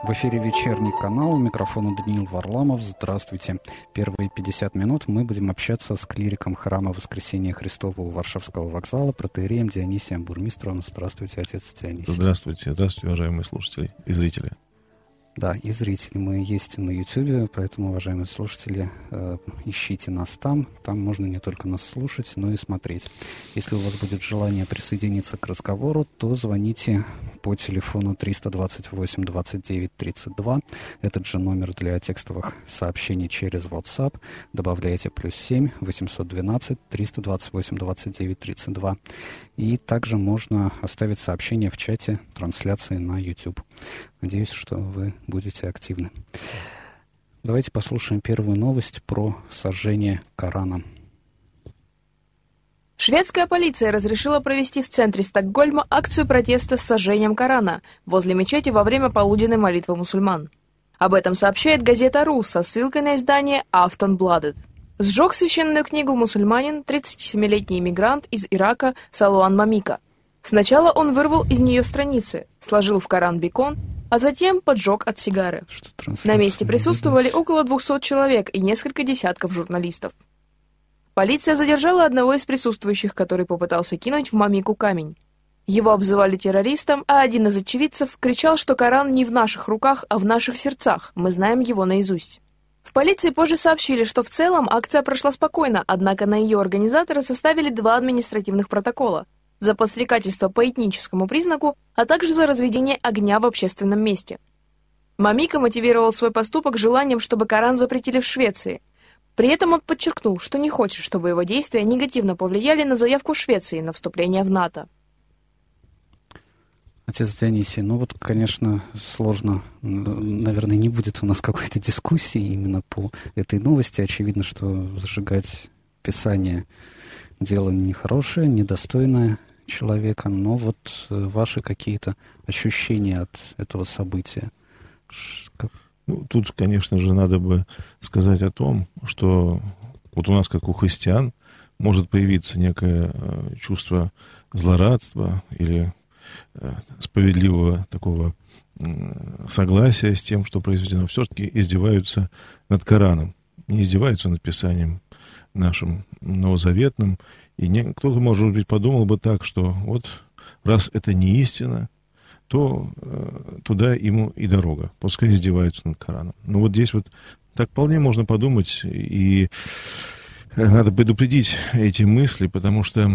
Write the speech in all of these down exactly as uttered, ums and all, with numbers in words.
В эфире вечерний канал, у микрофона Даниил Варламов. Здравствуйте. Первые пятьдесят минут мы будем общаться с клириком храма Воскресения Христова у Варшавского вокзала, протоиереем Дионисием Бурмистровым. Здравствуйте, отец Дионисий. Здравствуйте, здравствуйте, уважаемые слушатели и зрители. Да, и зрители. Мы есть на YouTube, поэтому, уважаемые слушатели, э, ищите нас там. Там можно не только нас слушать, но и смотреть. Если у вас будет желание присоединиться к разговору, то звоните по телефону триста двадцать восемь двадцать девять тридцать два. Этот же номер для текстовых сообщений через WhatsApp. Добавляйте плюс семь восемьсот двенадцать триста двадцать восемь двадцать девять тридцать два. И также можно оставить сообщение в чате трансляции на YouTube. Надеюсь, что вы будете активны. Давайте послушаем первую новость про сожжение Корана. Шведская полиция разрешила провести в центре Стокгольма акцию протеста с сожжением Корана возле мечети во время полуденной молитвы мусульман. Об этом сообщает газета РУ со ссылкой на издание Aftonbladet. Сжег священную книгу мусульманин, тридцатисемилетний иммигрант из Ирака Салуан Мамика. Сначала он вырвал из нее страницы, сложил в Коран бекон, а затем поджег от сигары. На месте присутствовали около двухсот человек и несколько десятков журналистов. Полиция задержала одного из присутствующих, который попытался кинуть в Мамику камень. Его обзывали террористом, а один из очевидцев кричал, что Коран не в наших руках, а в наших сердцах, мы знаем его наизусть. В полиции позже сообщили, что в целом акция прошла спокойно, однако на ее организатора составили два административных протокола за подстрекательство по этническому признаку, а также за разведение огня в общественном месте. Мамика мотивировал свой поступок желанием, чтобы Коран запретили в Швеции. При этом он подчеркнул, что не хочет, чтобы его действия негативно повлияли на заявку Швеции на вступление в НАТО. Отец Дионисий, ну вот, конечно, сложно, наверное, не будет у нас какой-то дискуссии именно по этой новости. Очевидно, что сжигать Писание дело нехорошее, недостойное человека, но вот ваши какие-то ощущения от этого события? Как... Ну, тут, конечно же, надо бы сказать о том, что вот у нас, как у христиан, может появиться некое чувство злорадства или справедливого такого согласия с тем, что произведено. Все-таки издеваются над Кораном, не издеваются над Писанием нашим новозаветным. И не, кто-то, может быть, подумал бы так, что вот раз это не истина, то э, туда ему и дорога. Пускай издеваются над Кораном. Но вот здесь вот так вполне можно подумать, и надо предупредить эти мысли, потому что,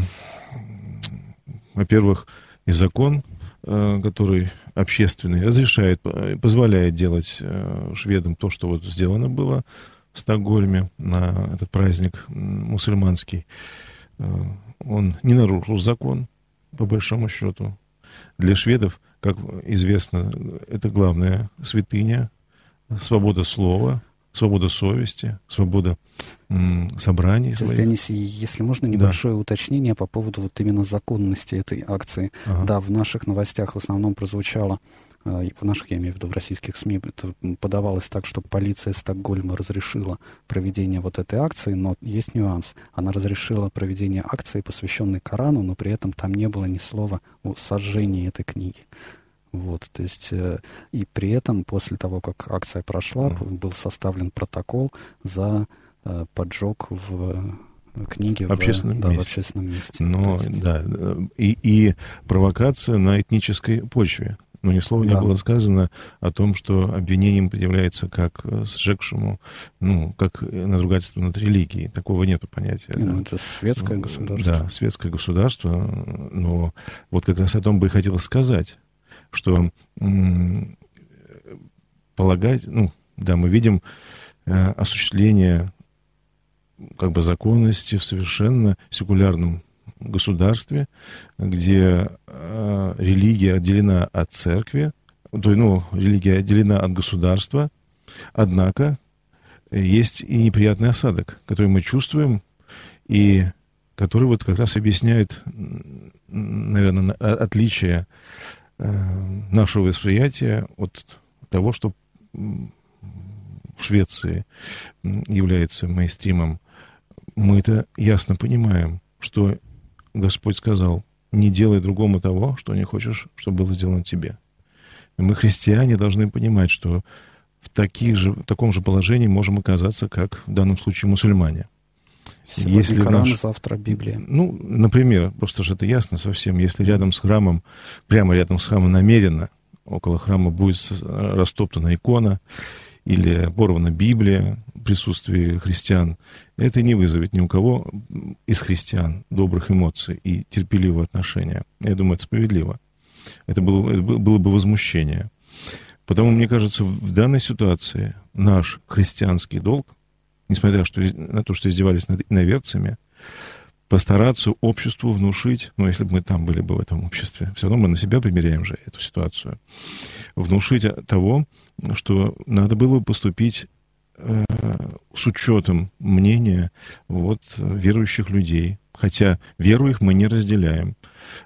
во-первых, и закон, э, который общественный, разрешает, позволяет делать э, шведам то, что вот сделано было в Стокгольме на этот праздник мусульманский. Э, он не нарушил закон, по большому счету. Для шведов, как известно, это главная святыня, свобода слова, свобода совести, свобода м, собраний. Дионисий, если можно, небольшое да. уточнение по поводу вот именно законности этой акции. Ага. Да, в наших новостях в основном прозвучало, в наших, я имею в виду, в российских СМИ, это подавалось так, что полиция Стокгольма разрешила проведение вот этой акции, но есть нюанс. Она разрешила проведение акции, посвященной Корану, но при этом там не было ни слова о сожжении этой книги. Вот, то есть, э, и при этом, после того, как акция прошла, mm. был составлен протокол за э, поджог в э, книге в общественном, в, да, месте. в общественном месте. Но, есть... да, и, и провокация на этнической почве. Но ни слова да. не было сказано о том, что обвинением предъявляется как сжегшему, ну, как надругательство над религией. Такого нету понятия. Не, да. ну, это светское государство. Да, светское государство. Но вот как раз о том бы и хотелось сказать, что м- полагать, ну, да, мы видим э, осуществление как бы законности в совершенно секулярном государстве, где э, религия отделена от церкви, то, ну, религия отделена от государства, однако есть и неприятный осадок, который мы чувствуем, и который вот как раз объясняет, наверное, отличие нашего восприятия от того, что в Швеции является мейнстримом. Мы это ясно понимаем, что Господь сказал: не делай другому того, что не хочешь, чтобы было сделано тебе. Мы, христиане, должны понимать, что в, таких же, в таком же положении можем оказаться, как в данном случае мусульмане. Сегодня если Коран, наш... завтра Библия. Ну, например, просто же это ясно совсем, если рядом с храмом, прямо рядом с храмом намеренно, около храма будет растоптана икона или порвана Библия в присутствии христиан, это не вызовет ни у кого из христиан добрых эмоций и терпеливого отношения. Я думаю, это справедливо. Это было, это было бы возмущение. Потому, мне кажется, в данной ситуации наш христианский долг, несмотря на то, что издевались над иноверцами, постараться обществу внушить, ну, если бы мы там были бы в этом обществе, все равно мы на себя примеряем же эту ситуацию, внушить того, что надо было поступить э, с учетом мнения вот, верующих людей, хотя веру их мы не разделяем.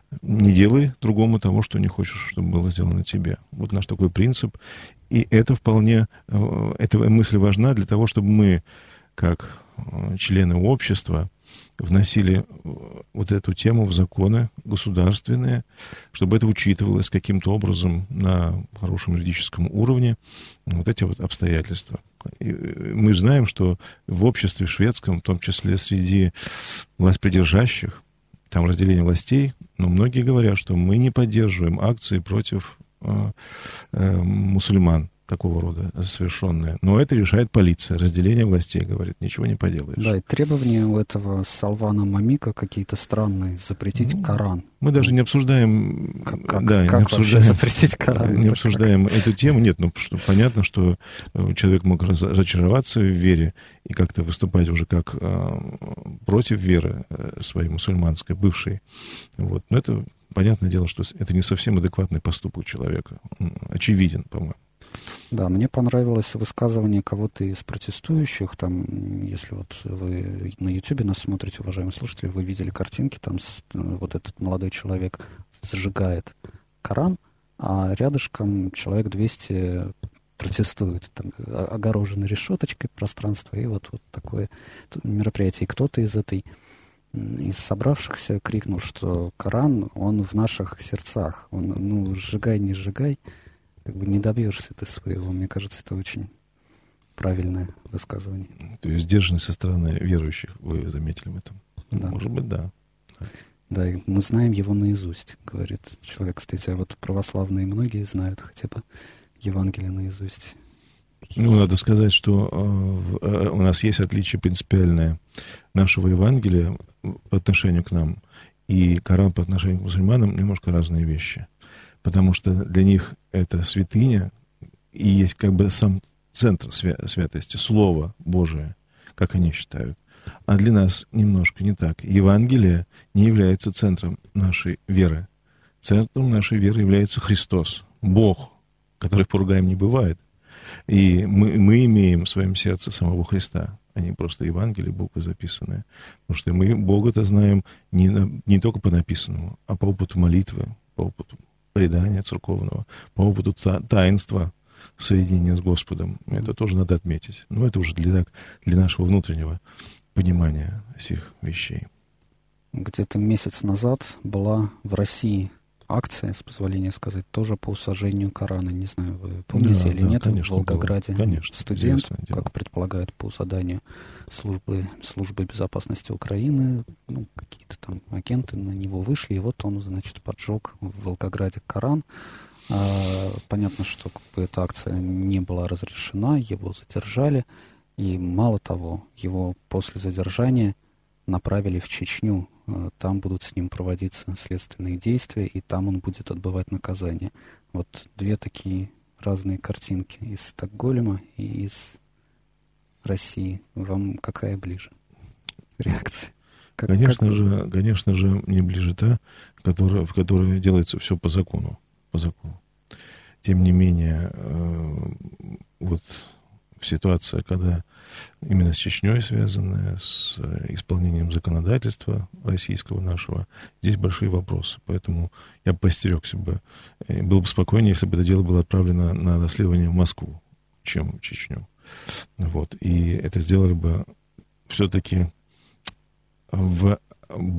Не делай другому того, что не хочешь, чтобы было сделано тебе. Вот наш такой принцип. И это вполне, эта мысль важна для того, чтобы мы, как члены общества, вносили вот эту тему в законы государственные, чтобы это учитывалось каким-то образом на хорошем юридическом уровне, вот эти вот обстоятельства. И мы знаем, что в обществе шведском, в том числе среди властьпридержащих, там разделение властей, но многие говорят, что мы не поддерживаем акции против э, э, мусульман такого рода совершенные. Но это решает полиция. Разделение властей, говорит, ничего не поделаешь. Да, и требования у этого Салвана Мамика какие-то странные. Запретить ну, Коран. Мы даже не обсуждаем... Как, как, да, как не обсуждаем, запретить Коран? Не обсуждаем как? эту тему. Нет, ну, что, понятно, что человек мог разочароваться в вере и как-то выступать уже как э, против веры своей мусульманской, бывшей. Вот. Но это, понятное дело, что это не совсем адекватный поступок человека. Он очевиден, по-моему. Да, мне понравилось высказывание кого-то из протестующих. Там, если вот вы на Ютубе нас смотрите, уважаемые слушатели, вы видели картинки, там с, вот этот молодой человек сжигает Коран, а рядышком человек двести протестует. Там огорожено решеточкой пространство, и вот, вот такое мероприятие. И кто-то из этой из собравшихся крикнул, что Коран, он в наших сердцах. Он, ну, сжигай, не сжигай. Как бы не добьешься ты своего. Мне кажется, это очень правильное высказывание. То есть сдержанность со стороны верующих, вы заметили в этом? Да. Может быть, да. Да, и мы знаем его наизусть, говорит человек. Кстати, а вот православные многие знают хотя бы Евангелие наизусть. Ну, надо сказать, что э, у нас есть отличие принципиальное нашего Евангелия по отношению к нам и Коран по отношению к мусульманам немножко разные вещи. Потому что для них это святыня и есть как бы сам центр свя- святости, Слово Божие, как они считают. А для нас немножко не так. Евангелие не является центром нашей веры. Центром нашей веры является Христос, Бог, которых поругаем не бывает. И мы, мы имеем в своем сердце самого Христа, а не просто Евангелие, буквы записанные. Потому что мы Бога-то знаем не, на, не только по написанному, а по опыту молитвы, по опыту предания церковного, по опыту таинства соединения с Господом. Это тоже надо отметить. Но это уже для, для нашего внутреннего понимания всех вещей. Где-то месяц назад была в России акция, с позволения сказать, тоже по сожжению Корана. Не знаю, вы помните да, или да, нет, конечно, в Волгограде конечно, студент, как предполагают по заданию службы, службы безопасности Украины, ну, какие-то там агенты на него вышли, и вот он, значит, поджег в Волгограде Коран. А, понятно, что как бы, эта акция не была разрешена, его задержали, и мало того, его после задержания направили в Чечню. Там будут с ним проводиться следственные действия, и там он будет отбывать наказание. Вот две такие разные картинки из Стокгольма и из России. Вам какая ближе реакция? Как, конечно, как... же, конечно же, мне ближе та, которая, в которой делается все по закону. По закону. Тем не менее, э, вот ситуация, когда именно с Чечней связанная, с исполнением законодательства российского нашего, здесь большие вопросы. Поэтому я бы постерегся бы. Было бы спокойнее, если бы это дело было отправлено на расследование в Москву, чем в Чечню. Вот. И это сделали бы все-таки в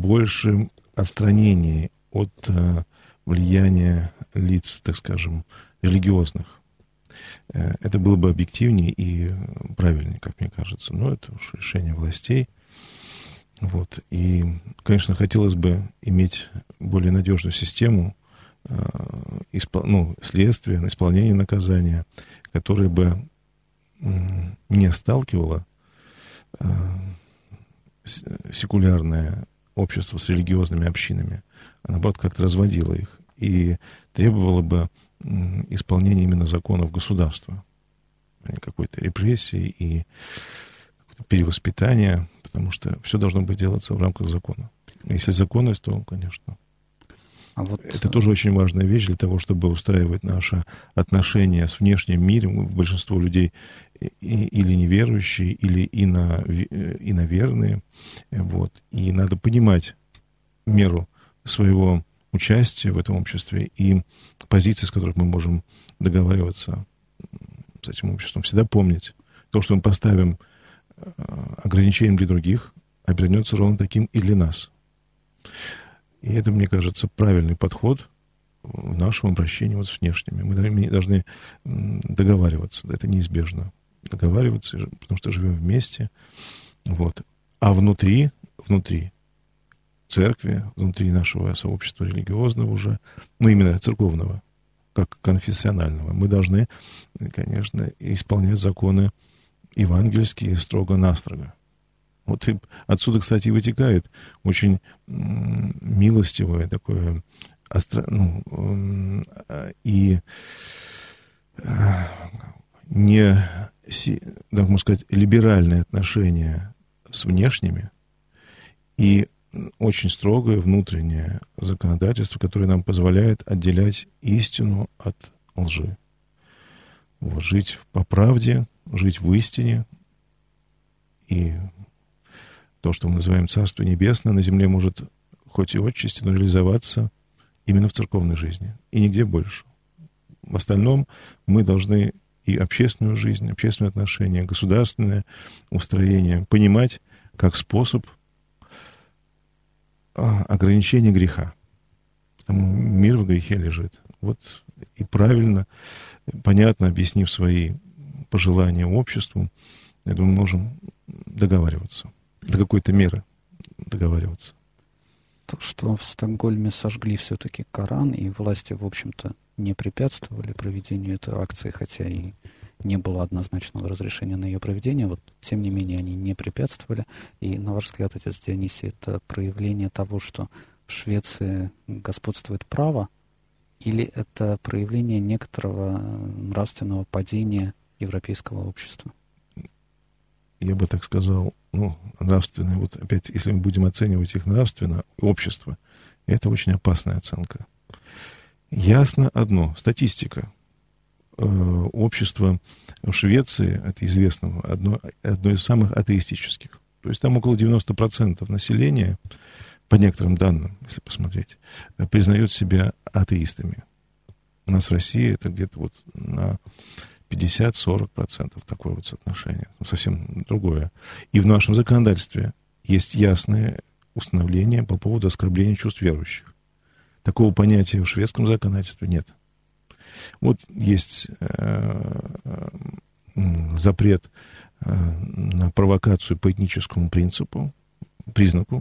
большем отстранении от влияния лиц, так скажем, религиозных. Это было бы объективнее и правильнее, как мне кажется. Но это уж решение властей. Вот. И, конечно, хотелось бы иметь более надежную систему испол... ну, следствия, исполнения наказания, которая бы не сталкивала секулярное общество с религиозными общинами, а наоборот как-то разводила их и требовала бы исполнения именно законов государства, а не какой-то репрессии и перевоспитания, потому что все должно быть делаться в рамках закона. Если законность, то, конечно. А вот... Это тоже очень важная вещь для того, чтобы устраивать наши отношения с внешним миром. Большинство людей или неверующие, или ино, иноверные. Вот. И надо понимать меру своего участия в этом обществе и позиции, с которых мы можем договариваться с этим обществом. Всегда помнить, то, что мы поставим ограничением для других, обернется ровно таким и для нас. И это, мне кажется, правильный подход в нашем обращении вот с внешними. Мы должны договариваться, это неизбежно. Договариваться, потому что живем вместе. Вот. А внутри, внутри церкви, внутри нашего сообщества религиозного уже, ну, именно церковного, как конфессионального, мы должны, конечно, исполнять законы евангельские строго-настрого. Вот и отсюда, кстати, вытекает очень милостивое такое остро, ну, и не, так можно сказать, либеральное отношение с внешними и очень строгое внутреннее законодательство, которое нам позволяет отделять истину от лжи. Вот, жить по правде, жить в истине. И то, что мы называем Царство Небесное, на земле может хоть и отчасти, но реализоваться именно в церковной жизни. И нигде больше. В остальном мы должны и общественную жизнь, общественные отношения, государственное устроение понимать как способ ограничения греха. Потому мир в грехе лежит. Вот и правильно, понятно, объяснив свои пожелания обществу, я думаю, мы можем договариваться. До какой-то меры договариваться. То, что в Стокгольме сожгли все-таки Коран, и власти, в общем-то, не препятствовали проведению этой акции, хотя и не было однозначного разрешения на ее проведение, вот, тем не менее, они не препятствовали. И, на ваш взгляд, отец Дионисий, это проявление того, что в Швеции господствует право, или это проявление некоторого нравственного падения европейского общества? Я бы так сказал, ну, нравственное, вот опять, если мы будем оценивать их нравственно, общество, это очень опасная оценка. Ясно одно, статистика. Общество в Швеции, это известно, одно, одно из самых атеистических. То есть там около девяносто процентов населения, по некоторым данным, если посмотреть, признает себя атеистами. У нас в России это где-то вот на пятьдесят-сорок процентов такое вот соотношение. Совсем другое. И в нашем законодательстве есть ясное установление по поводу оскорбления чувств верующих. Такого понятия в шведском законодательстве нет. Вот есть э, запрет э, на провокацию по этническому принципу, признаку,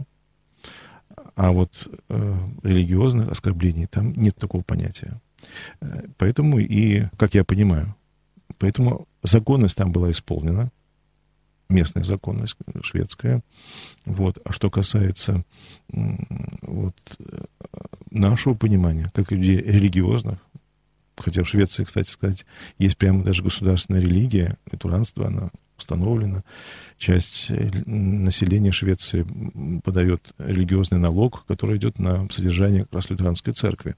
а вот э, религиозных оскорблений там нет такого понятия. Поэтому и, как я понимаю, поэтому законность там была исполнена, местная законность шведская. Вот. А что касается вот, нашего понимания, как и людей религиозных, хотя в Швеции, кстати сказать, есть прямо даже государственная религия, лютеранство, она установлена. Часть населения Швеции подает религиозный налог, который идет на содержание как раз лютеранской церкви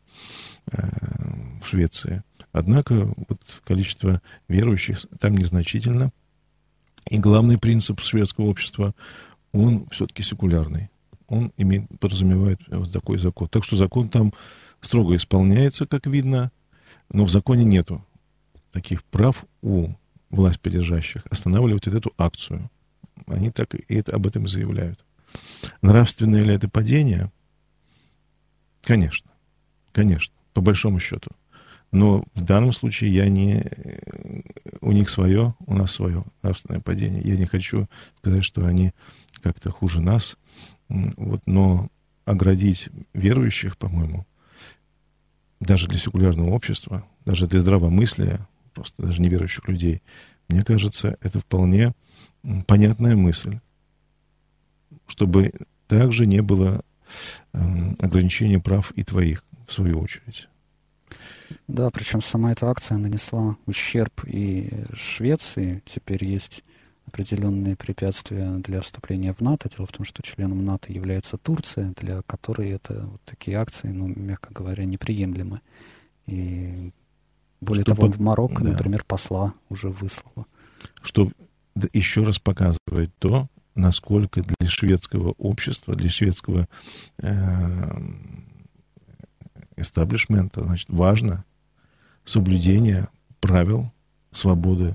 в Швеции. Однако вот, количество верующих там незначительно. И главный принцип шведского общества, он все-таки секулярный. Он имеет, подразумевает вот такой закон. Так что закон там строго исполняется, как видно, но в законе нету таких прав у власть придержащих останавливать вот эту акцию. Они так и это, об этом и заявляют. Нравственное ли это падение? Конечно. Конечно. По большому счету. Но в данном случае я не... У них свое, у нас свое нравственное падение. Я не хочу сказать, что они как-то хуже нас. Вот, но оградить верующих, по-моему, даже для секулярного общества, даже для здравомыслия, просто даже неверующих людей, мне кажется, это вполне понятная мысль, чтобы также не было э, ограничения прав и твоих, в свою очередь. Да, причем сама эта акция нанесла ущерб и Швеции. Теперь есть определенные препятствия для вступления в НАТО. Дело в том, что членом НАТО является Турция, для которой это вот такие акции, ну, мягко говоря, неприемлемы. И более что того, под... в Марокко, да. например, посла уже выслало. Что еще раз показывает то, насколько для шведского общества, для шведского эстаблишмента, значит, важно соблюдение правил свободы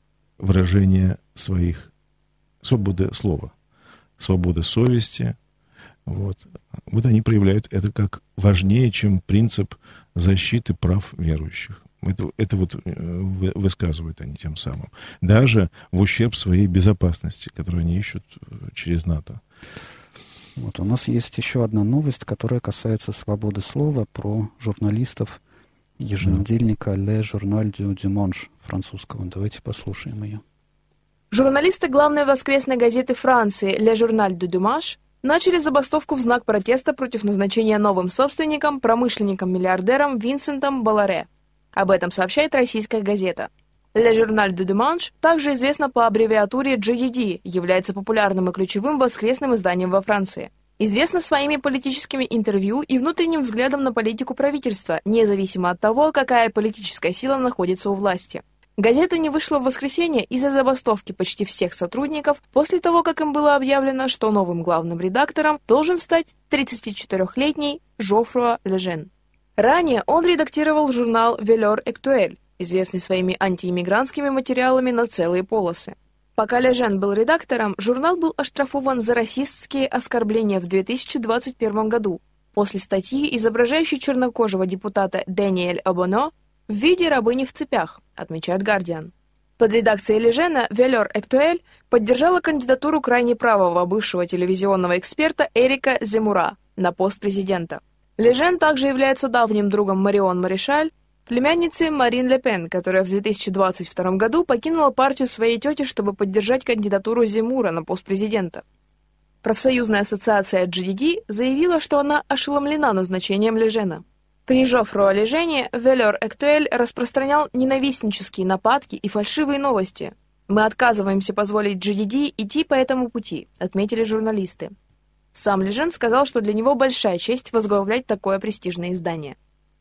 выражения своих, свободы слова, свободы совести. Вот. Вот они проявляют это как важнее, чем принцип защиты прав верующих. Это, это вот высказывают они тем самым. Даже в ущерб своей безопасности, которую они ищут через НАТО. Вот у нас есть еще одна новость, которая касается свободы слова, про журналистов еженедельника «Le Journal du Dimanche» французского. Давайте послушаем ее. Журналисты главной воскресной газеты Франции «Le Journal du Dimanche» начали забастовку в знак протеста против назначения новым собственником, промышленником-миллиардером Винсентом Боларе. Об этом сообщает российская газета. «Le Journal du Dimanche», также известно по аббревиатуре джи ди ди, является популярным и ключевым воскресным изданием во Франции. Известно своими политическими интервью и внутренним взглядом на политику правительства, независимо от того, какая политическая сила находится у власти. Газета не вышла в воскресенье из-за забастовки почти всех сотрудников после того, как им было объявлено, что новым главным редактором должен стать тридцатичетырёхлетний Жофруа Лежен. Ранее он редактировал журнал «Valeurs Actuelles», известный своими антииммигрантскими материалами на целые полосы. Пока Лежен был редактором, журнал был оштрафован за расистские оскорбления в две тысячи двадцать первом году после статьи, изображающей чернокожего депутата Дэниэль Обоно в виде рабыни в цепях, отмечает «Гардиан». Под редакцией Лежена «Valeurs Actuelles» поддержала кандидатуру крайне правого бывшего телевизионного эксперта Эрика Земура на пост президента. Лежен также является давним другом Марион Маришаль, племянницы Марин Ле Пен, которая в две тысячи двадцать втором году покинула партию своей тети, чтобы поддержать кандидатуру Земура на пост президента. Профсоюзная ассоциация джи ди ди заявила, что она ошеломлена назначением Лежена. При Жофруа Лежене «Valeurs Actuelles» распространял ненавистнические нападки и фальшивые новости. «Мы отказываемся позволить джи ди ди идти по этому пути», отметили журналисты. Сам Лежен сказал, что для него большая честь возглавлять такое престижное издание.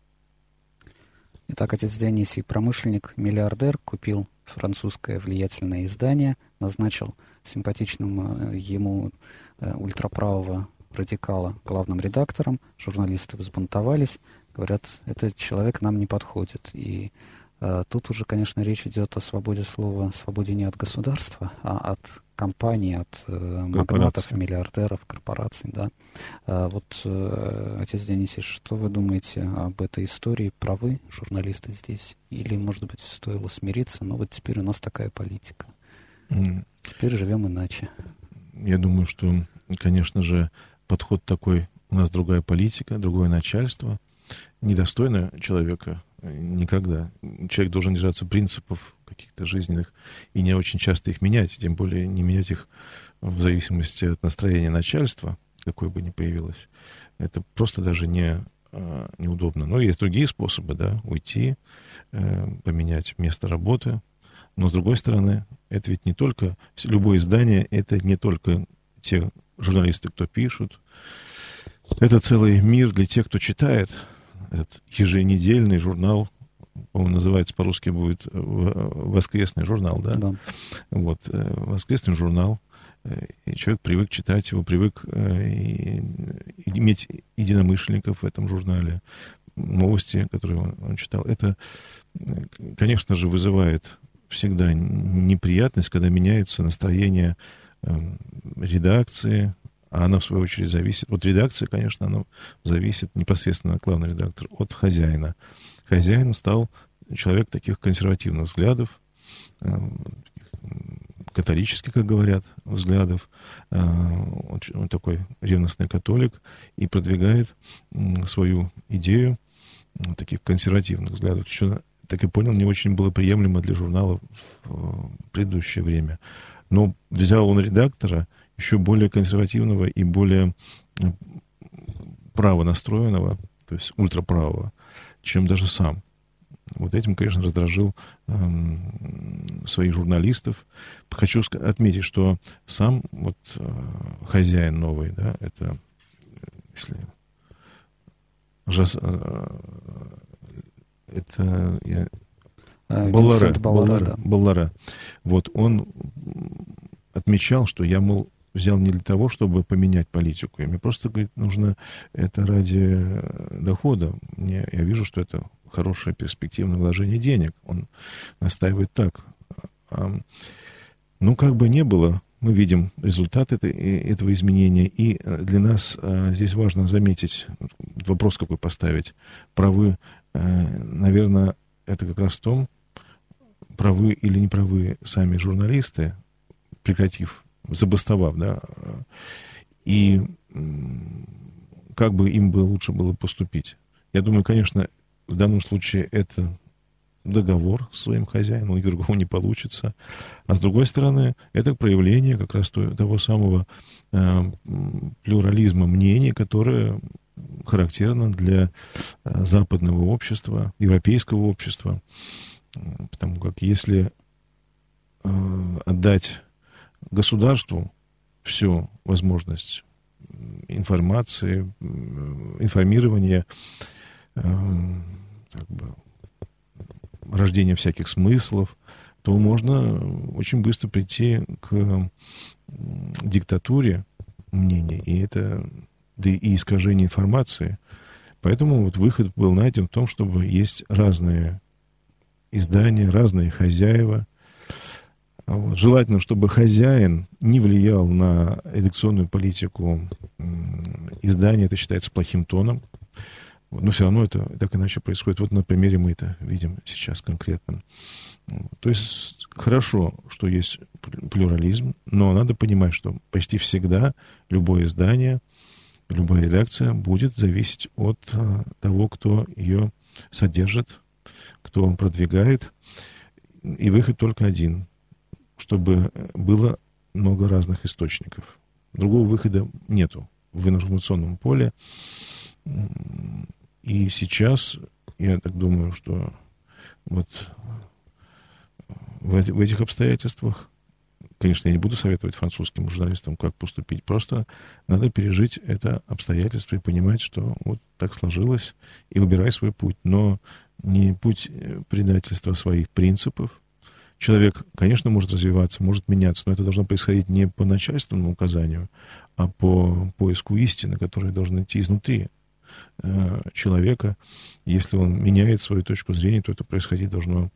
Итак, отец Дионисий, промышленник-миллиардер, купил французское влиятельное издание, назначил симпатичным ему ультраправого радикала главным редактором. Журналисты взбунтовались, говорят, этот человек нам не подходит. И э, тут уже, конечно, речь идет о свободе слова, свободе не от государства, а от компаний, от э, магнатов, миллиардеров, корпораций. Да. А вот, э, отец Дионисий, что вы думаете об этой истории? Правы журналисты здесь? Или, может быть, стоило смириться? Но вот теперь у нас такая политика. Mm. Теперь живем иначе. Я думаю, что, конечно же, подход такой, у нас другая политика, другое начальство, недостойно человека никогда. Человек должен держаться принципов каких-то жизненных и не очень часто их менять, тем более не менять их в зависимости от настроения начальства, какое бы ни появилось. Это просто даже не, неудобно. Но есть другие способы, да, уйти, поменять место работы. Но, с другой стороны, это ведь не только... Любое издание — это не только те журналисты, кто пишут. Это целый мир для тех, кто читает. Этот еженедельный журнал, по-моему, называется по-русски будет «Воскресный журнал», да? Да. Вот, «Воскресный журнал». И человек привык читать его, привык иметь единомышленников в этом журнале. Новости, которые он, он читал. Это, конечно же, вызывает всегда неприятность, когда меняется настроение редакции, А она, в свою очередь, зависит... Вот редакция, конечно, она зависит непосредственно, главный редактор, от хозяина. Хозяин стал человек таких консервативных взглядов, католических, как говорят, взглядов. Он такой ревностный католик и продвигает свою идею таких консервативных взглядов. Еще, так и понял, не очень было приемлемо для журнала в предыдущее время. Но взял он редактора еще более консервативного и более право настроенного, то есть ультраправого, чем даже сам. Вот этим, конечно, раздражил э, своих журналистов. Хочу отметить, что сам вот э, хозяин новый, да, это, если жас, э, это я, Болларе, Болларе, Болларе. Вот он отмечал, что я, мол, взял не для того, чтобы поменять политику. И мне просто, говорит, нужно это ради дохода. Мне, я вижу, что это хорошее перспективное вложение денег. Он настаивает так. Ну, как бы не было, мы видим результат это, этого изменения. И для нас здесь важно заметить, вопрос какой поставить. Правы, наверное, это как раз в том, правы или не правы сами журналисты, прекратив, забастовав, да, и как бы им бы лучше было поступить. Я думаю, конечно, в данном случае это договор с своим хозяином, и другого не получится. А с другой стороны, это проявление как раз того самого э, плюрализма мнений, которое характерно для э, западного общества, европейского общества. Потому как если э, отдать государству всю возможность информации, информирования, э, как бы, рождения всяких смыслов, то можно очень быстро прийти к диктатуре мнений, и это, да и искажение информации. Поэтому вот выход был найден в том, чтобы есть разные издания, разные хозяева. Вот. Желательно, чтобы хозяин не влиял на редакционную политику издания, это считается плохим тоном. Но все равно это так иначе происходит. Вот на примере мы это видим сейчас конкретно. То есть хорошо, что есть плюрализм, но надо понимать, что почти всегда любое издание, любая редакция будет зависеть от того, кто ее содержит, кто продвигает. И выход только один, чтобы было много разных источников. Другого выхода нету в информационном поле. И сейчас, я так думаю, что вот в, в этих обстоятельствах, конечно, я не буду советовать французским журналистам, как поступить, просто надо пережить это обстоятельство и понимать, что вот так сложилось, и выбирай свой путь. Но не путь предательства своих принципов. Человек, конечно, может развиваться, может меняться, но это должно происходить не по начальственному указанию, а по поиску истины, которая должна идти изнутри человека. Если он меняет свою точку зрения, то это происходить должно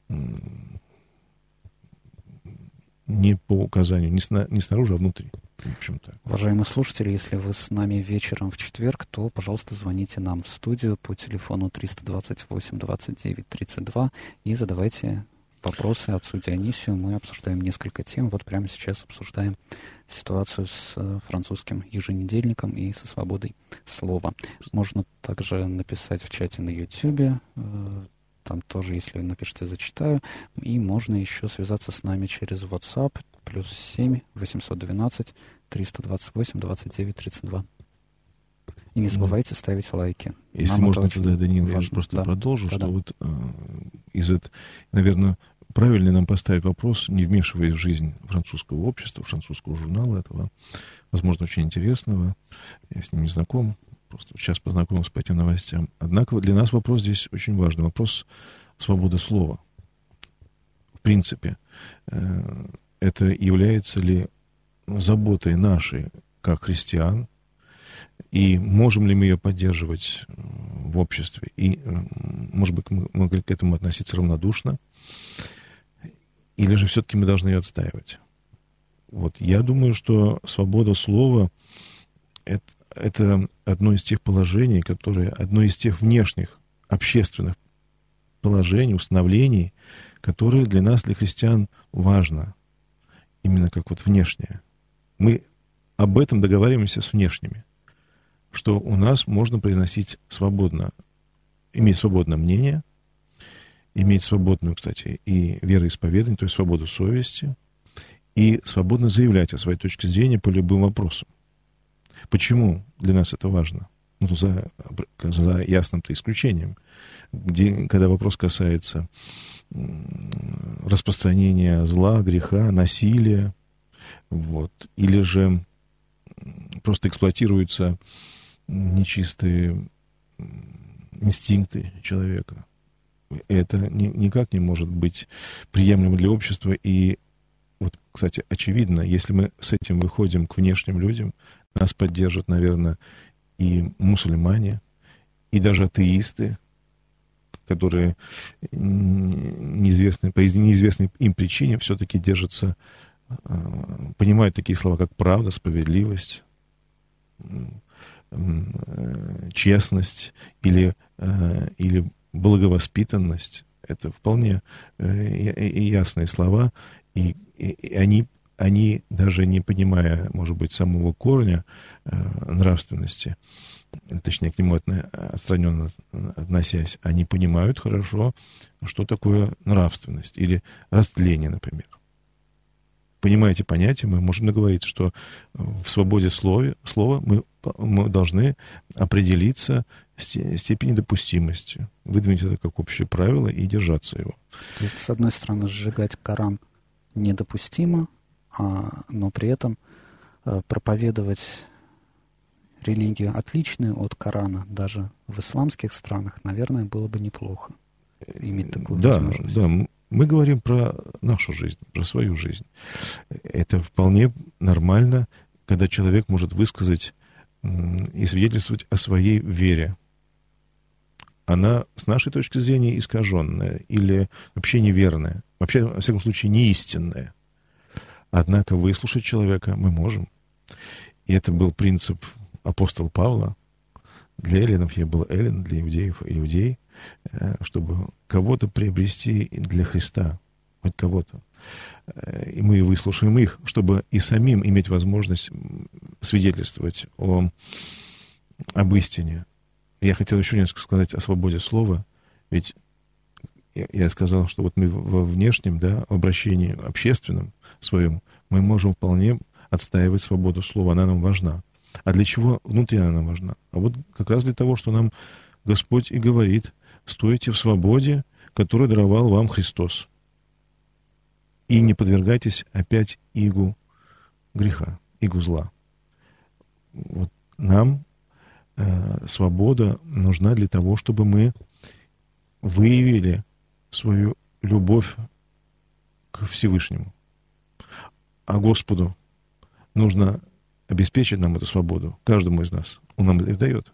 не по указанию, не, сна, не снаружи, а внутри. В общем, так. Уважаемые слушатели, если вы с нами вечером в четверг, то, пожалуйста, звоните нам в студию по телефону триста двадцать восемь двадцать девять тридцать два и задавайте вопросы отцу Дионисию. Мы обсуждаем несколько тем. Вот прямо сейчас обсуждаем ситуацию с э, французским еженедельником и со свободой слова. Можно также написать в чате на YouTube. Э, там тоже, если напишите, зачитаю. И можно еще связаться с нами через WhatsApp. Плюс семь восемьсот двенадцать триста двадцать восемь двадцать девять тридцать два. И не забывайте ну, ставить лайки. Если Нам можно, тогда, Даниил, я просто да. продолжу, да, что да. вот э, из этого, наверное, правильно нам поставить вопрос, не вмешиваясь в жизнь французского общества, французского журнала этого, возможно, очень интересного. Я с ним не знаком, просто сейчас познакомился по этим новостям. Однако для нас вопрос здесь очень важный. Вопрос свободы слова. В принципе, э, это является ли заботой нашей, как христиан, и можем ли мы ее поддерживать в обществе, и, может быть, мы могли к этому относиться равнодушно, или же все-таки мы должны ее отстаивать. Вот. Я думаю, что свобода слова это, это одно из тех положений, которые, одно из тех внешних общественных положений, установлений, которые для нас, для христиан, важно. Именно как вот внешнее. Мы об этом договариваемся с внешними, что у нас можно произносить свободно, иметь свободное мнение, иметь свободную, кстати, и вероисповедание, то есть свободу совести, и свободно заявлять о своей точке зрения по любым вопросам. Почему для нас это важно? Ну, за, за ясным-то исключением, где, когда вопрос касается распространения зла, греха, насилия, вот, или же просто эксплуатируются нечистые инстинкты человека. Это ни, никак не может быть приемлемо для общества. И вот, кстати, очевидно, если мы с этим выходим к внешним людям, нас поддержат, наверное, и мусульмане, и даже атеисты, которые неизвестны, по неизвестной им причине все-таки держатся, понимают такие слова, как правда, справедливость, честность или, или благовоспитанность. Это вполне ясные слова, и, и они, они, даже не понимая, может быть, самого корня нравственности, точнее, к нему отстраненно относясь, они понимают хорошо, что такое нравственность или растление, например. Понимаете понятие, мы можем договориться, что в свободе слова, слова мы, мы должны определиться степени допустимости, выдвинуть это как общее правило и держаться его. То есть, с одной стороны, сжигать Коран недопустимо, а, но при этом а, проповедовать религию, отличную от Корана, даже в исламских странах, наверное, было бы неплохо иметь такую да, возможность. Да, мы говорим про нашу жизнь, про свою жизнь. Это вполне нормально, когда человек может высказать и свидетельствовать о своей вере. Она, с нашей точки зрения, искаженная или вообще неверная, вообще, во всяком случае, неистинная. Однако выслушать человека мы можем. И это был принцип апостола Павла. Для эллинов я был эллин, для иудеев иудей, чтобы кого-то приобрести для Христа, хоть кого-то. И мы выслушаем их, чтобы и самим иметь возможность свидетельствовать о, об истине. Я хотел еще несколько сказать о свободе слова, ведь я, я сказал, что вот мы во внешнем, да, обращении общественном своем мы можем вполне отстаивать свободу слова, она нам важна. А для чего внутри она нам важна? А вот как раз для того, что нам Господь и говорит: стойте в свободе, которую даровал вам Христос. И не подвергайтесь опять игу греха, игу зла. Вот нам э, свобода нужна для того, чтобы мы выявили свою любовь к Всевышнему. А Господу нужно обеспечить нам эту свободу, каждому из нас. Он нам это дает.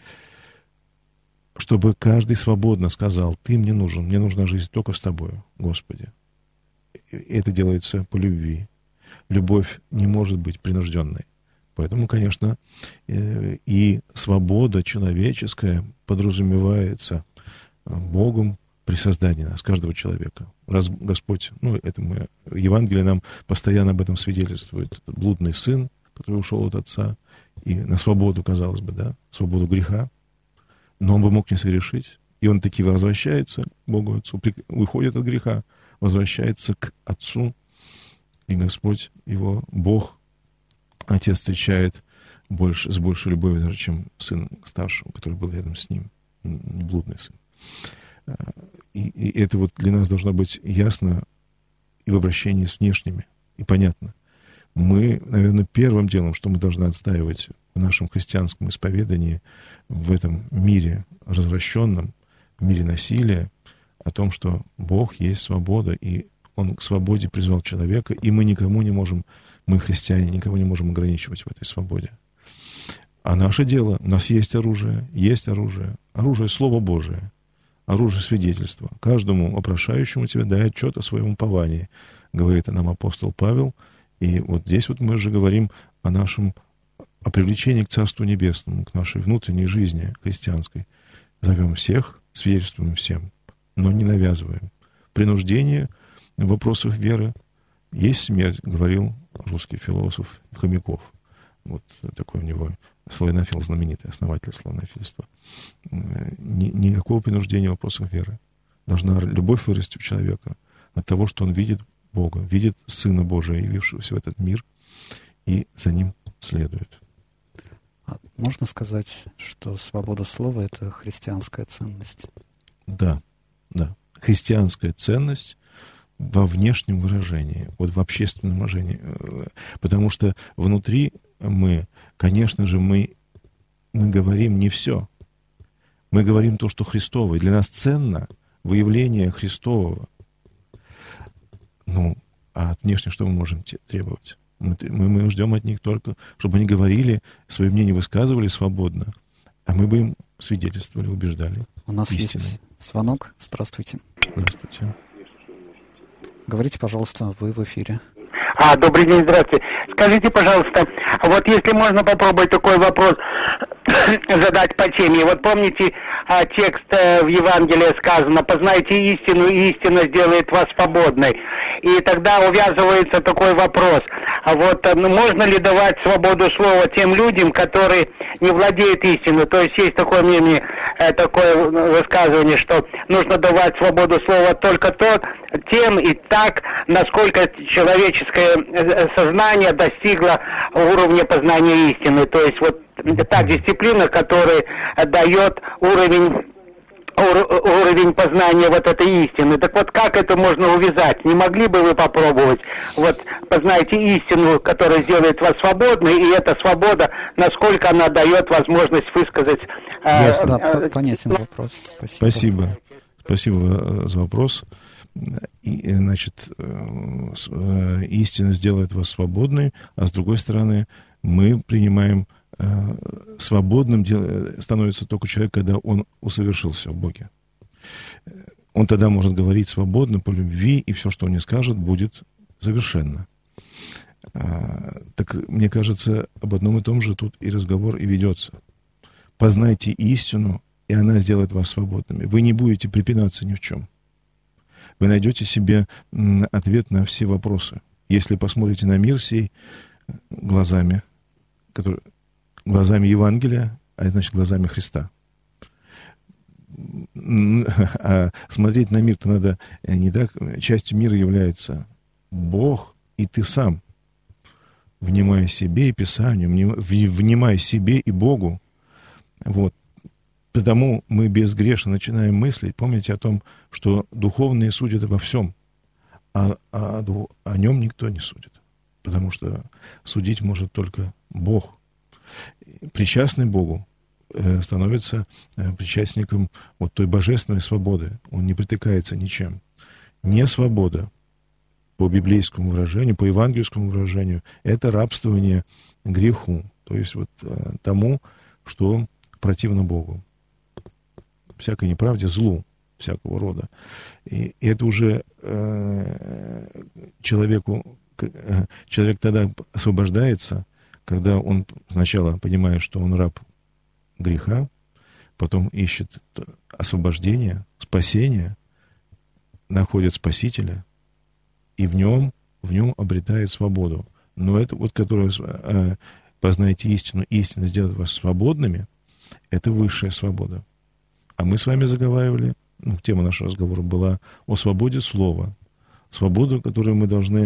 Чтобы каждый свободно сказал: ты мне нужен, мне нужна жизнь только с тобою, Господи. И это делается по любви. Любовь не может быть принужденной. Поэтому, конечно, и свобода человеческая подразумевается Богом при создании нас, каждого человека. Раз Господь, ну, это мы, Евангелие нам постоянно об этом свидетельствует. Это блудный сын, который ушел от отца, и на свободу, казалось бы, да, свободу греха, но он бы мог не согрешить, и он таки возвращается к Богу Отцу, выходит от греха, возвращается к Отцу, и Господь, его Бог, Отец встречает больше, с большей любовью даже, чем сын старшего, который был рядом с ним, не блудный сын. И, и это вот для нас должно быть ясно и в обращении с внешними, и понятно. Мы, наверное, первым делом, что мы должны отстаивать в нашем христианском исповедании, в этом мире развращенном, в мире насилия, о том, что Бог есть свобода, и Он к свободе призвал человека, и мы никому не можем, мы, христиане, никого не можем ограничивать в этой свободе. А наше дело, у нас есть оружие, есть оружие, оружие Слово Божие, оружие свидетельства. Каждому вопрошающему тебя дай отчет о своем уповании, говорит нам апостол Павел, И вот здесь вот мы же говорим о нашем, о привлечении к Царству Небесному, к нашей внутренней жизни христианской. Зовем всех, свидетельствуем всем, но не навязываем. Принуждение в вопросах веры есть смерть, говорил русский философ Хомяков. Вот такой у него славянофил знаменитый, основатель славянофильства. Ни, никакого принуждения в вопросах веры. Должна любовь вырасти у человека от того, что он видит Бога, видит Сына Божия, явившегося в этот мир, и за Ним следует. А можно сказать, что свобода слова — это христианская ценность? Да, да. Христианская ценность во внешнем выражении, вот в общественном выражении. Потому что внутри мы, конечно же, мы, мы говорим не все. Мы говорим то, что Христово. И для нас ценно выявление Христового. Ну, а от внешних что мы можем требовать? Мы, мы, мы ждем от них только, чтобы они говорили, свое мнение высказывали свободно, а мы бы им свидетельствовали, убеждали. У нас истиной. Есть звонок. Здравствуйте. Здравствуйте. Говорите, пожалуйста, вы в эфире. А, добрый день, здравствуйте. Скажите, пожалуйста, вот если можно попробовать такой вопрос задать по теме. Вот помните, а, текст э, в Евангелии сказано: «Познайте истину, и истина сделает вас свободной». И тогда увязывается такой вопрос. А вот э, можно ли давать свободу слова тем людям, которые не владеют истиной? То есть есть такое мнение, э, такое высказывание, что нужно давать свободу слова только тот, тем и так, насколько человеческое сознание достигло уровня познания истины. То есть вот та дисциплина, которая дает уровень, ур, уровень познания вот этой истины. Так вот, как это можно увязать? Не могли бы вы попробовать? Вот познайте истину, которая сделает вас свободной, и эта свобода, насколько она дает возможность высказать... Yes, э, да, э, понятен вопрос. Спасибо. Спасибо. Спасибо за вопрос. И, значит, истина сделает вас свободной, а с другой стороны, мы принимаем свободным, становится только человек, когда он усовершился в Боге. Он тогда может говорить свободно, по любви, и все, что он не скажет, будет совершенно. Так, мне кажется, об одном и том же тут и разговор и ведется. Познайте истину, и она сделает вас свободными. Вы не будете препинаться ни в чем. Вы найдете себе ответ на все вопросы. Если посмотрите на мир сей глазами, который, глазами Евангелия, а значит глазами Христа. А смотреть на мир-то надо не так. Частью мира является Бог и ты сам. Внимая себе и Писанию, внимая себе и Богу. Вот. Потому мы безгрешно начинаем мыслить. Помните о том, что духовные судят обо всем, а, а о нем никто не судит. Потому что судить может только Бог. Причастный Богу становится причастником вот той божественной свободы. Он не притыкается ничем. Не свобода, по библейскому выражению, по евангельскому выражению, это рабствование греху. То есть вот тому, что противно Богу. Всякой неправде, злу всякого рода. И, и это уже э, человеку, э, человек тогда освобождается, когда он сначала понимает, что он раб греха, потом ищет освобождение, спасение, находит Спасителя, и в нем, в нем обретает свободу. Но это вот, которое э, познайте истину, истина сделает вас свободными, это высшая свобода. А мы с вами заговаривали, ну, тема нашего разговора была о свободе слова. Свободу, которую мы должны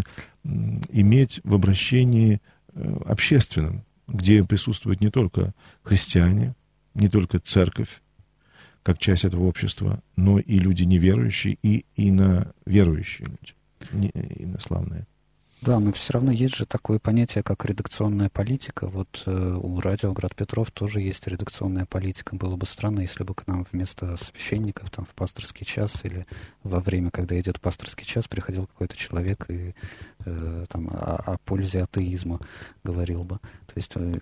иметь в обращении общественном, где присутствуют не только христиане, не только церковь, как часть этого общества, но и люди неверующие, и иноверующие люди, инославные. Да, но все равно есть же такое понятие, как редакционная политика. Вот э, у радио «Град Петров» тоже есть редакционная политика. Было бы странно, если бы к нам вместо священников там, в пасторский час или во время, когда идет пасторский час, приходил какой-то человек и э, там, о, о пользе атеизма говорил бы. То есть э,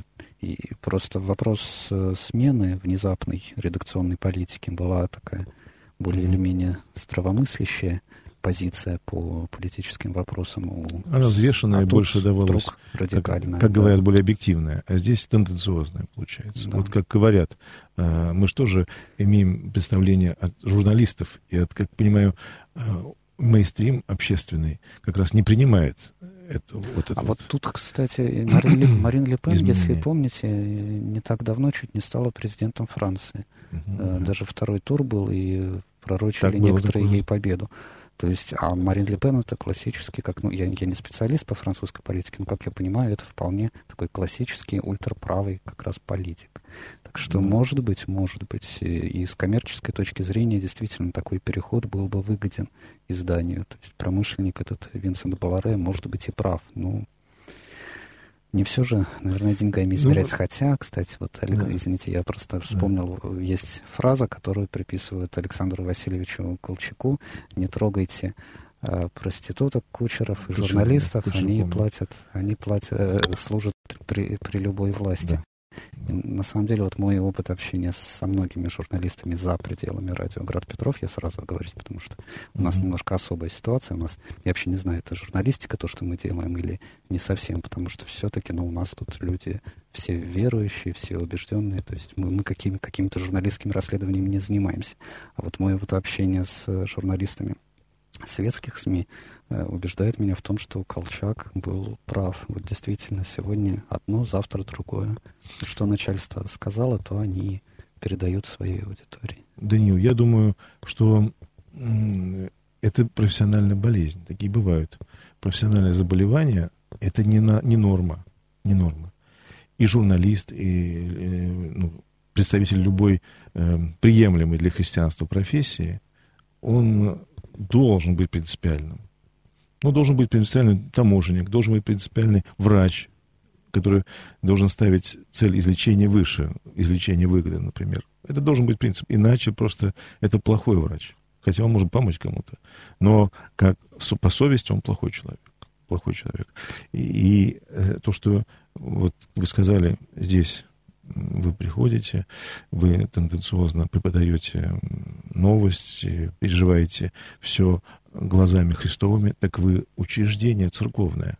и просто вопрос э, смены внезапной редакционной политики была такая более или менее здравомыслящая. позиция по политическим вопросам. У... Она взвешенная, а больше давалась, радикальная, как, как да. говорят, более объективная, а здесь тенденциозная получается. Да. Вот как говорят, мы же тоже имеем представление от журналистов, и от, как понимаю, мейнстрим общественный как раз не принимает это. Вот это а вот, вот тут, кстати, Марин Ле, Марин Ле Пен, изменения. если помните, не так давно чуть не стала президентом Франции. Угу, Даже да. второй тур был, и пророчили некоторые ей победу. То есть, а Марин Ле Пен это классический, как, ну, я, я не специалист по французской политике, но, как я понимаю, это вполне такой классический ультраправый как раз политик. Так что, mm. может быть, может быть, и с коммерческой точки зрения действительно такой переход был бы выгоден изданию. То есть промышленник этот Винсент Боларе, может быть, и прав. Ну, не все же, наверное, деньгами измеряется. Ну, Хотя, кстати, вот, Олег, да. извините, я просто вспомнил, да. есть фраза, которую приписывают Александру Васильевичу Колчаку: не трогайте а, проституток, кучеров и Кучер, журналистов, да, они помню. платят, они платят, служат при, при любой власти. Да. И, на самом деле, вот мой опыт общения со многими журналистами за пределами радио Град Петров, я сразу говорю, потому что у mm-hmm. нас немножко особая ситуация, у нас, я вообще не знаю, это журналистика, то, что мы делаем, или не совсем, потому что все-таки, ну, у нас тут люди все верующие, все убежденные, то есть мы, мы какими, какими-то журналистскими расследованиями не занимаемся. А вот мой опыт общения с журналистами светских СМИ э, убеждает меня в том, что Колчак был прав. Вот действительно, сегодня одно, завтра другое. Что начальство сказало, то они передают своей аудитории. Даниил, я думаю, что м- это профессиональная болезнь. Такие бывают. Профессиональное заболевание — это не, на, не норма. Не норма. И журналист, и э, ну, представитель любой э, приемлемой для христианства профессии, он должен быть принципиальным. Ну, должен быть принципиальный таможенник, должен быть принципиальный врач, который должен ставить цель излечения выше, излечения выгоды, например. Это должен быть принцип. Иначе просто это плохой врач. Хотя он может помочь кому-то. Но как по совести он плохой человек. Плохой человек. И, и то, что вот вы сказали здесь, вы приходите, вы тенденциозно преподаете новости, переживаете все глазами Христовыми, так вы учреждение церковное.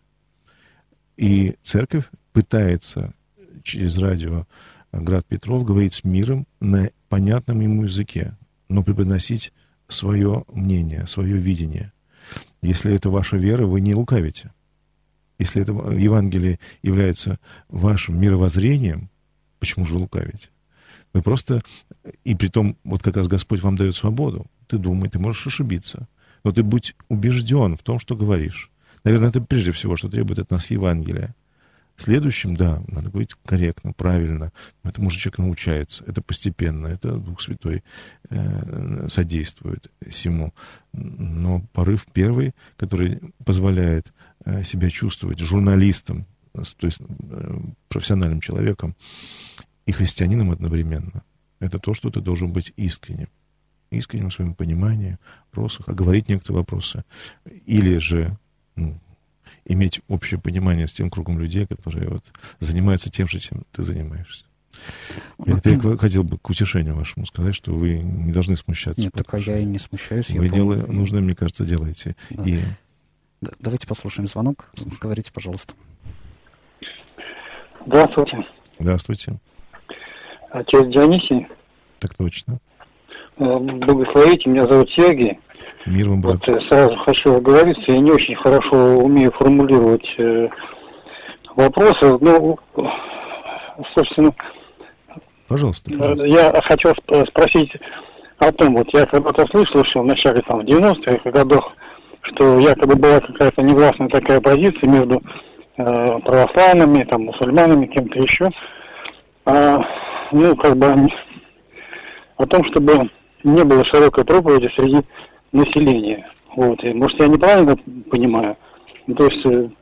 И церковь пытается через радио Град Петров говорить с миром на понятном ему языке, но преподносить свое мнение, свое видение. Если это ваша вера, вы не лукавите. Если это Евангелие является вашим мировоззрением, почему же вы лукавите? Вы просто... И притом, вот как раз Господь вам дает свободу. Ты думай, ты можешь ошибиться. Но ты будь убежден в том, что говоришь. Наверное, это прежде всего, что требует от нас Евангелия. Следующим, да, надо говорить корректно, правильно. Этому же человек научается. Это постепенно. Это Дух Святой э, содействует всему. Но порыв первый, который позволяет э, себя чувствовать журналистом, то есть профессиональным человеком и христианином одновременно, это то, что ты должен быть искренним. Искренним в своем понимании, вопросах, а говорить некоторые вопросы. Или же ну, иметь общее понимание с тем кругом людей, которые вот занимаются тем же, чем ты занимаешься. Я, я хотел бы к утешению вашему сказать, что вы не должны смущаться. Нет, так я и не смущаюсь. Вы дело, нужное, мне кажется, делаете. Да. И... Давайте послушаем звонок. Говорите, пожалуйста. Здравствуйте. Здравствуйте. Отец Дионисий. Так точно. Благословите, меня зовут Сергей. Мир вам, брат. Вот, сразу хочу оговориться, я не очень хорошо умею формулировать э, вопросы. Ну, собственно, пожалуйста, пожалуйста. Я хотел спросить о том, вот я когда-то слышал, что в начале там, в девяностых годах, что якобы была какая-то негласная такая позиция между э, православными, там, мусульманами, кем-то еще. А, ну, как бы они, о том, чтобы не было широкой проповеди среди населения. Вот. И, может, я неправильно понимаю? Ну, то есть, э,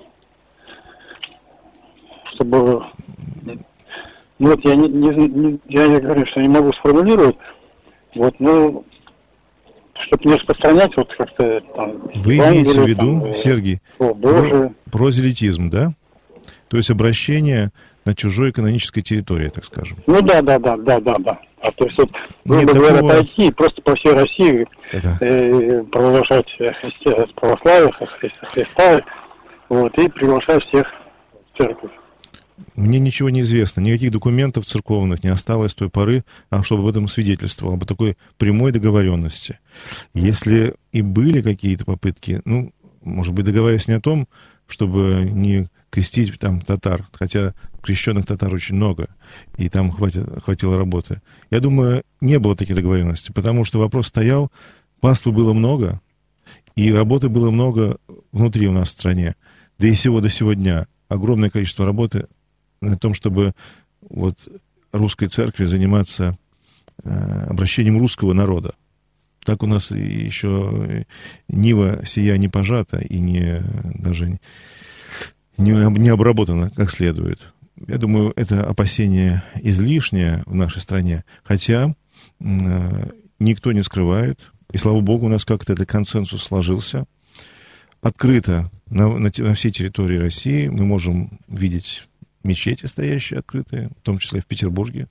чтобы... Ну, вот я не, не, не, я не говорю, что не могу сформулировать. Вот, ну, чтобы не распространять вот как-то там... Вы имеете в виду, там, Сергей, о, про, прозелитизм, да? То есть обращение на чужой канонической территории, так скажем. Ну да, да, да, да, да, да. А то есть вот, грубо говоря, такого... пойти просто по всей России э, провозглашать христи... православие, Христа, Христа, вот, и приглашать всех в церковь. Мне ничего не известно, никаких документов церковных не осталось с той поры, а чтобы в этом свидетельствовало, об такой прямой договоренности. Если и были какие-то попытки, ну, может быть, договариваясь не о том, чтобы не крестить там татар, хотя крещенных татар очень много, и там хватит, хватило работы. Я думаю, не было таких договоренностей, потому что вопрос стоял, паствы было много, и работы было много внутри у нас в стране. Да и всего до сего дня огромное количество работы на том, чтобы вот русской церкви заниматься э, обращением русского народа. Так у нас еще нива сия не пожата и не, даже не, не обработана как следует. Я думаю, это опасение излишнее в нашей стране, хотя э, никто не скрывает, и слава богу, у нас как-то этот консенсус сложился. Открыто на, на, на всей территории России мы можем видеть мечети, стоящие открытые, в том числе в Петербурге,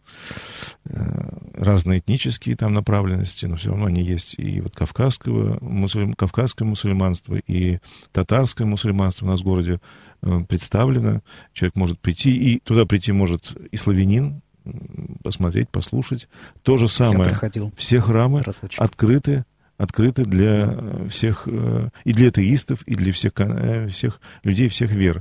разные этнические там направленности, но все равно они есть. И вот кавказское, мусуль... кавказское мусульманство, и татарское мусульманство у нас в городе представлено. Человек может прийти, и туда прийти может и славянин, посмотреть, послушать. То же самое. Все храмы открыты, открыты для да. всех, и для атеистов, и для всех, всех людей, всех вер.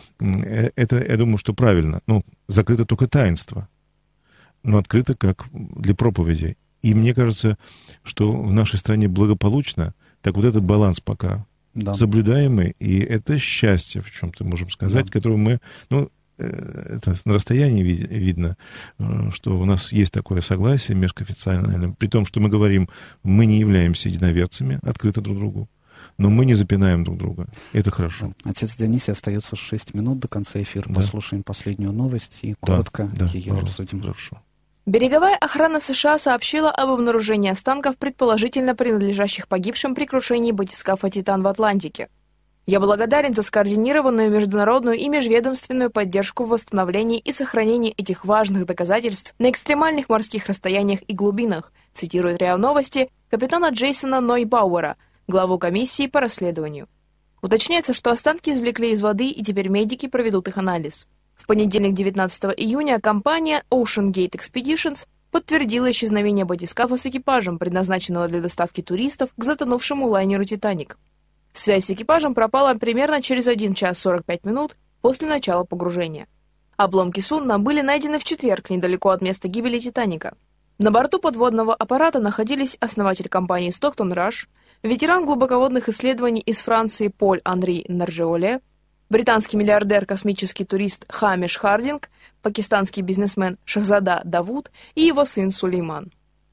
Это, я думаю, что правильно. Ну, закрыто только таинство, но открыто как для проповедей. И мне кажется, что в нашей стране благополучно, так вот этот баланс пока да. соблюдаемый, и это счастье, в чем-то можем сказать, да. которого мы, ну, это на расстоянии вид, видно, что у нас есть такое согласие межконфессиональное, при том, что мы говорим, мы не являемся единоверцами, открыто друг другу, но мы не запинаем друг друга. Это хорошо. Отец Дионисий, остается шесть минут до конца эфира. Да. Послушаем последнюю новость и коротко да, да, ее обсудим. Хорошо. Береговая охрана США сообщила об обнаружении останков, предположительно принадлежащих погибшим при крушении батискафа «Титан» в Атлантике. Я благодарен за скоординированную международную и межведомственную поддержку в восстановлении и сохранении этих важных доказательств на экстремальных морских расстояниях и глубинах, цитирует РИА Новости капитана Джейсона Нойбауэра, главу комиссии по расследованию. Уточняется, что останки извлекли из воды, и теперь медики проведут их анализ. В понедельник, девятнадцатого июня, компания Ocean Gate Expeditions подтвердила исчезновение батискафа с экипажем, предназначенного для доставки туристов к затонувшему лайнеру «Титаник». Связь с экипажем пропала примерно через один час сорок пять минут после начала погружения. Обломки судна были найдены в четверг недалеко от места гибели «Титаника». На борту подводного аппарата находились основатель компании Stockton Rush, ветеран глубоководных исследований из Франции Поль-Анри Наржеоле, британский миллиардер, космический турист Хамиш Хардинг, пакистанский бизнесмен Шахзада Давуд и его сын Сулейман.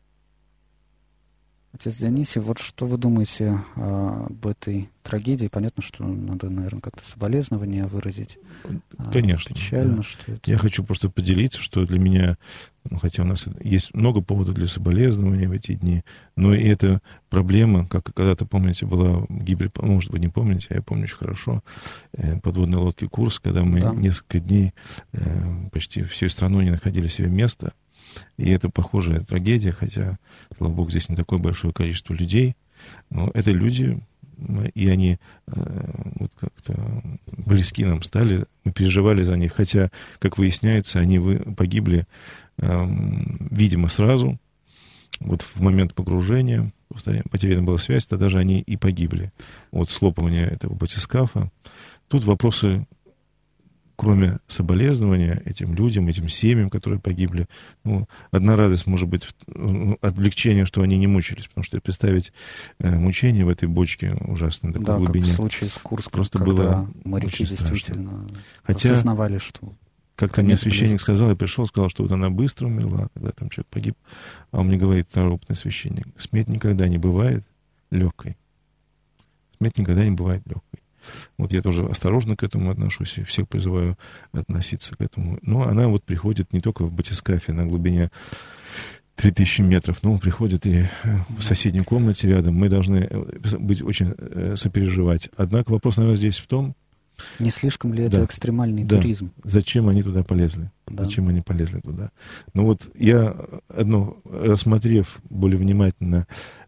Отец Дионисий, вот что вы думаете а, об этой трагедии? Понятно, что надо, наверное, как-то соболезнования выразить. Конечно. А, печально, да. что это... Я хочу просто поделиться, что для меня, ну, хотя у нас есть много поводов для соболезнования в эти дни, но и эта проблема, как когда-то, помните, была гибель, может, вы не помните, а я помню очень хорошо, подводной лодки «Курск», когда мы да. несколько дней почти всей страной не находили себе места. И это похожая трагедия, хотя, слава богу, здесь не такое большое количество людей, но это люди, и они вот как-то близки нам стали, мы переживали за них, хотя, как выясняется, они погибли, видимо, сразу, вот в момент погружения, потеряна была связь, тогда же они и погибли от слопывания этого батискафа. Тут вопросы... Кроме соболезнования этим людям, этим семьям, которые погибли, ну, одна радость может быть облегчение, что они не мучились, потому что представить э, мучения в этой бочке ужасной такой да, глубине. Как в случае с Курском, просто когда было моряки действительно Хотя, осознавали, что... Как-то мне священник близко. сказал, я пришел, сказал, что вот она быстро умерла, когда там человек погиб, а он мне говорит, опытный священник, смерть никогда не бывает легкой. Смерть никогда не бывает легкой. Вот я тоже осторожно к этому отношусь, и всех призываю относиться к этому. Но она вот приходит не только в батискафе на глубине три тысячи метров, но приходит и в соседней комнате рядом. Мы должны быть очень сопереживать. Однако вопрос, наверное, здесь в том, Не слишком ли это да. экстремальный да. туризм? Зачем они туда полезли? Да. Зачем они полезли туда? Ну вот я, одно, рассмотрев более внимательно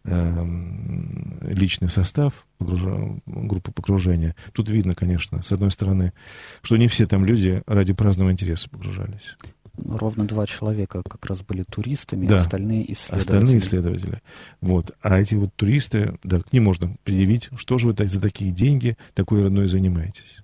э, личный состав погруж... группы погружения, тут видно, конечно, с одной стороны, что не все там люди ради праздного интереса погружались. Ровно два человека как раз были туристами, да. остальные исследователи. Остальные исследователи. Вот. А эти вот туристы, да, к ним можно предъявить, что же вы за такие деньги такой ерунной занимаетесь.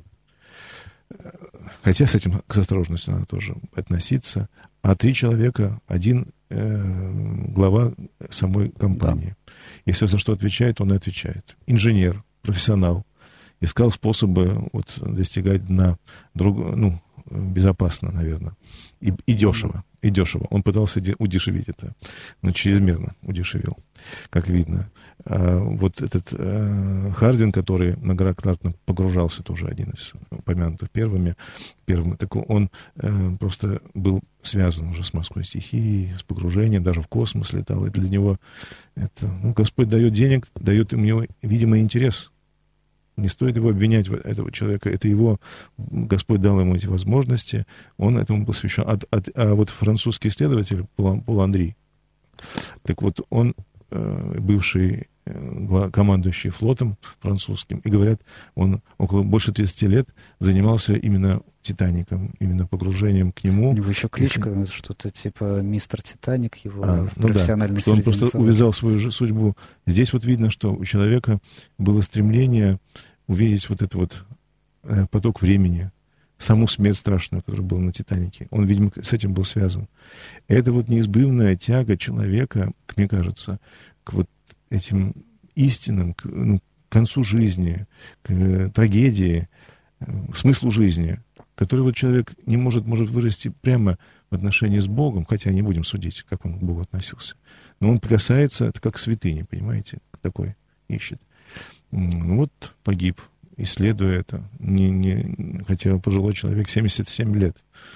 Хотя с этим с осторожностью надо тоже относиться. А три человека, один э, глава самой компании. Да. Если за что отвечает, он и отвечает. Инженер, профессионал. Искал способы вот, достигать дна друг, ну, безопасно, наверное. И, и дешево. И дешево. Он пытался удешевить это, но чрезмерно удешевил, как видно. А вот этот э, Хардин, который многократно погружался, тоже один из упомянутых первыми, первым, так он э, просто был связан уже с морской стихией, с погружением, даже в космос летал. И для него это, ну, Господь дает денег, дает ему, видимо, интерес. Не стоит его обвинять, этого человека. Это его, Господь дал ему эти возможности, он этому посвящен. А, а, а вот французский исследователь Пол Андри, так вот он, бывший командующий флотом французским, и говорят, он около больше тридцати лет занимался именно «Титаником», именно погружением к нему. У него еще кличка, и... что-то типа «Мистер Титаник», его а, в профессиональной ну да, что он просто называют. Увязал свою судьбу. Здесь вот видно, что у человека было стремление увидеть вот этот вот э, поток времени, саму смерть страшную, которая была на «Титанике». Он, видимо, с этим был связан. Это вот неизбывная тяга человека, как мне кажется, к вот этим истинам, к, ну, к концу жизни, к э, трагедии, э, смыслу жизни, который вот человек не может, может вырасти прямо в отношении с Богом, хотя не будем судить, как он к Богу относился. Но он прикасается, это как святыни, понимаете, такой ищет. Ну вот погиб, исследуя это. Не, не, хотя пожилой человек, семьдесят семь лет.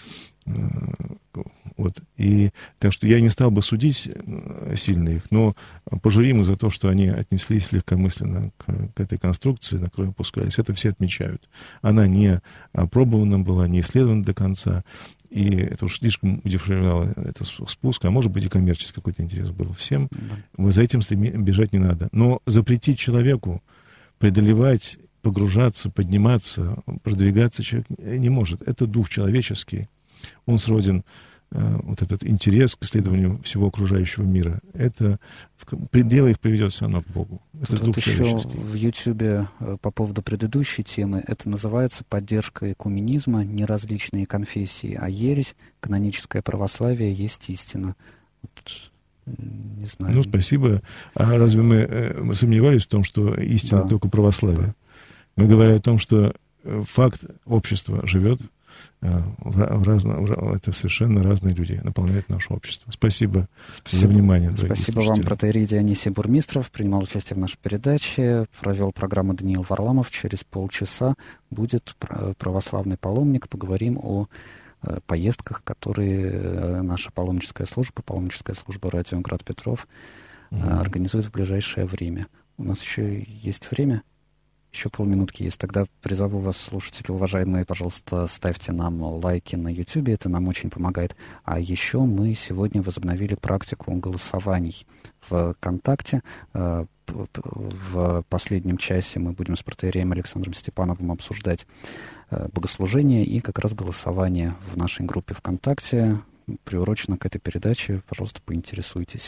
Вот. И, так что я не стал бы судить сильно их, но пожурим их за то, что они отнеслись легкомысленно к, к этой конструкции, на которую опускались. Это все отмечают. Она не опробована была, не исследована до конца. И это уж слишком удешевляло этот спуск, а может быть и коммерческий какой-то интерес был всем. Да. За этим бежать не надо. Но запретить человеку преодолевать, погружаться, подниматься, продвигаться человек не может. Это дух человеческий. Он сроден, э, вот этот интерес к исследованию всего окружающего мира. Это в пределы их приведет все равно к Богу. Это Тут дух вот еще человеческий. В Ютьюбе по поводу предыдущей темы это называется поддержка экуменизма, не различные конфессии, а ересь, каноническое православие есть истина. Вот, не знаю. Ну, спасибо. А разве мы, мы сомневались в том, что истина да. только православие? Да. Мы говорим о том, что факт общества живет, в разно, в, это совершенно разные люди наполняют наше общество. Спасибо, Спасибо. за внимание. Спасибо вам, протоиерей Дионисий Бурмистров. Принимал участие в нашей передаче. Провел программу Даниил Варламов. Через полчаса будет православный паломник. Поговорим о поездках, которые наша паломническая служба, паломническая служба радио Град Петров mm-hmm. организует в ближайшее время. У нас еще есть время? Еще полминутки есть. Тогда призову вас, слушатели, уважаемые, пожалуйста, ставьте нам лайки на YouTube, это нам очень помогает. А еще мы сегодня возобновили практику голосований в ВКонтакте. В последнем часе мы будем с протоиереем Александром Степановым обсуждать богослужение и как раз голосование в нашей группе ВКонтакте приурочено к этой передаче. Пожалуйста, поинтересуйтесь.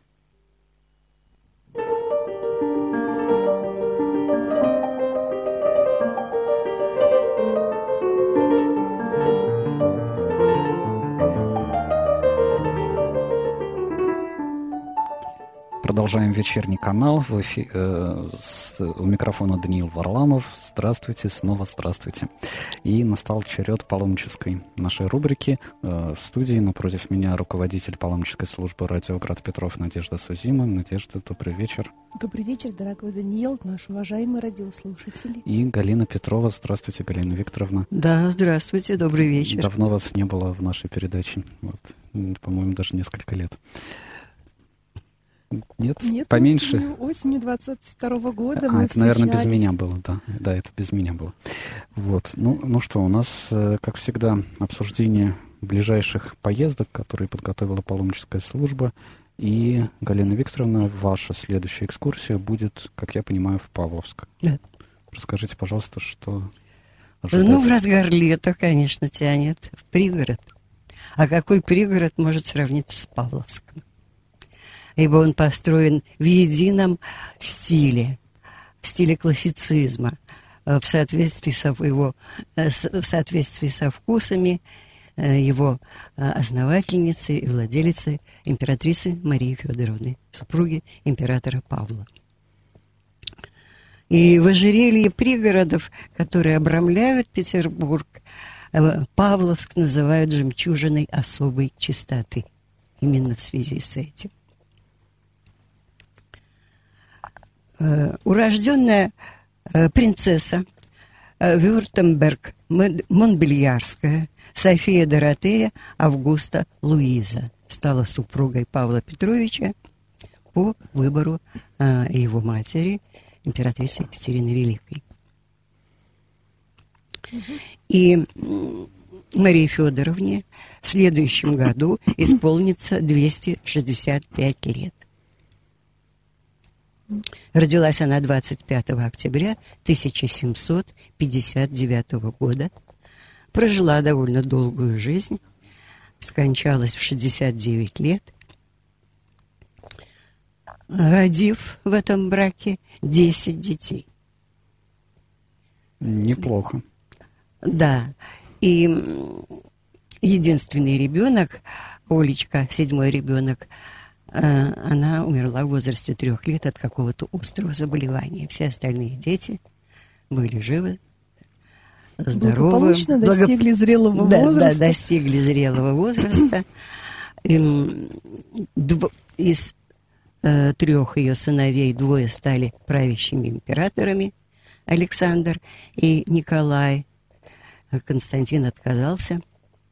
Продолжаем вечерний канал. В эфи... э, с... У микрофона Даниил Варламов. Здравствуйте, снова здравствуйте. И настал черед паломнической нашей рубрики. Э, в студии напротив меня руководитель паломнической службы радио Град Петров Надежда Сузима. Надежда, добрый вечер. Добрый вечер, дорогой Даниил, наши уважаемые радиослушатели. И Галина Петрова. Здравствуйте, Галина Викторовна. Да, здравствуйте, добрый вечер. Давно вас не было в нашей передаче. Вот, по-моему, даже несколько лет. Нет? Нет, Поменьше? Осенью, осенью двадцать второго года а, мы это, наверное, без встречались. меня было, да. Да, это без меня было. Вот. Ну, ну что, у нас, как всегда, обсуждение ближайших поездок, которые подготовила паломническая служба. И, Галина Викторовна, ваша следующая экскурсия будет, как я понимаю, в Павловск. Да. Расскажите, пожалуйста, что ожидать? Ну, в разгар лета, конечно, тянет в пригород. А какой пригород может сравниться с Павловском? Ибо он построен в едином стиле, в стиле классицизма, в соответствии со, его, в соответствии со вкусами его основательницы и владелицы, императрицы Марии Федоровны, супруги императора Павла. И в ожерелье пригородов, которые обрамляют Петербург, Павловск называют жемчужиной особой чистоты. Именно в связи с этим. Урожденная принцесса Вюртемберг-Монбельярская София Доротея Августа Луиза стала супругой Павла Петровича по выбору его матери, императрицы Екатерины Великой. И Марии Федоровне в следующем году исполнится двести шестьдесят пять лет. Родилась она двадцать пятого октября тысяча семьсот пятьдесят девятого года. Прожила довольно долгую жизнь. Скончалась в шестьдесят девять лет. Родив в этом браке десять детей. Неплохо. Да. И единственный ребенок, Олечка, седьмой ребенок, она умерла в возрасте трех лет от какого-то острого заболевания. Все остальные дети были живы, здоровы. Благополучно достигли благоп... зрелого да, возраста. Да, достигли зрелого возраста. Из э, трех ее сыновей двое стали правящими императорами. Александр и Николай. Константин отказался.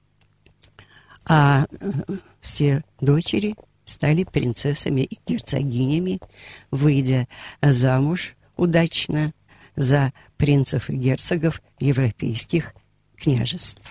А все дочери стали принцессами и герцогинями, выйдя замуж удачно за принцев и герцогов европейских княжеств.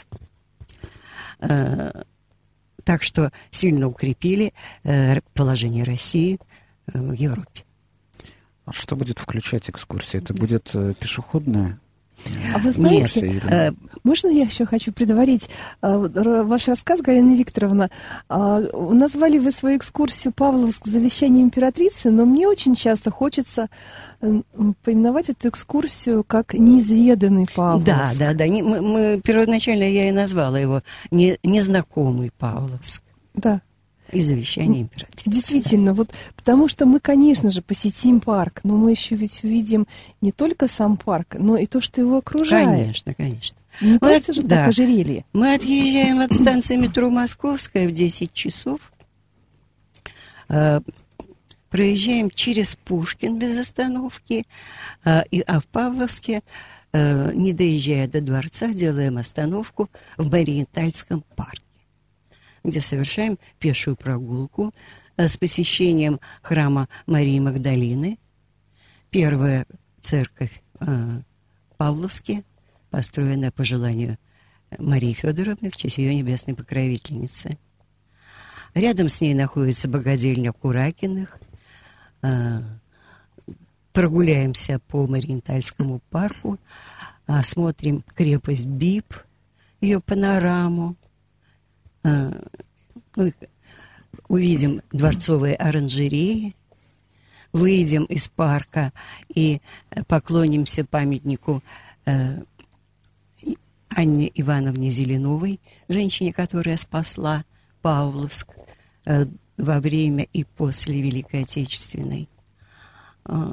Так что сильно укрепили положение России в Европе. А что будет включать экскурсия? Это будет пешеходная? А вы знаете, Нет, или... можно я еще хочу предварить ваш рассказ, Галина Викторовна? Назвали вы свою экскурсию «Павловск. Завещание императрицы», но мне очень часто хочется поименовать эту экскурсию как «Неизведанный Павловск». Да, да, да. Не, мы, мы, первоначально я и назвала его не, «Незнакомый Павловск». Да. И завещание императрицы. Действительно, вот потому что мы, конечно же, посетим парк, но мы еще ведь увидим не только сам парк, но и то, что его окружает. Конечно, конечно. Не мы просто от, же да. так ожерелье. Мы отъезжаем от станции метро Московская в десять часов, э, проезжаем через Пушкин без остановки, э, и, а в Павловске, э, не доезжая до дворца, делаем остановку в Мариентальском парке, где совершаем пешую прогулку с посещением храма Марии Магдалины. Первая церковь э, в Павловске, построенная по желанию Марии Федоровны в честь ее небесной покровительницы. Рядом с ней находится богадельня Куракиных. Э, прогуляемся по Мариентальскому парку, осмотрим крепость Бип, ее панораму. Мы увидим дворцовые оранжереи, выйдем из парка и поклонимся памятнику э, Анне Ивановне Зеленовой, женщине, которая спасла Павловск э, во время и после Великой Отечественной. Э,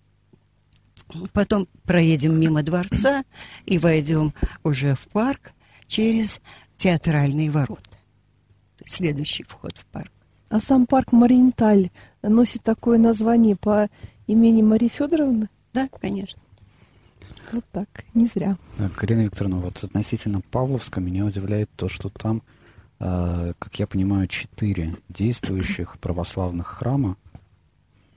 потом проедем мимо дворца и войдем уже в парк через Театральные ворота. Следующий вход в парк. А сам парк Мариенталь носит такое название по имени Марии Федоровны? Да, конечно. Вот так, не зря. Галина Викторовна, вот относительно Павловска меня удивляет то, что там, э, как я понимаю, четыре действующих православных храма,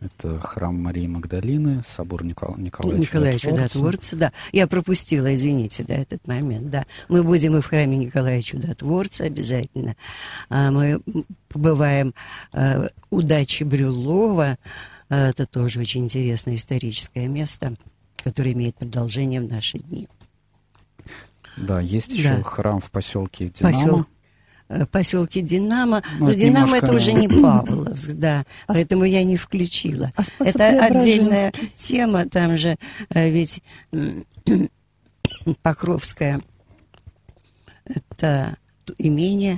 Это храм Марии Магдалины, собор Никол... Николая Николая Чудотворца. Чудотворца, да. Я пропустила, извините, да, этот момент, да. Мы будем и в храме Николая Чудотворца обязательно. А мы побываем э, у дачи Брюллова. Это тоже очень интересное историческое место, которое имеет продолжение в наши дни. Да, есть еще Да. храм в поселке Динамо. Посел... поселке Динамо. Ну, Но это Динамо немножко- это уже не Павловск, да. А Поэтому я не включила. А способ Это отдельная Преображенский? тема. Там же э, ведь м, Покровская это имение,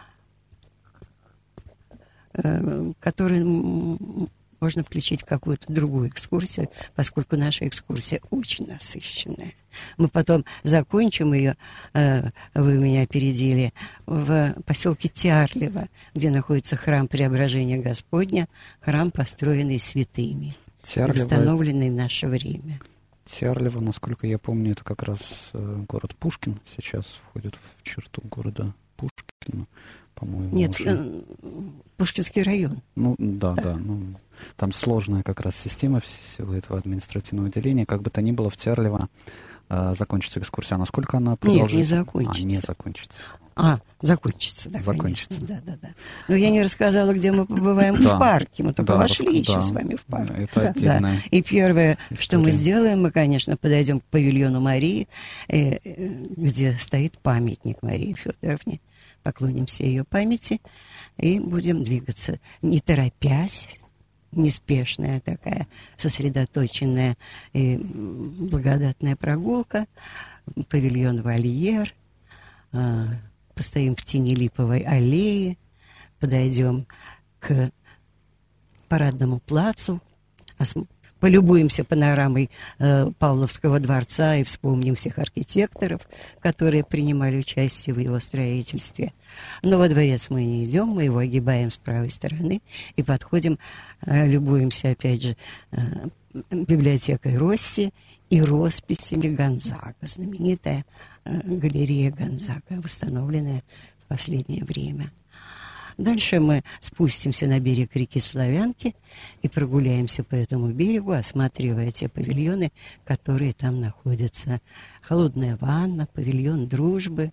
э, которое м, можно включить в какую-то другую экскурсию, поскольку наша экскурсия очень насыщенная. Мы потом закончим ее, э, вы меня опередили, в поселке Тярлево, где находится храм Преображения Господня, храм, построенный святыми, Тярлево, восстановленный в наше время. Тярлево, насколько я помню, это как раз э, город Пушкин сейчас входит в черту города Пушкина, по-моему. Нет, уже. э, Пушкинский район. Ну, да, Да. да. Ну, там сложная как раз система всего этого административного отделения. Как бы то ни было, в Тярлево э, закончится экскурсия. А насколько она продолжится? не закончится. А, не закончится. А, закончится, да, Закончится. конечно. Да, да, да. Но я не рассказала, где мы побываем Да. в парке. Мы только Да, вошли рас- еще да. с вами в парк. Это Да. отдельная И первое, что мы история. сделаем, мы, конечно, подойдем к павильону Марии, э, э, где стоит памятник Марии Федоровне. Поклонимся ее памяти и будем двигаться, не торопясь, неспешная такая, сосредоточенная и м, благодатная прогулка, павильон Вольер, э, постоим в тени липовой аллеи, подойдем к парадному плацу, осм- полюбуемся панорамой э, Павловского дворца и вспомним всех архитекторов, которые принимали участие в его строительстве. Но во дворец мы не идем, мы его огибаем с правой стороны и подходим, э, любуемся опять же э, библиотекой Росси и росписями Гонзага, знаменитая э, галерея Гонзага, восстановленная в последнее время. Дальше мы спустимся на берег реки Славянки и прогуляемся по этому берегу, осматривая те павильоны, которые там находятся. Холодная ванна, павильон дружбы.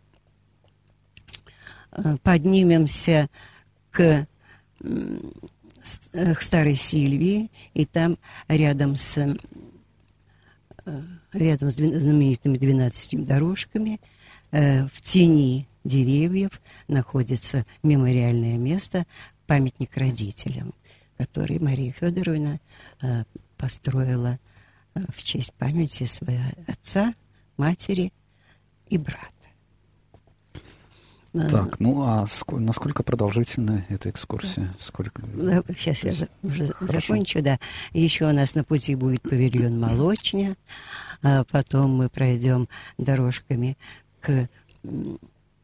Э, Поднимемся к, м, с- э, к Старой Сильвии, и там рядом с, э, рядом с двен- знаменитыми двенадцатью дорожками э, в тени деревьев находится мемориальное место, памятник родителям, который Мария Федоровна э, построила э, в честь памяти своего отца, матери и брата. Э, Так, ну а ск- насколько продолжительна эта экскурсия? Сколько? Да, Сейчас я То есть- за- уже Хорошо. закончу, да. Еще у нас на пути будет павильон Молочня, а потом мы пройдем дорожками к, м,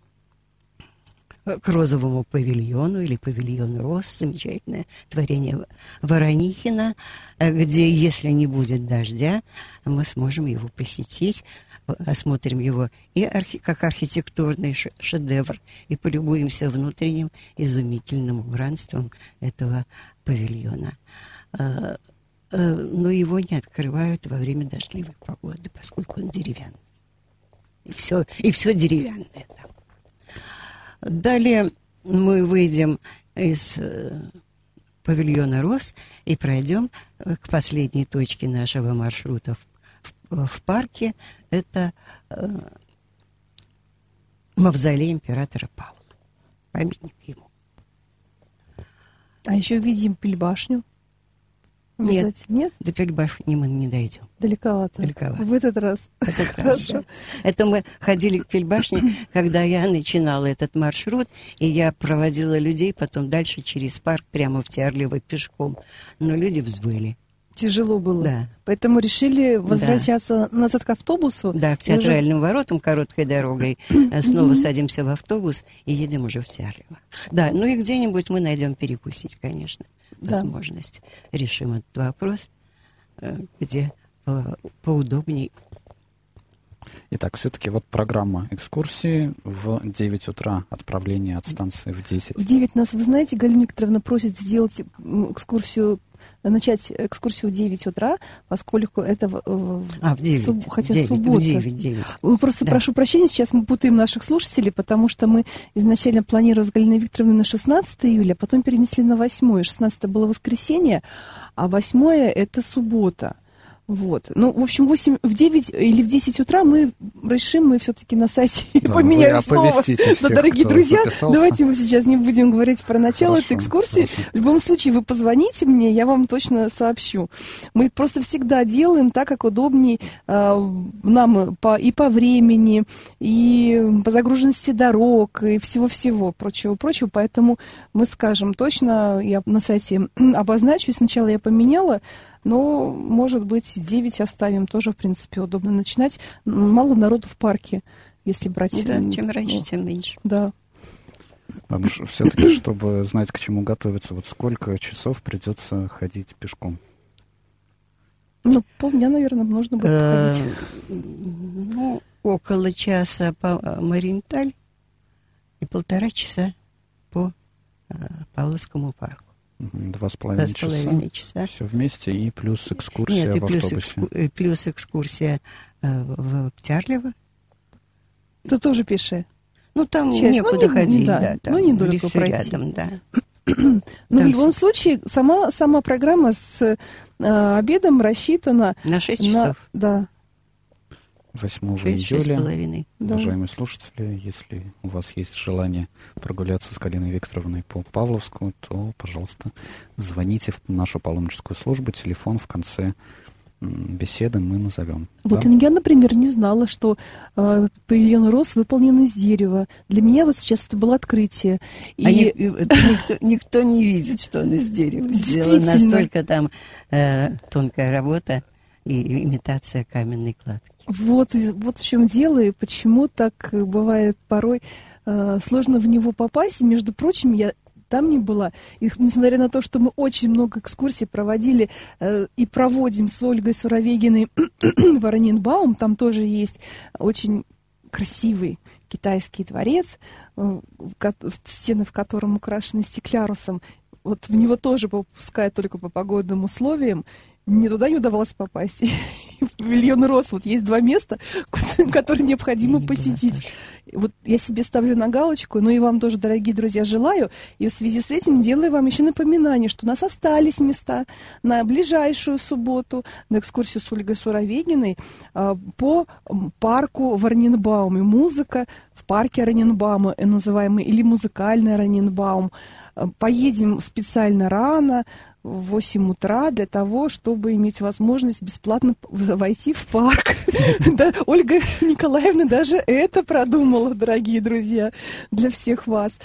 к розовому павильону или павильон роз, замечательное творение Воронихина, э, где, если не будет дождя, мы сможем его посетить, э, осмотрим его и архи- как архитектурный ш- шедевр, и полюбуемся внутренним изумительным убранством этого павильона. Э, э, Но его не открывают во время дождливой погоды, поскольку он деревянный. И все, и все деревянное там. Далее мы выйдем из э, павильона роз и пройдем э, к последней точке нашего маршрута в, в парке. Это э, мавзолей императора Павла. Памятник ему. А еще видим Пельбашню. Нет. Обязательно. Нет? До Пельбашни мы не дойдем. Далековато. Далековато. В этот раз. Это как раз, Хорошо. да. Это мы ходили к Пельбашне, когда я начинала этот маршрут, и я проводила людей потом дальше через парк прямо в Тярлево пешком. Но люди взвыли. Тяжело было. Да. Поэтому решили возвращаться назад к автобусу. Да, к И уже- театральным воротам короткой дорогой. э, Снова садимся в автобус и едем уже в Тярлево. Да, ну и где-нибудь мы найдем перекусить, конечно, Да. возможность. Решим этот вопрос, э, где по- поудобней. Итак, все-таки вот программа экскурсии в девять утра, отправление от станции в десять. В девять нас, вы знаете, Галина Викторовна просит сделать м, экскурсию начать экскурсию в девять утра, поскольку это а, в девять, суб... хотя девять, суббота. В девять, девять. Просто да. прошу прощения, сейчас мы путаем наших слушателей, потому что мы изначально планировали с Галиной Викторовной на шестнадцатое июля, а потом перенесли на восьмое. шестнадцатое было воскресенье, а восьмое это суббота. Вот. Ну, в общем, в, восемь, в девять или в десять утра мы решим, мы все-таки на сайте да, поменяем слово. Но, дорогие друзья, записался. Давайте мы сейчас не будем говорить про начало хорошо, этой экскурсии. Хорошо. В любом случае, вы позвоните мне, я вам точно сообщу. Мы просто всегда делаем так, как удобнее э, нам по, и по времени, и по загруженности дорог, и всего-всего, прочего-прочего. Поэтому мы скажем точно, я на сайте обозначу, сначала я поменяла, но, может быть, девять оставим, тоже, в принципе, удобно начинать. Мало народу в парке, если брать... Да, чем раньше, тем меньше. Да. Потому что все-таки, чтобы знать, к чему готовиться, вот сколько часов придется ходить пешком? Ну, полдня, наверное, нужно будет походить. Ну, около часа по Мариенталь и полтора часа по Павловскому парку. Два с половиной часа. часа. Все вместе и плюс экскурсия Нет, в плюс автобусе. Экску... Плюс экскурсия э, в Птярлево. Это тоже пешее. Ну, там Сейчас, некуда ну, ходить, да, да. Там ну, недалеко пройти. Рядом, да. Но в любом случае, сама, сама программа с э, обедом рассчитана... На шесть часов. Да. восьмого июля, уважаемые слушатели, если у вас есть желание прогуляться с Галиной Викторовной по Павловску, то, пожалуйста, звоните в нашу паломническую службу, телефон в конце беседы мы назовем. Вот да? я, например, не знала, что э, павильон роз выполнен из дерева. Для меня вот сейчас это было открытие. И... Они, никто, никто не видит, что он из дерева сделан. Настолько там э, тонкая работа и имитация каменной кладки. Вот, вот в чем дело, и почему так бывает порой э, сложно в него попасть. И, между прочим, я там не была. И, несмотря на то, что мы очень много экскурсий проводили э, и проводим с Ольгой Суровегиной в Ораниенбаум, там тоже есть очень красивый китайский дворец, э, в, стены в котором украшены стеклярусом. Вот в него тоже попускают только по погодным условиям. Мне туда не удавалось попасть. В павильон роз вот есть два места, которые необходимо я посетить. Не вот я себе ставлю на галочку, ну и вам тоже, дорогие друзья, желаю. И в связи с этим делаю вам еще напоминание, что у нас остались места на ближайшую субботу на экскурсию с Ольгой Суровегиной а, по парку в Ораниенбауме. Музыка в парке Ораниенбаума, называемый, или музыкальный Ораниенбаум. Поедем специально рано, в восемь утра, для того, чтобы иметь возможность бесплатно войти в парк. Ольга Николаевна даже это продумала, дорогие друзья, для всех вас.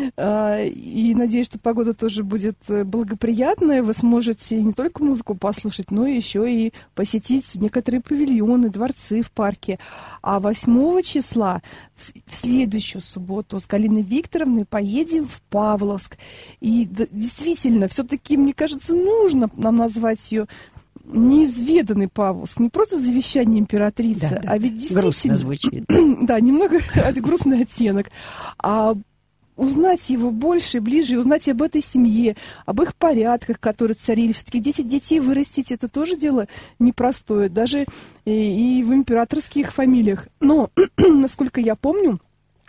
И надеюсь, что погода тоже будет благоприятная. Вы сможете не только музыку послушать, но еще и посетить некоторые павильоны, дворцы в парке. А восьмого числа, в следующую субботу, с Галиной Викторовной поедем в Павловск. И действительно, все-таки, мне кажется, кажется, нужно нам назвать ее неизведанный Павловск, не просто завещание императрицы, да, да. а ведь действительно... Грустно звучит. Да, немного грустный оттенок. А узнать его больше и ближе, и узнать об этой семье, об их порядках, которые царили. Все-таки десять детей вырастить, это тоже дело непростое, даже и, и в императорских фамилиях. Но, насколько я помню,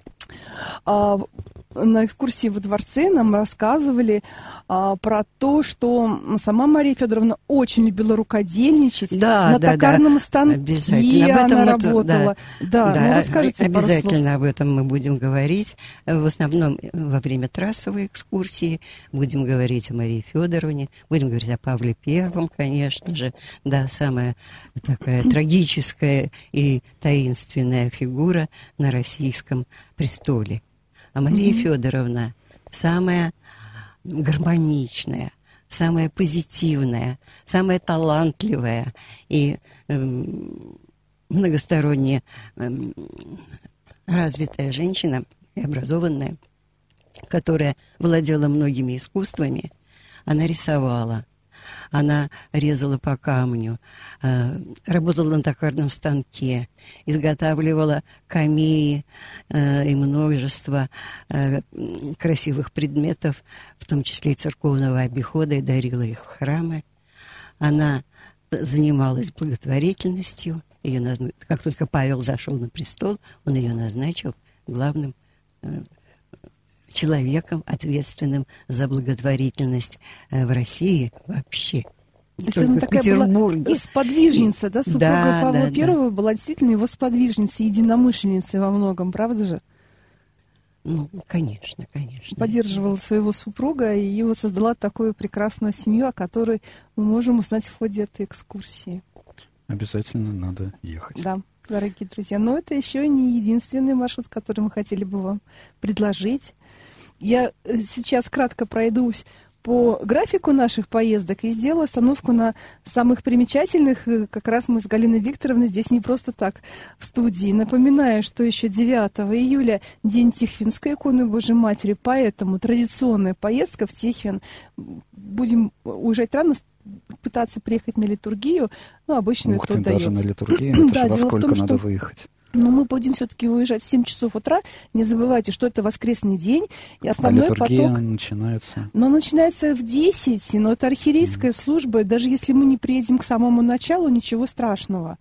на экскурсии во дворце нам рассказывали а, про то, что сама Мария Федоровна очень любила рукодельничать. Да, на да, токарном да. станке она работала. Да, да, да, ну расскажите обязательно об этом мы будем говорить. В основном во время трассовой экскурсии будем говорить о Марии Федоровне, будем говорить о Павле Первом, конечно же. Да, самая такая трагическая и таинственная фигура на российском престоле. А Мария mm-hmm. Федоровна самая гармоничная, самая позитивная, самая талантливая и эм, многосторонне эм, развитая женщина и образованная, которая владела многими искусствами. Она рисовала, Она резала по камню, э, работала на токарном станке, изготавливала камеи э, и множество э, красивых предметов, в том числе и церковного обихода, и дарила их в храмы. Она занималась благотворительностью. Ее назна... Как только Павел зашел на престол, он ее назначил главным э, человеком, ответственным за благотворительность э, в России вообще. То есть она такая была сподвижница, да? Супруга да, Павла да, Первого да. была действительно его сподвижницей, единомышленницей во многом, правда же? Ну, конечно, конечно. Поддерживала своего супруга и вот создала такую прекрасную семью, о которой мы можем узнать в ходе этой экскурсии. Обязательно надо ехать. Да, дорогие друзья. Но это еще не единственный маршрут, который мы хотели бы вам предложить. Я сейчас кратко пройдусь по графику наших поездок и сделаю остановку на самых примечательных. Как раз мы с Галиной Викторовной здесь не просто так в студии. Напоминаю, что еще девятого июля день Тихвинской иконы Божьей Матери, поэтому традиционная поездка в Тихвин. Будем уезжать рано, пытаться приехать на литургию, ну, обычно Ух это ты, удается. даже на литургию? Это да, же во сколько том, надо что... выехать? Но мы будем все-таки уезжать в семь часов утра. Не забывайте, что это воскресный день. И основной а литургия поток... начинается? Но начинается в десять, но это архиерейская mm. служба. Даже если мы не приедем к самому началу, ничего страшного.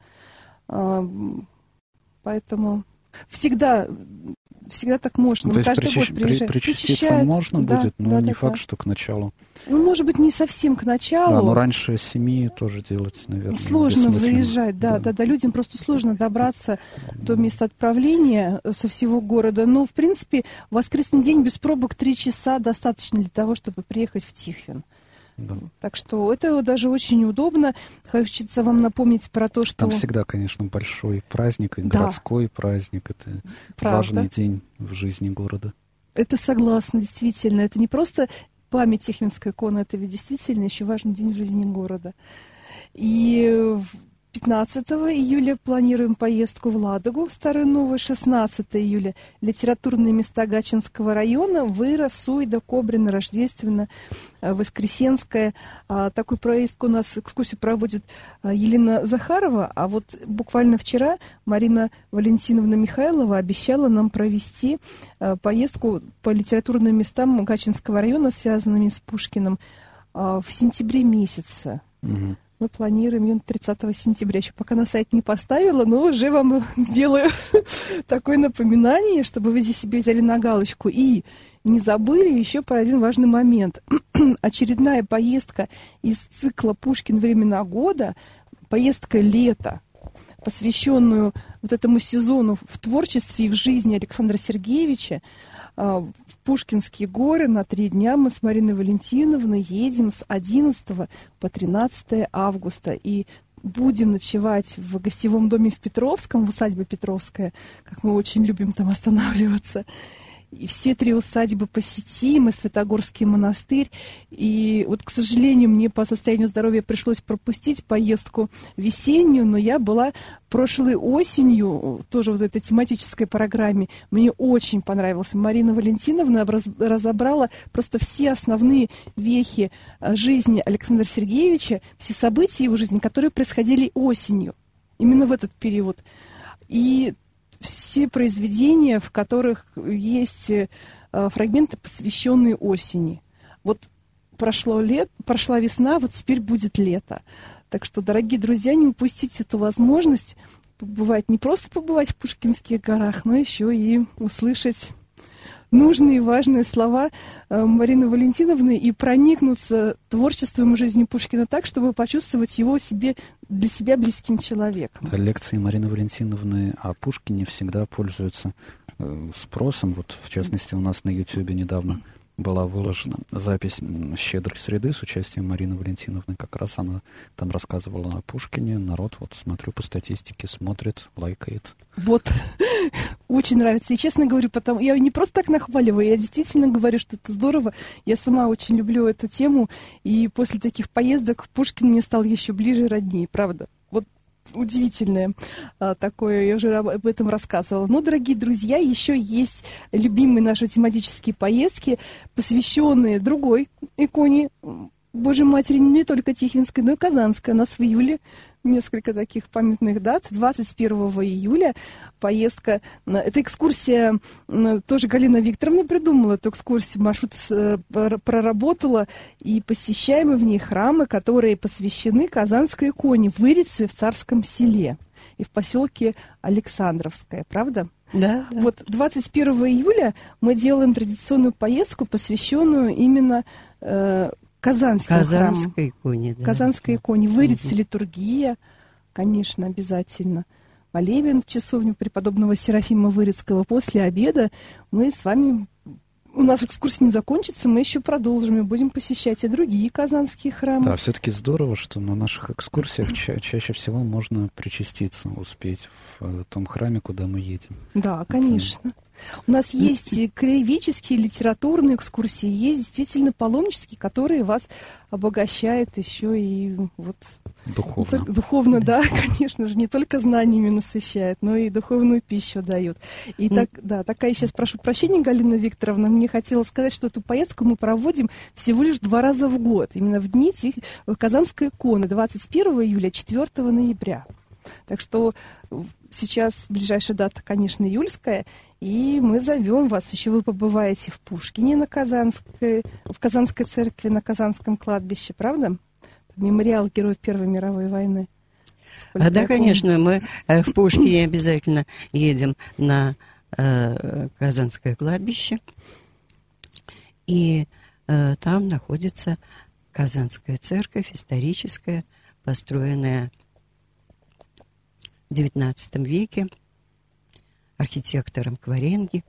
Поэтому всегда... Всегда так можно. Ну, то есть каждый причащ... год приезжаем. При... причаститься можно да, будет, но да, не да, факт, да. что к началу. Ну, может быть, не совсем к началу. Да, но раньше семи тоже делать, наверное. Сложно выезжать, да, да, да, да. Людям просто сложно добраться до места отправления со всего города. Но, в принципе, в воскресный день без пробок три часа достаточно для того, чтобы приехать в Тихвин. Да. Так что это даже очень удобно. Хочется вам напомнить про то, что... Там всегда, конечно, большой праздник, и да. городской праздник. Это Правда. важный день в жизни города. Это согласна, действительно. Это не просто память Тихвинской иконы, это ведь действительно еще важный день в жизни города. И пятнадцатого июля планируем поездку в Ладогу, Старый Новый. шестнадцатого июля литературные места Гатчинского района, Выра, Суйда, Кобрина, Рождественна, Воскресенская. Такую поездку у нас, экскурсию проводит Елена Захарова, а вот буквально вчера Марина Валентиновна Михайлова обещала нам провести поездку по литературным местам Гатчинского района, связанными с Пушкиным, в сентябре месяце. Угу. Мы планируем ее тридцатого сентября. Еще пока на сайт не поставила, но уже вам делаю такое напоминание, чтобы вы здесь себе взяли на галочку. И не забыли еще про один важный момент. Очередная поездка из цикла «Пушкин. Времена года», поездка «Лето», посвященную вот этому сезону в творчестве и в жизни Александра Сергеевича, в Пушкинские горы на три дня мы с Мариной Валентиновной едем с одиннадцатого по тринадцатое августа. И будем ночевать в гостевом доме в Петровском, в усадьбе Петровская, как мы очень любим там останавливаться. И все три усадьбы посетим, и Святогорский монастырь. И вот, к сожалению, мне по состоянию здоровья пришлось пропустить поездку весеннюю, но я была прошлой осенью, тоже вот в этой тематической программе. Мне очень понравилось. Марина Валентиновна разобрала просто все основные вехи жизни Александра Сергеевича, все события его жизни, которые происходили осенью, именно в этот период. И все произведения, в которых есть э, фрагменты, посвященные осени. Вот прошло лет, прошла весна, вот теперь будет лето. Так что, дорогие друзья, не упустите эту возможность побывать, не просто побывать в Пушкинских горах, но еще и услышать нужные и важные слова э, Марины Валентиновны и проникнуться творчеством и жизнью Пушкина так, чтобы почувствовать его себе, для себя близким человеком. Да, лекции Марины Валентиновны о Пушкине всегда пользуются э, спросом. Вот, в частности, у нас на Ютьюбе недавно была выложена запись «Щедрой среды» с участием Марины Валентиновны. Как раз она там рассказывала о Пушкине. Народ, вот смотрю по статистике, смотрит, лайкает. Вот, очень нравится. И честно говорю, потому я не просто так нахваливаю, я действительно говорю, что это здорово. Я сама очень люблю эту тему. И после таких поездок Пушкин мне стал еще ближе и роднее, правда. Вот удивительное а, такое, я уже об этом рассказывала. Но, дорогие друзья, еще есть любимые наши тематические поездки, посвященные другой иконе Божьей Матери не только Тихвинской, но и Казанской. У нас в июле несколько таких памятных дат. двадцать первого июля поездка. Эта экскурсия, тоже Галина Викторовна придумала эту экскурсию, маршрут проработала, и посещаем в ней храмы, которые посвящены Казанской иконе в Вырице в Царском селе и в поселке Александровское, правда? Да, да. Вот двадцать первого июля мы делаем традиционную поездку, посвященную именно э, Казанскому Казанской храму. иконе, да. Казанской иконе. Вырице литургия, конечно, обязательно. Молебен в часовню преподобного Серафима Вырицкого. После обеда мы с вами... У нас экскурсия не закончится, мы еще продолжим и будем посещать и другие казанские храмы. Да, все-таки здорово, что на наших экскурсиях ча- чаще всего можно причаститься, успеть в э, том храме, куда мы едем. Да, конечно. У нас есть и краеведческие, литературные экскурсии, есть действительно паломнические, которые вас обогащают еще и вот... Духовно. Так, духовно, да, конечно же, не только знаниями насыщает, но и духовную пищу дает. И так, да, такая, сейчас прошу прощения, Галина Викторовна, мне хотелось сказать, что эту поездку мы проводим всего лишь два раза в год, именно в дни тих... Казанской иконы, двадцать первого июля, четвёртого ноября. Так что сейчас ближайшая дата, конечно, июльская, и мы зовем вас. Еще вы побываете в Пушкине на Казанской, в Казанской церкви на Казанском кладбище, правда? Мемориал Героев Первой мировой войны. А да, конечно, мы э, в Пушкине обязательно едем на э, Казанское кладбище, и э, там находится Казанская церковь, историческая, построенная в девятнадцатом веке архитектором Кваренги.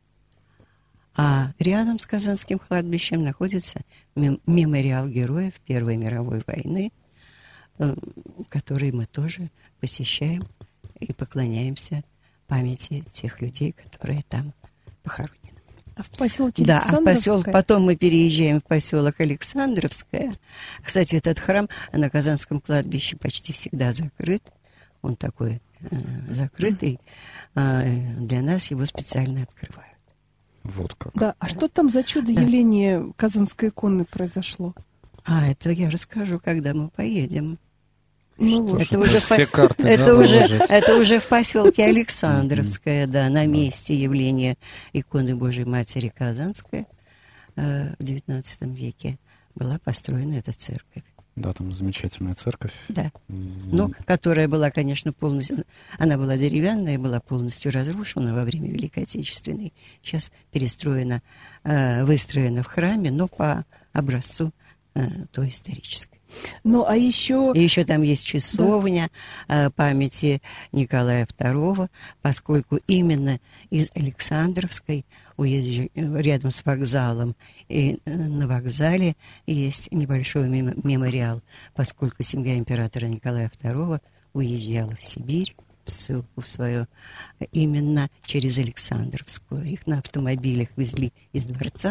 А рядом с Казанским кладбищем находится мем- мемориал героев Первой мировой войны, э, который мы тоже посещаем и поклоняемся памяти тех людей, которые там похоронены. А в поселке Да, а в Александровское? поселок, потом мы переезжаем в поселок Александровское. Кстати, этот храм на Казанском кладбище почти всегда закрыт. Он такой э, закрытый. Э, для нас его специально открывают. Вот как. Да, а что там за чудо Да. явление Казанской иконы произошло? А, это я расскажу, когда мы поедем. Ну Что вот. ж, Это вы уже, все по- карты, это, да, уже, выложить? это уже в поселке Александровское, да, на месте явления иконы Божьей Матери Казанской э, в девятнадцатом веке была построена эта церковь. Да, там замечательная церковь. Да. М, Ну, которая была, конечно, полностью... Она была деревянная, была полностью разрушена во время Великой Отечественной. Сейчас перестроена, э, выстроена в храме, но по образцу э, той исторической. Ну, а еще... И еще там есть часовня э, памяти Николая второго, поскольку именно из Александровской, уезжа- рядом с вокзалом, и э, на вокзале есть небольшой мем- мемориал, поскольку семья императора Николая второго уезжала в Сибирь, в ссылку в свою, именно через Александровскую. Их на автомобилях везли из дворца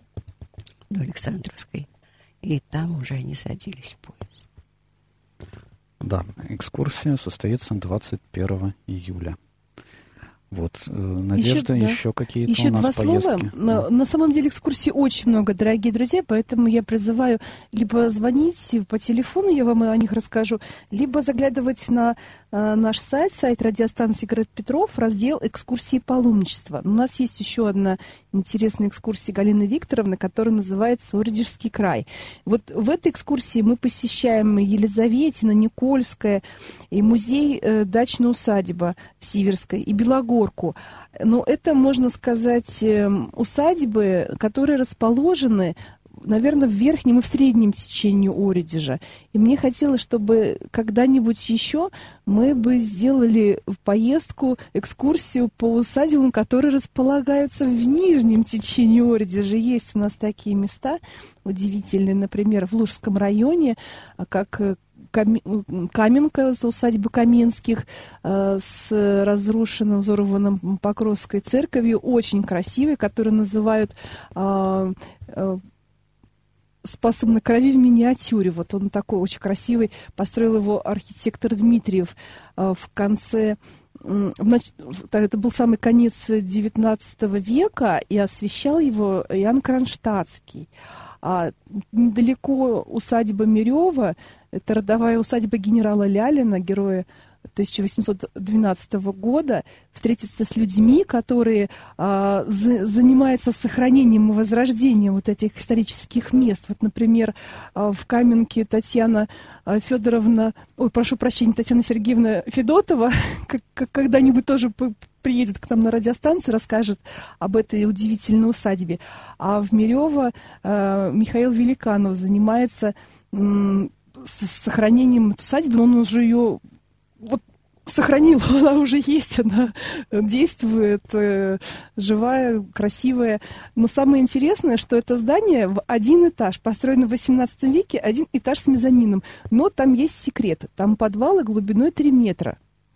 до Александровской. И там уже они садились в поезд. Да, экскурсия состоится двадцать первого июля. Вот, э, Надежда, Еще, да. еще какие-то Еще у нас два поездки? слова. На, на самом деле экскурсий очень много, дорогие друзья, поэтому я призываю либо звонить по телефону, я вам о них расскажу, либо заглядывать на э, наш сайт, сайт радиостанции «Город Петров», раздел «Экскурсии и паломничества». У нас есть еще одна интересная экскурсия Галины Викторовны, которая называется «Оридежский край». Вот в этой экскурсии мы посещаем и Елизаветино, Никольское, и музей э, «Дачная усадьба» в Сиверской, и Белогорку. Но это, можно сказать, усадьбы, которые расположены, наверное, в верхнем и в среднем течении Оридежа. И мне хотелось, чтобы когда-нибудь еще мы бы сделали поездку, экскурсию по усадьбам, которые располагаются в нижнем течении Оридежа. Есть у нас такие места удивительные, например, в Лужском районе, как Каменка, усадьба Каменских, э, с разрушенным, взорванным Покровской церковью, очень красивой, которую называют э, э, «Спасом на крови» в миниатюре. Вот он такой очень красивый. Построил его архитектор Дмитриев э, в конце... Э, это был самый конец девятнадцатого века, и освещал его Иоанн Кронштадтский. А недалеко усадьба Мирева, это родовая усадьба генерала Лялина, героя тысяча восемьсот двенадцатого года, встретиться с людьми, которые а, за, занимаются сохранением и возрождением вот этих исторических мест. Вот, например, а, в Каменке Татьяна а, Федоровна, ой, прошу прощения, Татьяна Сергеевна Федотова, как, как, когда-нибудь тоже приедет к нам на радиостанцию, расскажет об этой удивительной усадьбе. А в Мирево а, Михаил Великанов занимается м, с, сохранением этой усадьбы, но он уже ее вот сохранил, она уже есть, она действует, э, живая, красивая. Но самое интересное, что это здание в один этаж, построено в восемнадцатом веке, один этаж с мезонином. Но там есть секрет, там подвалы глубиной три метра.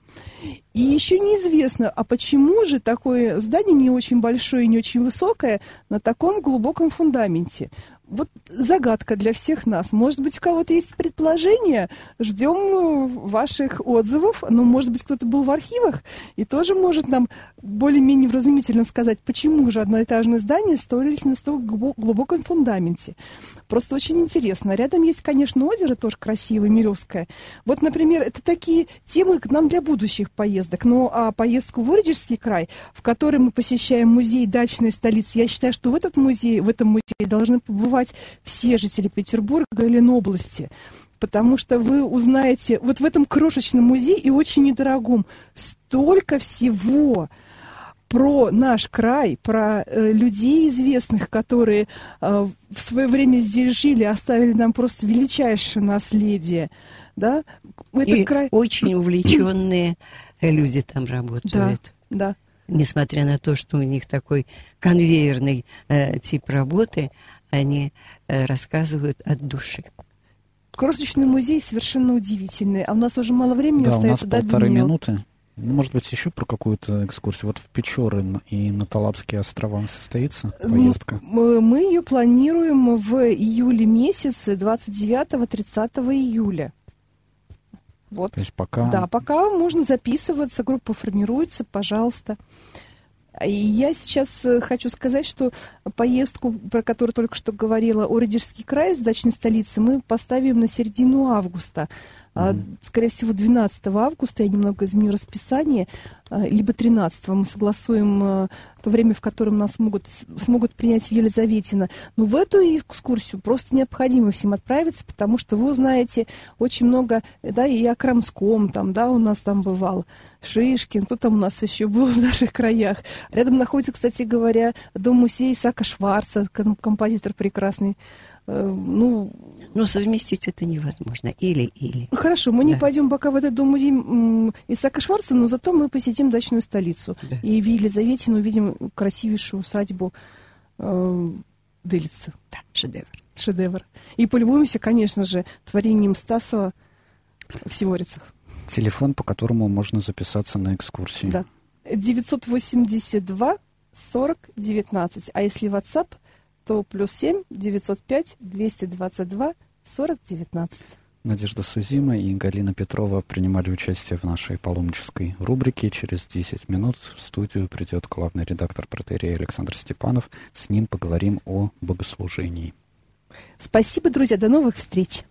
И еще неизвестно, а почему же такое здание не очень большое и не очень высокое на таком глубоком фундаменте? Вот загадка для всех нас. Может быть, у кого-то есть предположение? Ждем ваших отзывов. Ну, может быть, кто-то был в архивах и тоже может нам более-менее вразумительно сказать, почему же одноэтажные здания строились на столь глубоком фундаменте. Просто очень интересно. Рядом есть, конечно, озеро, тоже красивое, Миревское. Вот, например, это такие темы к нам для будущих поездок. Ну, а поездку в Орджонский край, в котором мы посещаем музей дачной столицы, я считаю, что в этот музей, в этом музее должны побывать все жители Петербурга и Ленобласти, потому что вы узнаете вот в этом крошечном музее и очень недорогом столько всего про наш край, про э, людей известных, которые э, в свое время здесь жили, оставили нам просто величайшее наследие. Да? Этот и край... очень увлеченные люди там работают. Да, да. Несмотря на то, что у них такой конвейерный э, тип работы, они э, рассказывают от души. Крошечный музей совершенно удивительный. А у нас уже мало времени да, остается. Да, у нас полторы минуты. Может быть, еще про какую-то экскурсию? Вот в Печоры и на Талапские острова состоится поездка? Мы, мы ее планируем в июле месяце, двадцать девятого-тридцатого июля. Вот. То есть пока... Да, пока можно записываться, группа формируется, пожалуйста. И я сейчас хочу сказать, что поездку, про которую только что говорила, Орджонский край, с дачной столицы, мы поставим на середину августа. Mm-hmm. Скорее всего, двенадцатого августа, я немного изменю расписание, либо тринадцатого. Мы согласуем то время, в котором нас могут, смогут принять в Елизаветино. Но в эту экскурсию просто необходимо всем отправиться, потому что вы узнаете очень много, да, и о Крамском, там, да, у нас там бывал, Шишкин, кто там у нас еще был в наших краях. Рядом находится, кстати говоря, дом-музей Исаака Шварца, композитор прекрасный. Ну, Но совместить это невозможно. Или-или. Хорошо, мы да. не пойдем пока в этот дом-музей Исаака Шварца, но зато мы посетим дачную столицу. Да. И в Елизаветино увидим красивейшую усадьбу э, Делица. Да, шедевр. Шедевр. И полюбуемся, конечно же, творением Стасова в Сиворицах. Телефон, по которому можно записаться на экскурсию. Да. девятьсот восемьдесят два сорок девятнадцать. А если WhatsApp, то плюс семь девятьсот пять двести двадцать два сорок девятнадцать. Надежда Сузима и Галина Петрова принимали участие в нашей паломнической рубрике. Через десять минут в студию придет главный редактор протоиерей Александр Степанов. С ним поговорим о богослужении. Спасибо, друзья. До новых встреч.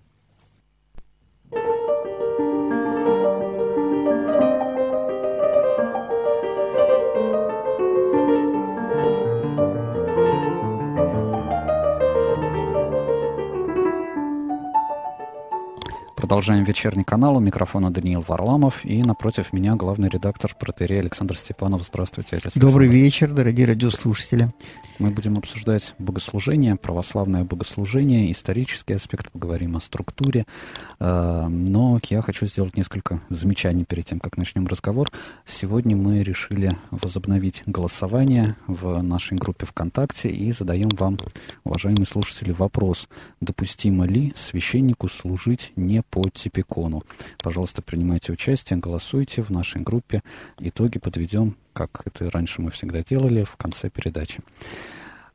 Продолжаем вечерний канал. У микрофона Даниил Варламов. И напротив меня главный редактор протоиерей Александр Степанов. Здравствуйте, Александр. Добрый вечер, дорогие радиослушатели. Мы будем обсуждать богослужение, православное богослужение, исторический аспект, поговорим о структуре. Но я хочу сделать несколько замечаний перед тем, как начнем разговор. Сегодня мы решили возобновить голосование в нашей группе ВКонтакте и задаем вам, уважаемые слушатели, вопрос: допустимо ли священнику служить не по типикону? Пожалуйста, принимайте участие, голосуйте в нашей группе. Итоги подведем, как это раньше мы всегда делали, в конце передачи.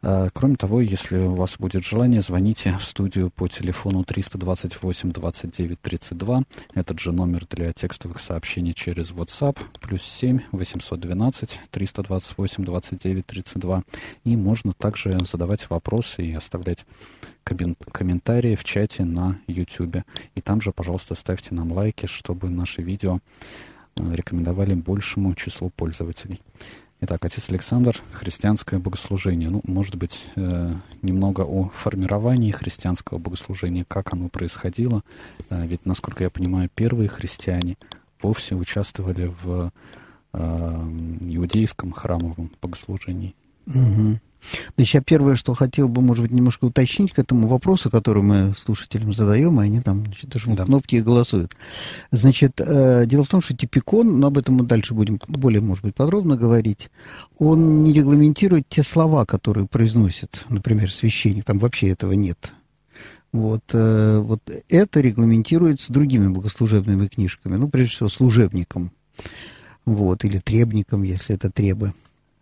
Кроме того, если у вас будет желание, звоните в студию по телефону триста двадцать восемь двадцать девять тридцать два. Этот же номер для текстовых сообщений через WhatsApp. Плюс семь восемьсот двенадцать триста двадцать восемь двадцать девять тридцать два. И можно также задавать вопросы и оставлять комментарии в чате на YouTube. И там же, пожалуйста, ставьте нам лайки, чтобы наши видео рекомендовали большему числу пользователей. Итак, отец Александр, христианское богослужение. Ну, может быть, э, немного о формировании христианского богослужения, как оно происходило. Э, ведь, насколько я понимаю, первые христиане вовсе участвовали в э, иудейском храмовом богослужении. Угу. Значит, я первое, что хотел бы, может быть, немножко уточнить к этому вопросу, который мы слушателям задаем, и они там, значит, жмут да. кнопки и голосуют. Значит, э, дело в том, что типикон, но об этом мы дальше будем более, может быть, подробно говорить, он не регламентирует те слова, которые произносит, например, священник, там вообще этого нет. Вот, э, вот это регламентируется другими богослужебными книжками, ну, прежде всего, служебником, вот, или требником, если это требы.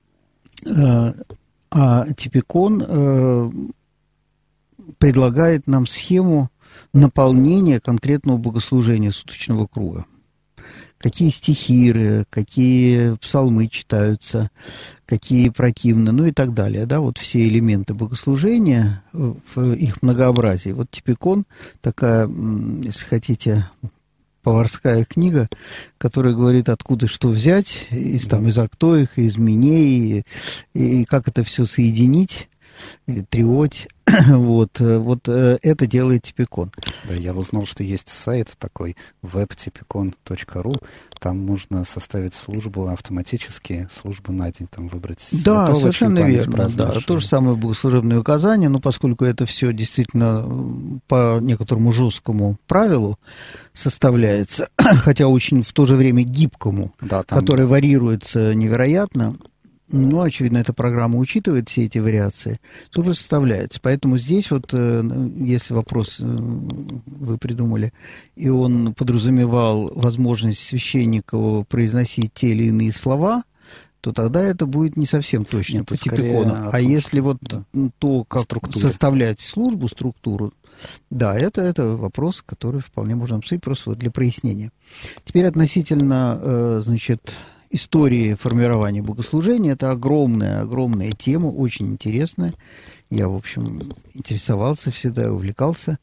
Э, А типикон э, предлагает нам схему наполнения конкретного богослужения суточного круга. Какие стихиры, какие псалмы читаются, какие противны, ну и так далее. Да, вот все элементы богослужения в их многообразии. Вот типикон, такая, если хотите, поварская книга, которая говорит, откуда что взять, из, там, из актоих, из миней, и, и как это все соединить, или триоть. Вот, вот это делает типикон. Да, я узнал, что есть сайт такой, веб типикон точка ру. Там можно составить службу автоматически, службу на день, там выбрать святого. Да, совершенно верно. Да, то же самое богослужебные указания, но поскольку это все действительно по некоторому жесткому правилу составляется, хотя очень в то же время гибкому, да, там... которое варьируется невероятно, ну, очевидно, эта программа учитывает все эти вариации, тоже составляется. Поэтому здесь вот, если вопрос вы придумали, и он подразумевал возможность священнику произносить те или иные слова, то тогда это будет не совсем точно. Нет, по типикону. А если вот да. то, как структуре. Составлять службу, структуру, да, это, это вопрос, который вполне можно обсудить просто вот для прояснения. Теперь относительно, значит, истории формирования богослужения. Это огромная, огромная тема, очень интересная. Я, в общем, интересовался всегда, увлекался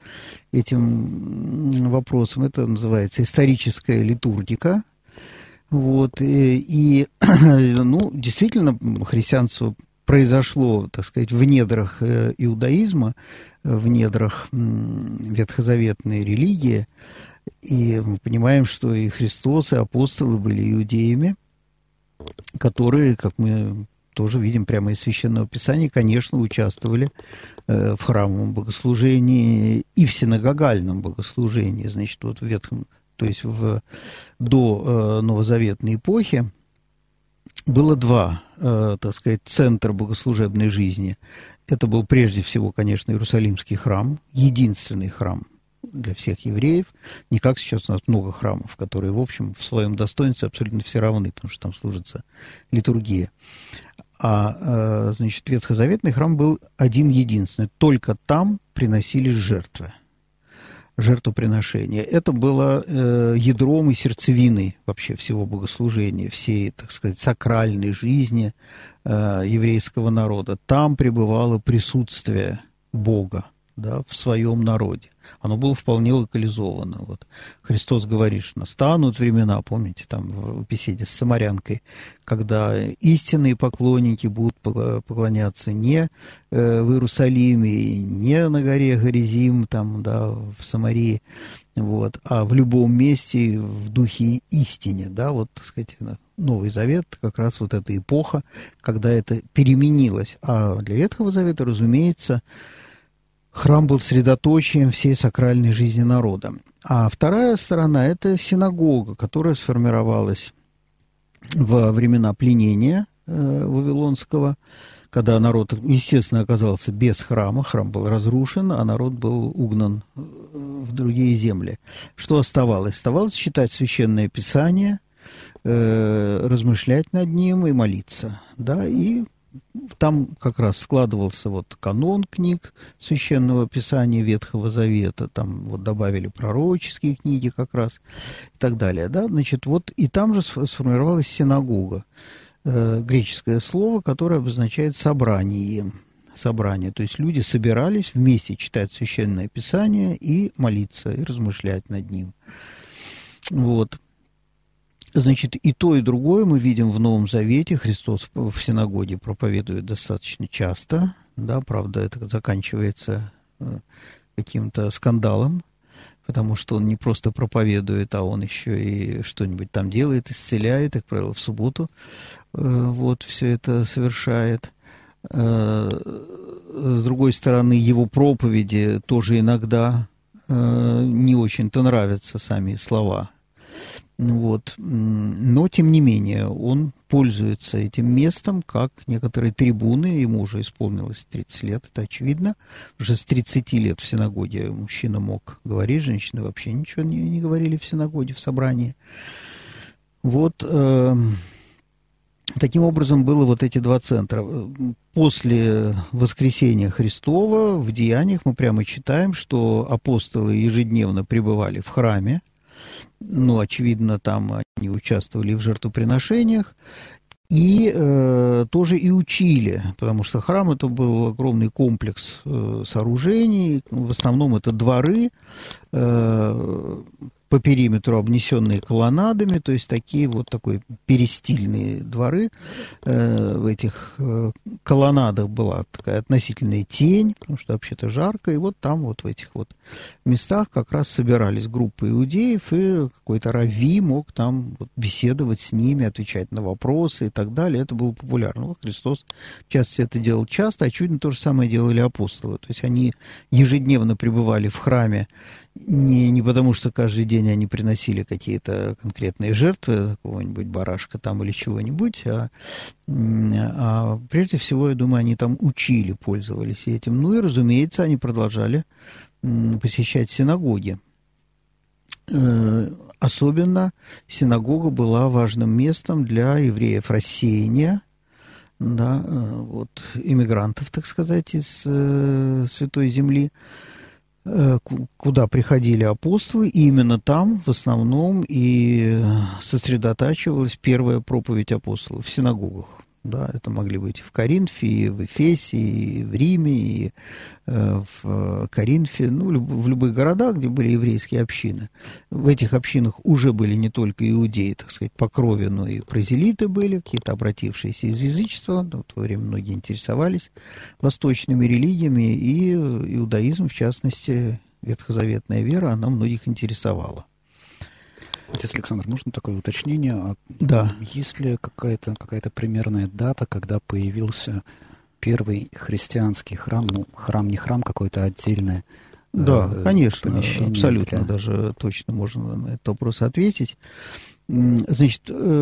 этим вопросом. Это называется историческая литургика. Вот. И, и ну, действительно, христианство произошло, так сказать, в недрах иудаизма, в недрах ветхозаветной религии. И мы понимаем, что и Христос, и апостолы были иудеями, которые, как мы тоже видим прямо из Священного Писания, конечно, участвовали э, в храмовом богослужении и в синагогальном богослужении, значит, вот в ветхом, то есть в, до э, новозаветной эпохи было два, э, так сказать, центра богослужебной жизни. Это был прежде всего, конечно, Иерусалимский храм, единственный храм для всех евреев, не как сейчас у нас много храмов, которые, в общем, в своем достоинстве абсолютно все равны, потому что там служится литургия. А, значит, ветхозаветный храм был один-единственный. Только там приносились жертвы, жертвоприношения. Это было э, ядром и сердцевиной вообще всего богослужения, всей, так сказать, сакральной жизни э, еврейского народа. Там пребывало присутствие Бога, да, в своем народе. Оно было вполне локализовано. Вот. Христос говорит, что настанут времена, помните, там в беседе с самарянкой, когда истинные поклонники будут поклоняться не э, в Иерусалиме, не на горе Горизим, там, да, в Самарии, вот, а в любом месте в духе и истине, да, вот, так сказать, Новый Завет, как раз вот эта эпоха, когда это переменилось. А для Ветхого Завета, разумеется, храм был средоточием всей сакральной жизни народа. А вторая сторона – это синагога, которая сформировалась во времена пленения э, Вавилонского, когда народ, естественно, оказался без храма, храм был разрушен, а народ был угнан в другие земли. Что оставалось? Оставалось читать Священное Писание, э, размышлять над ним и молиться. Да? И там как раз складывался вот канон книг Священного Писания Ветхого Завета, там вот добавили пророческие книги как раз и так далее, да, значит, вот и там же сформировалась синагога, э, греческое слово, которое обозначает собрание, собрание, то есть люди собирались вместе читать Священное Писание и молиться, и размышлять над ним, вот. Значит, и то, и другое мы видим в Новом Завете. Христос в синагоге проповедует достаточно часто, да, правда, это заканчивается каким-то скандалом, потому что он не просто проповедует, а он еще и что-нибудь там делает, исцеляет, как правило, в субботу вот все это совершает. С другой стороны, его проповеди тоже иногда не очень-то нравятся сами слова. Вот. Но, тем не менее, он пользуется этим местом, как некоторые трибуны, ему уже исполнилось тридцать лет, это очевидно. Уже с тридцати лет в синагоге мужчина мог говорить, женщины вообще ничего не, не говорили в синагоге, в собрании. Вот. Э, таким образом, было вот эти два центра. После воскресения Христова в Деяниях мы прямо читаем, что апостолы ежедневно пребывали в храме. Ну, очевидно, там они участвовали в жертвоприношениях и э, тоже и учили, потому что храм это был огромный комплекс э, сооружений, в основном это дворы, э, по периметру обнесенные колоннадами, то есть такие вот такой перистильные дворы. Э, в этих э, колоннадах была такая относительная тень, потому что вообще-то жарко, и вот там вот в этих вот местах как раз собирались группы иудеев, и какой-то равви мог там вот беседовать с ними, отвечать на вопросы и так далее. Это было популярно. Вот Христос, в частности, это делал часто, очевидно, то же самое делали апостолы. То есть они ежедневно пребывали в храме, не, не потому что каждый день они приносили какие-то конкретные жертвы, какого-нибудь барашка там или чего-нибудь, а, а прежде всего, я думаю, они там учили, пользовались этим. Ну и, разумеется, они продолжали посещать синагоги. Особенно синагога была важным местом для евреев рассеяния, да, вот, иммигрантов, так сказать, из э, Святой Земли, э, куда приходили апостолы, и именно там в основном и сосредотачивалась первая проповедь апостолов в синагогах. Да, это могли быть в Коринфе, и в Эфесе, и в Риме, и э, в Коринфе, ну, в любых городах, где были еврейские общины. В этих общинах уже были не только иудеи, так сказать, по крови, но и прозелиты были, какие-то обратившиеся из язычества. В то время многие интересовались восточными религиями, и иудаизм, в частности, ветхозаветная вера, она многих интересовала. Отец Александр, можно такое уточнение? Да. Есть ли какая-то, какая-то примерная дата, когда появился первый христианский храм? Ну, храм не храм, какое-то отдельное Да, э, конечно, помещение абсолютно, для... даже точно можно на этот вопрос ответить. Значит,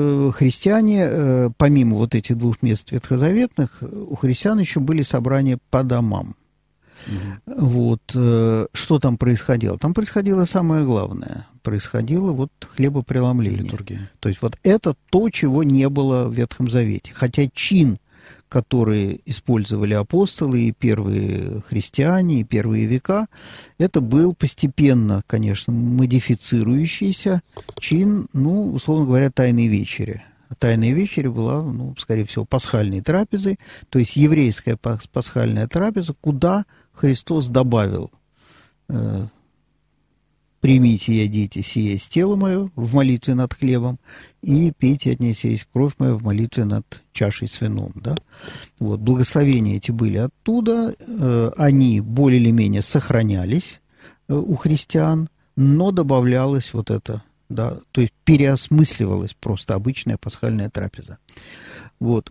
христиане, помимо вот этих двух мест ветхозаветных, у христиан еще были собрания по домам. Угу. Вот, что там происходило? Там происходило самое главное. Происходило вот хлебопреломление. Литургия. То есть вот это то, чего не было в Ветхом Завете. Хотя чин, который использовали апостолы и первые христиане, и первые века, это был постепенно, конечно, модифицирующийся чин, ну, условно говоря, Тайной вечери. Тайная вечеря была, ну, скорее всего, пасхальной трапезой, то есть еврейская пасхальная трапеза, куда Христос добавил э, «Примите и едите сие есть тело мое в молитве над хлебом, и пейте от ней сие есть кровь моя в молитве над чашей с вином». Да? Вот, благословения эти были оттуда, э, они более или менее сохранялись э, у христиан, но добавлялось вот это. Да, то есть переосмысливалась просто обычная пасхальная трапеза. Вот.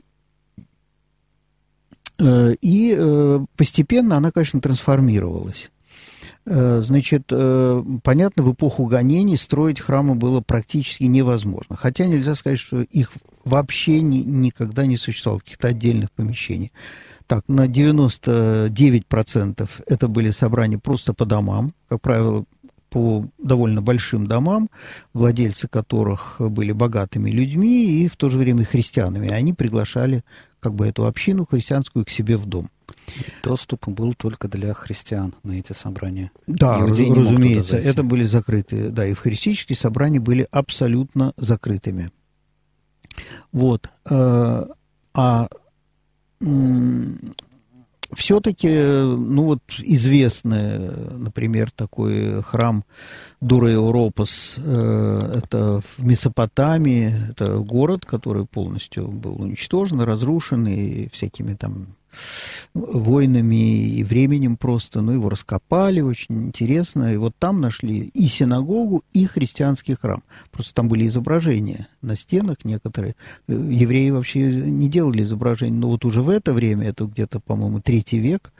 И постепенно она, конечно, трансформировалась. Значит, понятно, в эпоху гонений строить храмы было практически невозможно. Хотя нельзя сказать, что их вообще ни, никогда не существовало, каких-то отдельных помещений. Так, на девяносто девять процентов это были собрания просто по домам, как правило, по довольно большим домам, владельцы которых были богатыми людьми и в то же время христианами. Они приглашали как бы эту общину христианскую к себе в дом. Доступ был только для христиан на эти собрания. Да, разумеется, это были закрытые. Да, евхаристические собрания были абсолютно закрытыми. Вот. А все-таки, ну вот, известный, например, такой храм Дура-Европос, это в Месопотамии, это город, который полностью был уничтожен, разрушен, и всякими там войнами и временем просто, ну, его раскопали, очень интересно, и вот там нашли и синагогу, и христианский храм. Просто там были изображения на стенах некоторые. Евреи вообще не делали изображения, но вот уже в это время, это где-то, по-моему, третий век,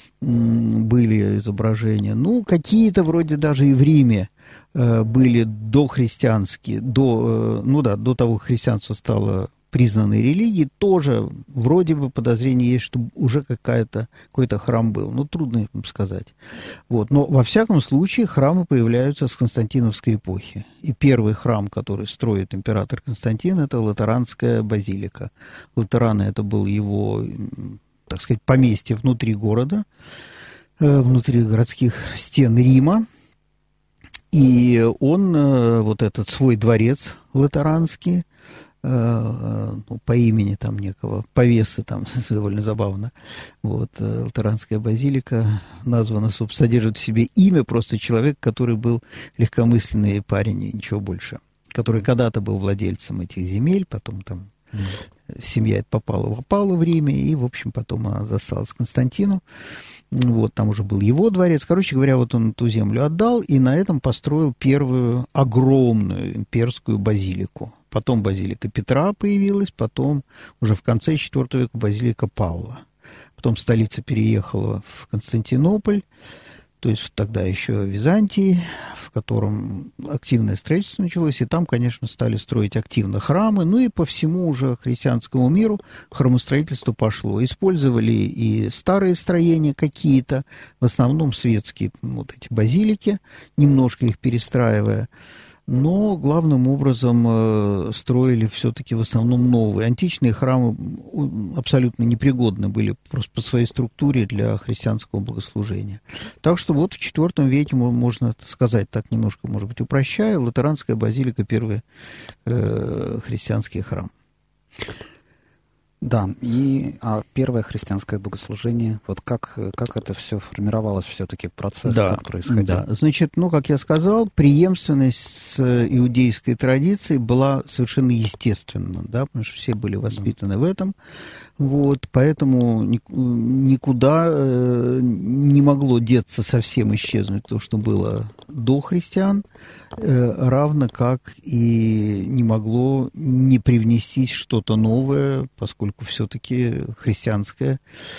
были изображения. Ну, какие-то вроде даже и в Риме были дохристианские, до, ну да, до того, как христианство стало признанной религии, тоже вроде бы подозрение есть, что уже какая-то, какой-то храм был. Ну, трудно сказать. Вот. Но, во всяком случае, храмы появляются с константиновской эпохи. И первый храм, который строит император Константин, это Латеранская базилика. Латераны — это был его, так сказать, поместье внутри города, внутри городских стен Рима. И он, вот этот свой дворец латеранский, ну, по имени там некого повесы, там довольно забавно. Вот, Латеранская базилика названа, собственно, содержит в себе имя просто человека, который был легкомысленный парень и ничего больше, который когда-то был владельцем этих земель, потом там mm. семья эта попала в опалу в Риме, и, в общем, потом она досталась Константину. Вот, там уже был его дворец. Короче говоря, вот он эту землю отдал, и на этом построил первую огромную имперскую базилику. Потом базилика Петра появилась, потом уже в конце четвёртого века базилика Павла. Потом столица переехала в Константинополь, то есть тогда еще Византии, в котором активное строительство началось, и там, конечно, стали строить активно храмы, ну и по всему уже христианскому миру храмостроительство пошло. Использовали и старые строения какие-то, в основном светские вот эти базилики, немножко их перестраивая, но главным образом э, строили все-таки в основном новые. Античные храмы абсолютно непригодны были просто по своей структуре для христианского богослужения. Так что вот в четвёртом веке, можно сказать так немножко, может быть, упрощая, Латеранская базилика — первый э, христианский храм. Да, и а первое христианское богослужение, вот как, как это все формировалось все-таки, процесс, да, как происходил? Да, значит, ну, как я сказал, преемственность с иудейской традицией была совершенно естественна, да, потому что все были воспитаны да. в этом, вот, поэтому никуда не могло деться, совсем исчезнуть то, что было до христиан, равно как и не могло не привнестись что-то новое, поскольку все-таки христианская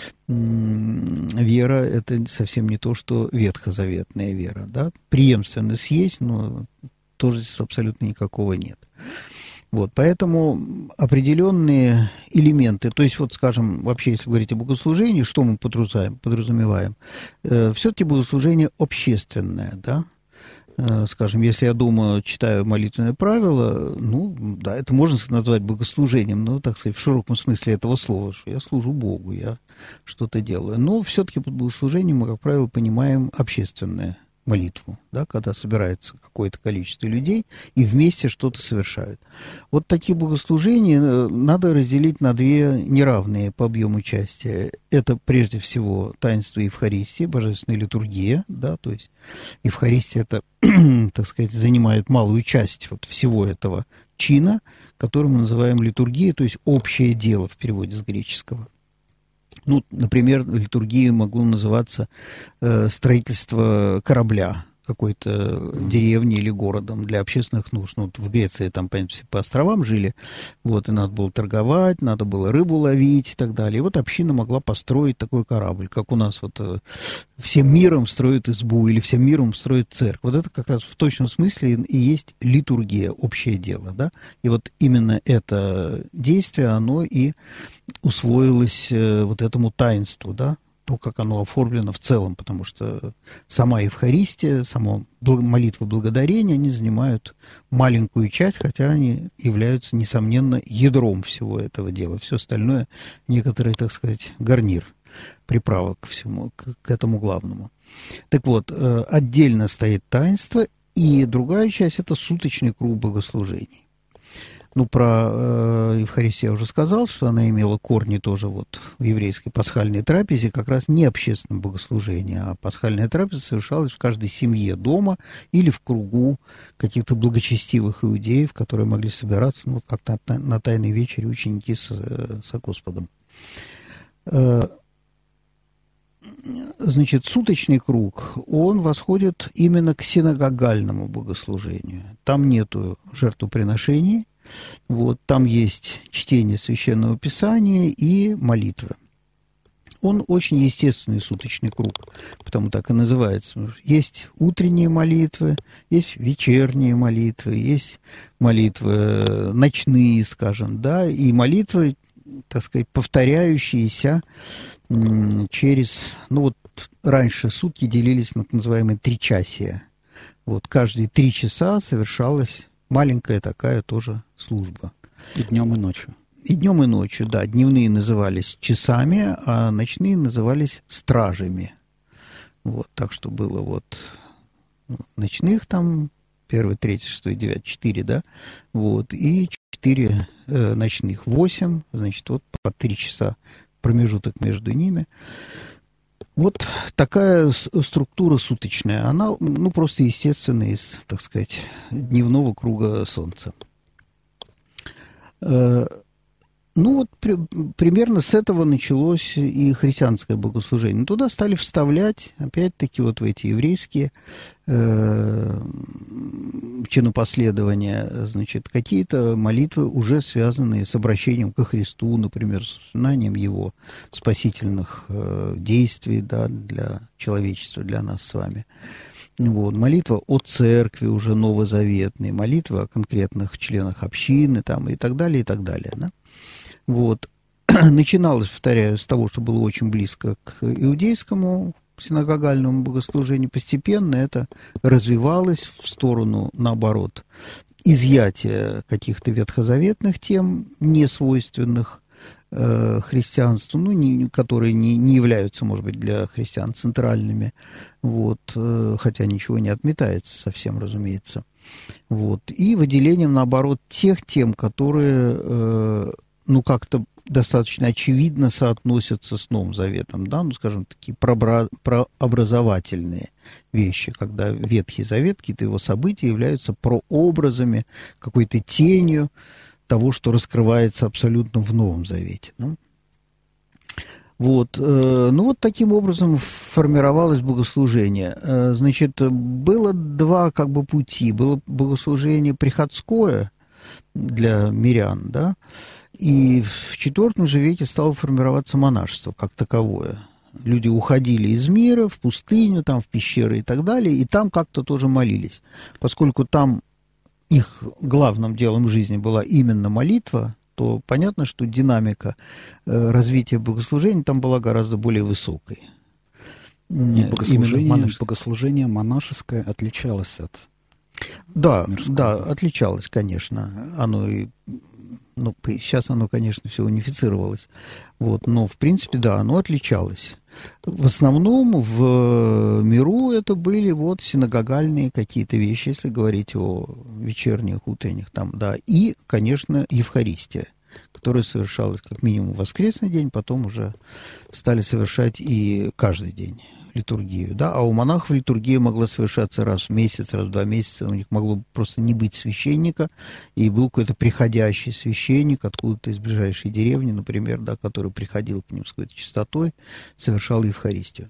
вера — это совсем не то, что ветхозаветная вера. Да? Преемственность есть, но тоже абсолютно никакого нет. Вот, поэтому определенные элементы, то есть, вот, скажем, вообще, если говорить о богослужении, что мы подразумеваем? подразумеваем? Э, все-таки богослужение общественное, да? Э, скажем, если я думаю, читаю молитвенное правило, ну, да, это можно назвать богослужением, но, так сказать, в широком смысле этого слова, что я служу Богу, я что-то делаю. Но все-таки под богослужением мы, как правило, понимаем общественное. Молитву, да, когда собирается какое-то количество людей и вместе что-то совершают. Вот такие богослужения надо разделить на две неравные по объему части. Это прежде всего таинство Евхаристии, божественная литургия, да, то есть Евхаристия это, так сказать, занимает малую часть вот всего этого чина, который мы называем литургией, то есть общее дело в переводе с греческого. Ну, например, литургия могло называться э, строительство корабля какой-то mm-hmm. деревни или городом для общественных нужд. Ну, вот в Греции там, понятно, все по островам жили, вот, и надо было торговать, надо было рыбу ловить и так далее. И вот община могла построить такой корабль, как у нас вот э, всем миром строят избу или всем миром строят церковь. Вот это как раз в точном смысле и есть литургия, общее дело, да. И вот именно это действие, оно и усвоилось э, вот этому таинству, да, то, как оно оформлено в целом, потому что сама Евхаристия, сама молитва благодарения, они занимают маленькую часть, хотя они являются, несомненно, ядром всего этого дела. Все остальное — некоторый, так сказать, гарнир, приправа ко всему, к, к этому главному. Так вот, отдельно стоит таинство, и другая часть — это суточный круг богослужений. Ну, про э, Евхаристию я уже сказал, что она имела корни тоже вот в еврейской пасхальной трапезе, как раз не общественном богослужении, а пасхальная трапеза совершалась в каждой семье дома или в кругу каких-то благочестивых иудеев, которые могли собираться, ну, как на, на Тайной вечере ученики с, со Господом. Э, значит, суточный круг, он восходит именно к синагогальному богослужению. Там нету жертвоприношений. Вот, там есть чтение Священного Писания и молитвы. Он очень естественный суточный круг, потому так и называется. Есть утренние молитвы, есть вечерние молитвы, есть молитвы ночные, скажем, да, и молитвы, так сказать, повторяющиеся через, ну вот, раньше сутки делились на так называемые тричасия. Вот, каждые три часа совершалась маленькая такая тоже служба. И днем, и ночью. И днем, и ночью, да. Дневные назывались часами, а ночные назывались стражами. Вот, так что было вот ночных там первый, третий, шестой, девятый, четыре, да, вот, и четыре э, ночных, восемь, значит, вот по три часа промежуток между ними. Вот такая структура суточная, она, ну, просто естественная из, так сказать, дневного круга Солнца. Ну, вот при, примерно с этого началось и христианское богослужение. Но туда стали вставлять, опять-таки, вот в эти еврейские э, чинопоследования, значит, какие-то молитвы, уже связанные с обращением ко Христу, например, с знанием Его спасительных э, действий, да, для человечества, для нас с вами. Вот, молитва о церкви уже новозаветной, молитва о конкретных членах общины там, и так далее, и так далее. Да? Вот. Начиналось, повторяю, с того, что было очень близко к иудейскому синагогальному богослужению. Постепенно это развивалось в сторону, наоборот, изъятия каких-то ветхозаветных тем, несвойственных э, христианству, ну, не, которые не, не являются, может быть, для христиан центральными, вот, э, хотя ничего не отметается совсем, разумеется. Вот. И выделением, наоборот, тех тем, которые, э, ну, как-то достаточно очевидно соотносятся с Новым Заветом, да, ну, скажем, такие прообразовательные вещи, когда Ветхий Завет, какие-то его события являются прообразами, какой-то тенью того, что раскрывается абсолютно в Новом Завете. Ну, вот, ну вот таким образом формировалось богослужение. Значит, было два как бы пути. Было богослужение приходское для мирян, да, и в четвертом же веке стало формироваться монашество как таковое. Люди уходили из мира в пустыню, там в пещеры и так далее, и там как-то тоже молились. Поскольку там их главным делом в жизни была именно молитва, то понятно, что динамика э, развития богослужения там была гораздо более высокой. И богослужение, монаш... богослужение монашеское отличалось от Да, мирского. Да, отличалось, конечно. Оно и, ну, сейчас оно, конечно, все унифицировалось. Вот, но, в принципе, да, оно отличалось. В основном в миру это были вот синагогальные какие-то вещи, если говорить о вечерних, утренних там, да, и, конечно, Евхаристия, которая совершалась как минимум в воскресный день, потом уже стали совершать и каждый день литургию, да, а у монахов литургия могла совершаться раз в месяц, раз в два месяца, у них могло просто не быть священника, и был какой-то приходящий священник откуда-то из ближайшей деревни, например, да, который приходил к ним с какой-то чистотой, совершал Евхаристию.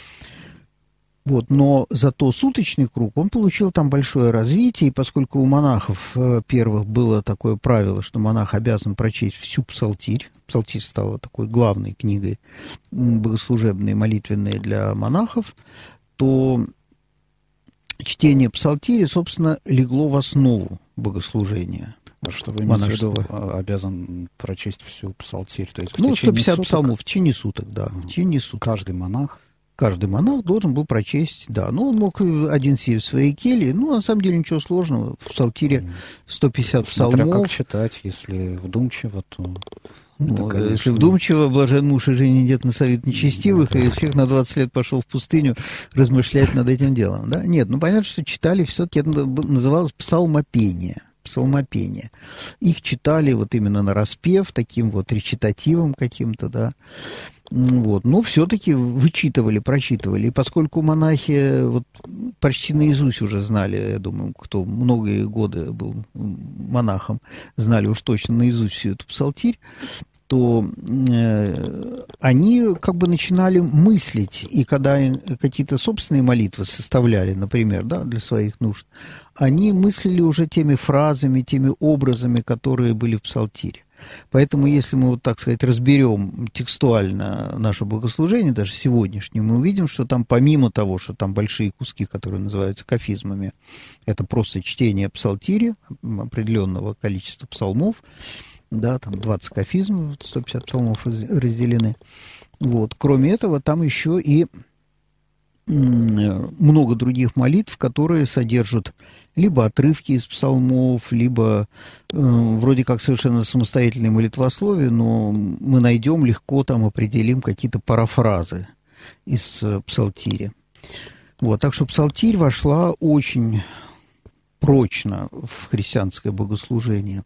Вот, но зато суточный круг, он получил там большое развитие, и поскольку у монахов первых было такое правило, что монах обязан прочесть всю псалтирь, псалтирь стала такой главной книгой богослужебной, молитвенной для монахов, то чтение псалтири, собственно, легло в основу богослужения. Что вы имеете в виду, обязан прочесть всю псалтирь? То есть в ну, сто пятьдесят суток? Псалмов в течение суток, да, в течение суток. Каждый монах? Каждый монах должен был прочесть, да. Ну, он мог один сидеть в своей келье. Ну, на самом деле, ничего сложного. В псалтире сто пятьдесят Смотря псалмов. как читать, если вдумчиво, то... Ну, это, конечно... Если вдумчиво, блажен муж и жене нет на совет нечестивых, да, и человек на двадцать лет пошел в пустыню размышлять над этим делом, да? Нет, ну, понятно, что читали, все-таки это называлось псалмопение. Псалмопение. Их читали вот именно нараспев, таким вот речитативом каким-то, да. Вот. Но все-таки вычитывали, прочитывали. И поскольку монахи вот почти наизусть уже знали, я думаю, кто многие годы был монахом, знали уж точно наизусть всю эту псалтирь, то э, они как бы начинали мыслить, и когда какие-то собственные молитвы составляли, например, да, для своих нужд, они мыслили уже теми фразами, теми образами, которые были в псалтире. Поэтому, если мы, вот так сказать, разберем текстуально наше богослужение, даже сегодняшнее, мы увидим, что там помимо того, что там большие куски, которые называются кафизмами, это просто чтение псалтири, определенного количества псалмов, да, там двадцать кафизмов, сто пятьдесят псалмов разделены. Вот. Кроме этого, там еще и много других молитв, которые содержат либо отрывки из псалмов, либо э, вроде как совершенно самостоятельные молитвословия, но мы найдем легко, там определим какие-то парафразы из э, псалтири. Вот, так что псалтирь вошла очень прочно в христианское богослужение.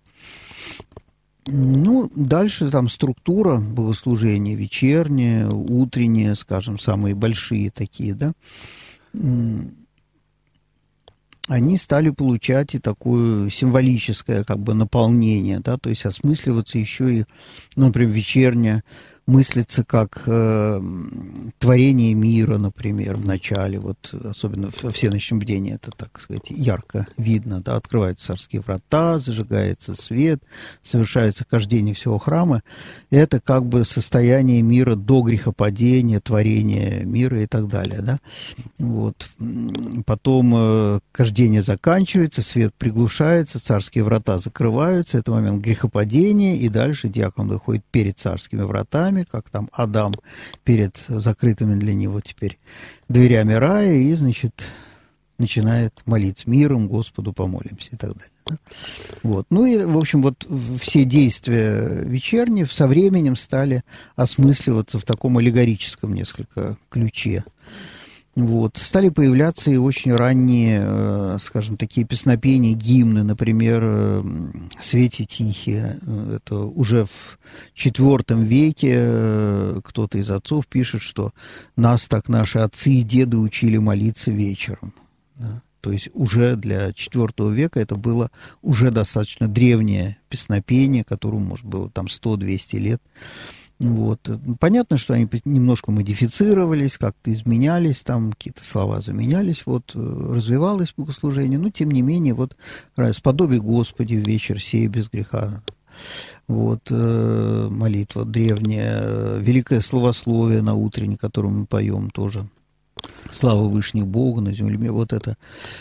Ну, дальше там структура богослужения, вечернее, утреннее, скажем, самые большие такие, да, они стали получать и такое символическое как бы наполнение, да, то есть осмысливаться еще и, ну, например, вечернее мыслится как э, творение мира, например, в начале, вот особенно во всеночном бдении это, так сказать, ярко видно, да, открываются царские врата, зажигается свет, совершается хождение всего храма, это как бы состояние мира до грехопадения, творения мира и так далее, да, вот, потом э, хождение заканчивается, свет приглушается, царские врата закрываются, это момент грехопадения, и дальше диакон выходит перед царскими вратами, как там Адам перед закрытыми для него теперь дверями рая, и, значит, начинает молиться: миром Господу помолимся и так далее. Да? Вот. Ну и, в общем, вот все действия вечерние со временем стали осмысливаться в таком аллегорическом несколько ключе. Вот. Стали появляться и очень ранние, скажем, такие песнопения, гимны, например, «Свете тихие». Это уже в четвёртом веке кто-то из отцов пишет, что нас так наши отцы и деды учили молиться вечером. Да? То есть уже для четвёртого века это было уже достаточно древнее песнопение, которому, может, было там сто-двести лет. Вот. Понятно, что они немножко модифицировались, как-то изменялись, там какие-то слова заменялись, вот, развивалось богослужение, но, тем не менее, вот, «Сподоби Господи в вечер сей без греха», вот, молитва древняя, великое словословие на утренне, которое мы поем тоже, «Слава Вышних Богу на земле», вот это...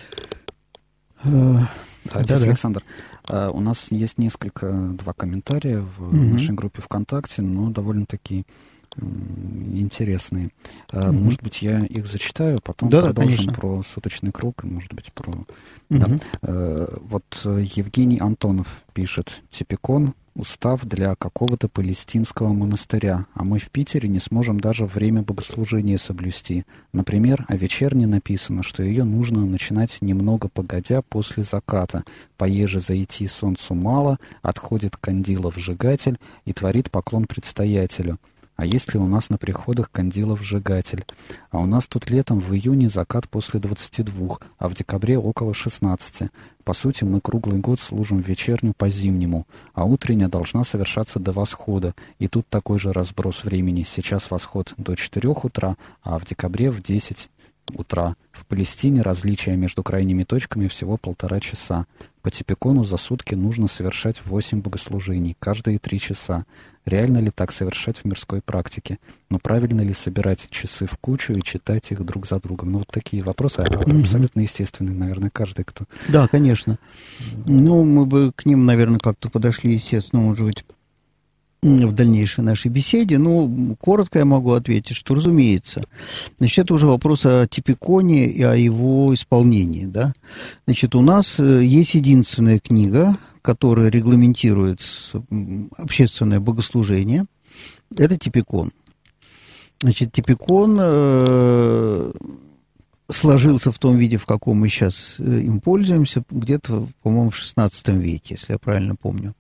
Отец да, Александр, да. У нас есть несколько, два комментария в угу. нашей группе ВКонтакте, но довольно-таки интересные. Угу. Может быть, я их зачитаю, потом да, продолжим да, про суточный круг, и, может быть, про... Угу. Да. Вот Евгений Антонов пишет: «Типикон — устав для какого-то палестинского монастыря, а мы в Питере не сможем даже время богослужения соблюсти. Например, о вечерне написано, что ее нужно начинать немного погодя после заката. Поеже зайти солнцу мало, отходит кандилов-сжигатель и творит поклон предстоятелю. А если у нас на приходах кандилов-сжигатель? А у нас тут летом в июне закат после двадцати двух, а в декабре около шестнадцати. По сути, мы круглый год служим вечерню по-зимнему, а утренняя должна совершаться до восхода. И тут такой же разброс времени. Сейчас восход до четырех утра, а в декабре в десять утра. В Палестине различие между крайними точками всего полтора часа. По типикону за сутки нужно совершать восемь богослужений, каждые три часа. Реально ли так совершать в мирской практике? Но правильно ли собирать часы в кучу и читать их друг за другом? Ну, вот такие вопросы абсолютно естественные, наверное, каждый, кто... Да, конечно. Ну, мы бы к ним, наверное, как-то подошли, естественно, может быть, в дальнейшей нашей беседе. Ну, коротко я могу ответить, что, разумеется, значит, это уже вопрос о типиконе и о его исполнении, да. Значит, у нас есть единственная книга, которая регламентирует общественное богослужение. Это типикон. Значит, типикон э, сложился в том виде, в каком мы сейчас им пользуемся, где-то, по-моему, в шестнадцатом веке, если я правильно помню.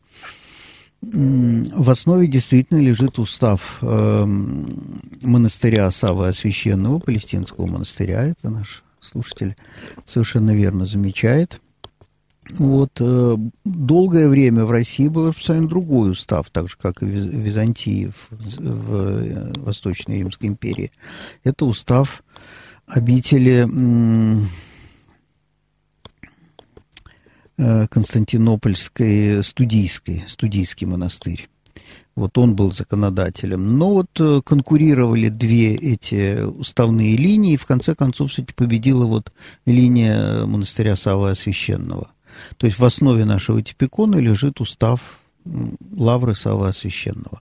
В основе действительно лежит устав э, монастыря Саввы Освященного, палестинского монастыря. Это наш слушатель совершенно верно замечает. Вот, э, долгое время в России был абсолютно другой устав, так же, как и в Византии, в, в Восточной Римской империи. Это устав обители м, Константинопольской студийской, студийский монастырь. Вот он был законодателем. Но вот конкурировали две эти уставные линии, и в конце концов все-таки победила вот линия монастыря Саввы Освященного. То есть в основе нашего типикона лежит устав Лавры Саввы Освященного.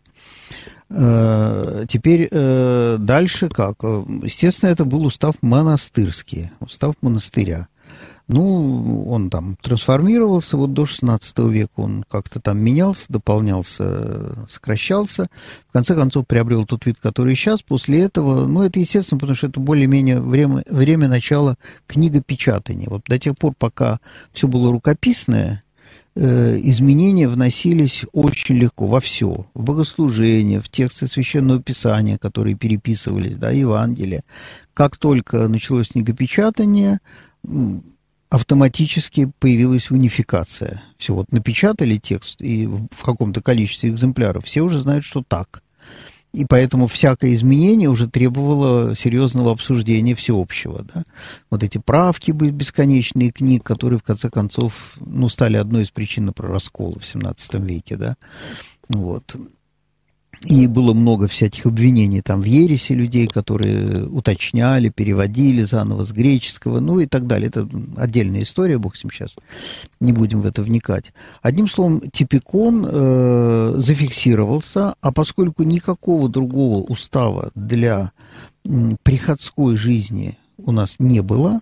Теперь дальше как? Естественно, это был устав монастырский, устав монастыря. Ну, он там трансформировался, вот до шестнадцатого века он как-то там менялся, дополнялся, сокращался. В конце концов, приобрел тот вид, который сейчас. После этого, ну, это естественно, потому что это более-менее время, время начала книгопечатания. Вот до тех пор, пока все было рукописное, э, изменения вносились очень легко во все. В богослужение, в тексты Священного Писания, которые переписывались, да, Евангелие. Как только началось книгопечатание, автоматически появилась унификация. Все, вот напечатали текст и в каком-то количестве экземпляров, все уже знают, что так. И поэтому всякое изменение уже требовало серьезного обсуждения всеобщего. Да? Вот эти правки бесконечные книг, которые, в конце концов, ну, стали одной из причин, например, раскола в семнадцатом веке. Да? Вот. И было много всяких обвинений там в ереси людей, которые уточняли, переводили заново с греческого, ну и так далее. Это отдельная история, бог с ним, сейчас не будем в это вникать. Одним словом, типикон э, зафиксировался, а поскольку никакого другого устава для м, приходской жизни у нас не было,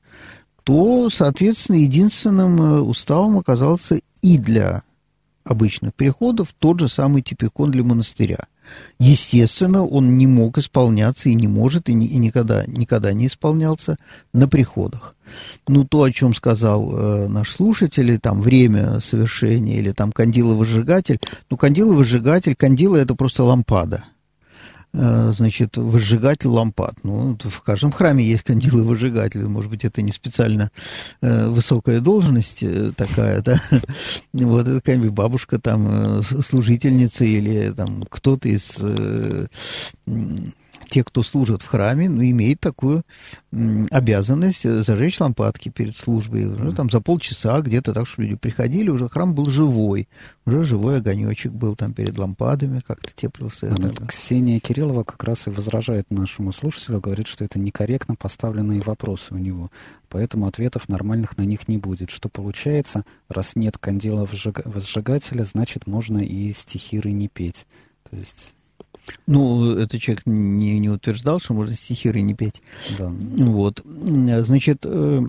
то, соответственно, единственным уставом оказался и для обычных приходов тот же самый типикон для монастыря. Естественно, он не мог исполняться и не может, и, не, и никогда, никогда не исполнялся на приходах. Ну, то, о чем сказал э, наш слушатель, там время совершения, или там кандиловыжигатель. Ну, кандиловыжигатель, кандила – это просто лампада. Значит, выжигатель лампад. Ну, в каждом храме есть кандиловыжигатель. Может быть, это не специально э, высокая должность э, такая, да. Вот, это какая-нибудь бабушка, там, служительница или там кто-то из э, тех, кто служит в храме, ну, имеет такую м, обязанность зажечь лампадки перед службой. Уже там за полчаса где-то так, что люди приходили, уже храм был живой. Уже живой огонечек был там перед лампадами, как-то теплился. Ну, Ксения Кириллова как раз и возражает нашему слушателю, говорит, что это некорректно поставленные вопросы у него, поэтому ответов нормальных на них не будет. Что получается, раз нет кандила возжигателя, значит, можно и стихиры не петь. То есть... Ну, этот человек не, не утверждал, что можно стихиры не петь. Да. Вот. Значит,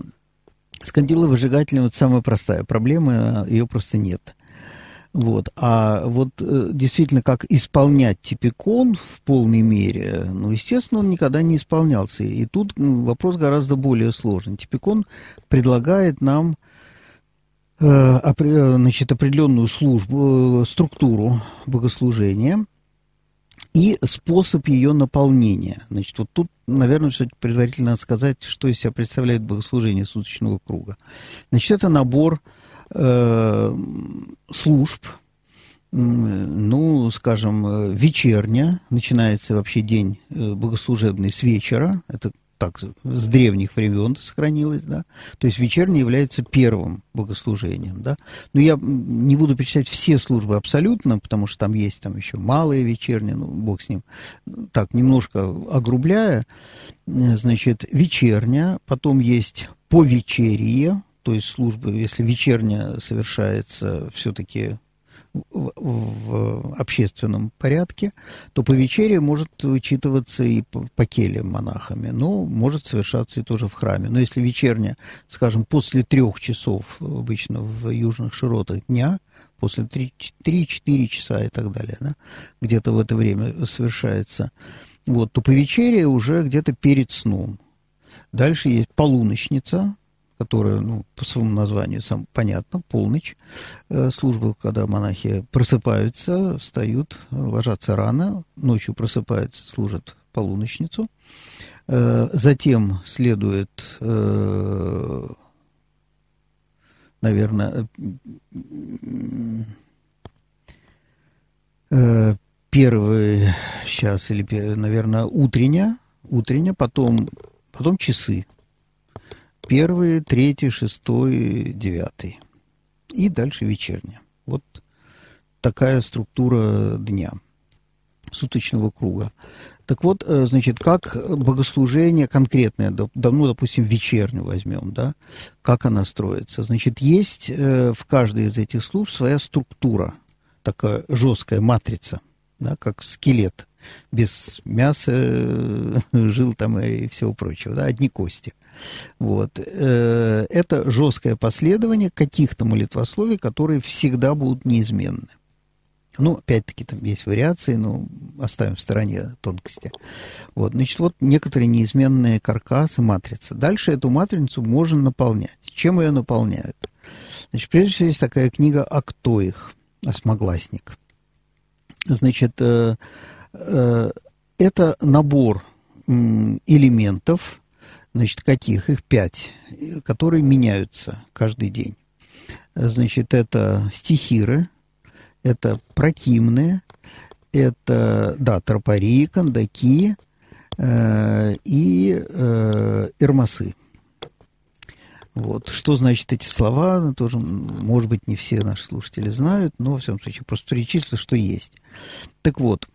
с кандиловыжигателем это самая простая проблема, ее просто нет. Вот. А вот действительно, как исполнять типикон в полной мере, ну, естественно, он никогда не исполнялся. И тут вопрос гораздо более сложный. Типикон предлагает нам значит, определенную службу, структуру богослужения и способ ее наполнения. Значит, вот тут, наверное, все-таки предварительно надо сказать, что из себя представляет богослужение суточного круга. Значит, это набор э, служб, э, ну, скажем, вечерня, начинается вообще день богослужебный с вечера, это так с древних времен сохранилось, да, то есть вечерняя является первым богослужением, да, но я не буду перечислять все службы абсолютно, потому что там есть там еще малые вечерние, ну, бог с ним, так, немножко огрубляя, значит, вечерняя, потом есть повечерие, то есть службы, если вечерняя совершается все-таки В, в общественном порядке, то повечерие может учитываться и по, по кельям монахами, но может совершаться и тоже в храме. Но если вечерняя, скажем, после трех часов, обычно в южных широтах дня, после три-четыре часа и так далее, да, где-то в это время совершается, вот, то повечерие уже где-то перед сном. Дальше есть полуночница, которая, ну, по своему названию сам понятно, полночь, э, служба, когда монахи просыпаются, встают, ложатся рано, ночью просыпаются, служат полуночницу. Э, затем следует, э, наверное, э, первый час, или, наверное, утренняя, утренняя, потом, потом часы. Первый, третий, шестой, девятый. И дальше вечерняя. Вот такая структура дня, суточного круга. Так вот, значит, как богослужение конкретное, давно, допустим, вечернюю возьмем, да, как она строится. Значит, есть в каждой из этих служб своя структура, такая жесткая матрица, да, как скелет, без мяса, жил там и всего прочего, да, одни кости. Вот. Это жесткое последование каких-то молитвословий, которые всегда будут неизменны. Ну, опять-таки, там есть вариации, но оставим в стороне тонкости. Вот, значит, вот некоторые неизменные каркасы, матрицы. Дальше эту матрицу можно наполнять. Чем ее наполняют? Значит, прежде всего, есть такая книга «Актоих», «Осьмогласник». Значит, э, э, это набор э, элементов, значит, каких? Их пять, которые меняются каждый день. Значит, это стихиры, это прокимны, это, да, тропари, кандаки э, и э, эрмасы. Вот. Что значит эти слова, тоже, может быть, не все наши слушатели знают, но, во всяком случае, просто перечислил, что есть. Так вот,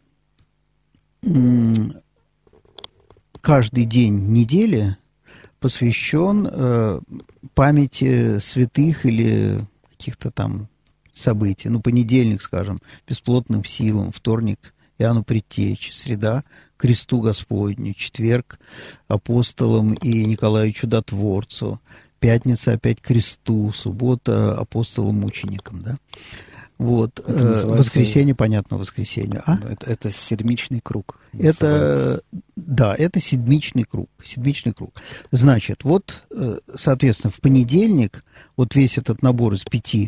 каждый день недели посвящен э, памяти святых или каких-то там событий. Ну, понедельник, скажем, бесплотным силам, вторник Иоанну Предтече, среда кресту Господню, четверг апостолам и Николаю Чудотворцу, пятница опять кресту, суббота апостолам-мученикам, да. Вот. Называется... Воскресенье, понятно, воскресенье. А? Это, это седмичный круг. Это, да, это седмичный круг. Седмичный круг. Значит, вот, соответственно, в понедельник вот весь этот набор из пяти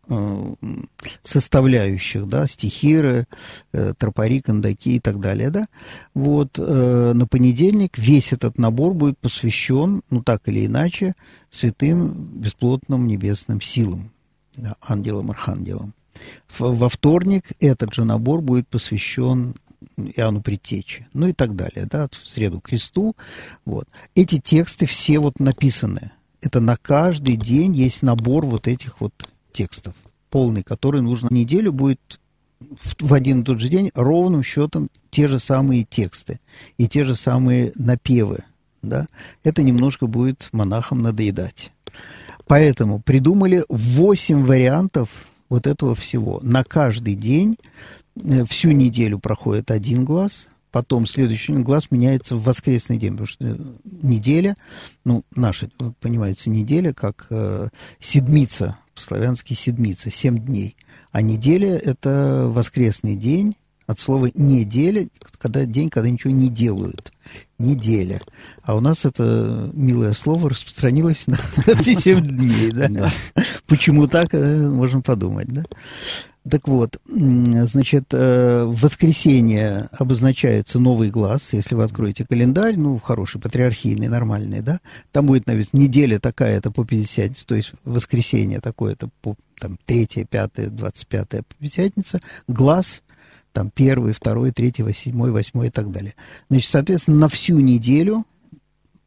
составляющих, да, стихиры, тропари, кандаки и так далее, да, вот на понедельник весь этот набор будет посвящен, ну, так или иначе, святым бесплотным небесным силам, да, ангелам, архангелам. Во вторник этот же набор будет посвящен Иоанну Предтече, ну и так далее, да, в среду кресту, вот. Эти тексты все вот написаны, это на каждый день есть набор вот этих вот текстов, полный, который нужно неделю будет в, в один и тот же день ровным счетом те же самые тексты и те же самые напевы, да, это немножко будет монахам надоедать. Поэтому придумали восемь вариантов вот этого всего. На каждый день, всю неделю проходит один глаз, потом следующий глаз меняется в воскресный день, потому что неделя, ну, наша, понимаете, неделя как э, седмица, по-славянски седмица, семь дней. А неделя – это воскресный день, от слова «неделя», когда день, когда ничего не делают. Неделя. А у нас это милое слово распространилось на эти семь дней, да? Почему так, можно подумать, да? Так вот, значит, в воскресенье обозначается новый глаз, если вы откроете календарь, ну, хороший, патриархийный, нормальный, да, там будет написано неделя такая-то по Пятидесятнице, то есть воскресенье такое-то по, там, третье, пятое, двадцать пятое по Пятидесятнице, глаз, там, первый, второй, третий, седьмой, восьмой и так далее. Значит, соответственно, на всю неделю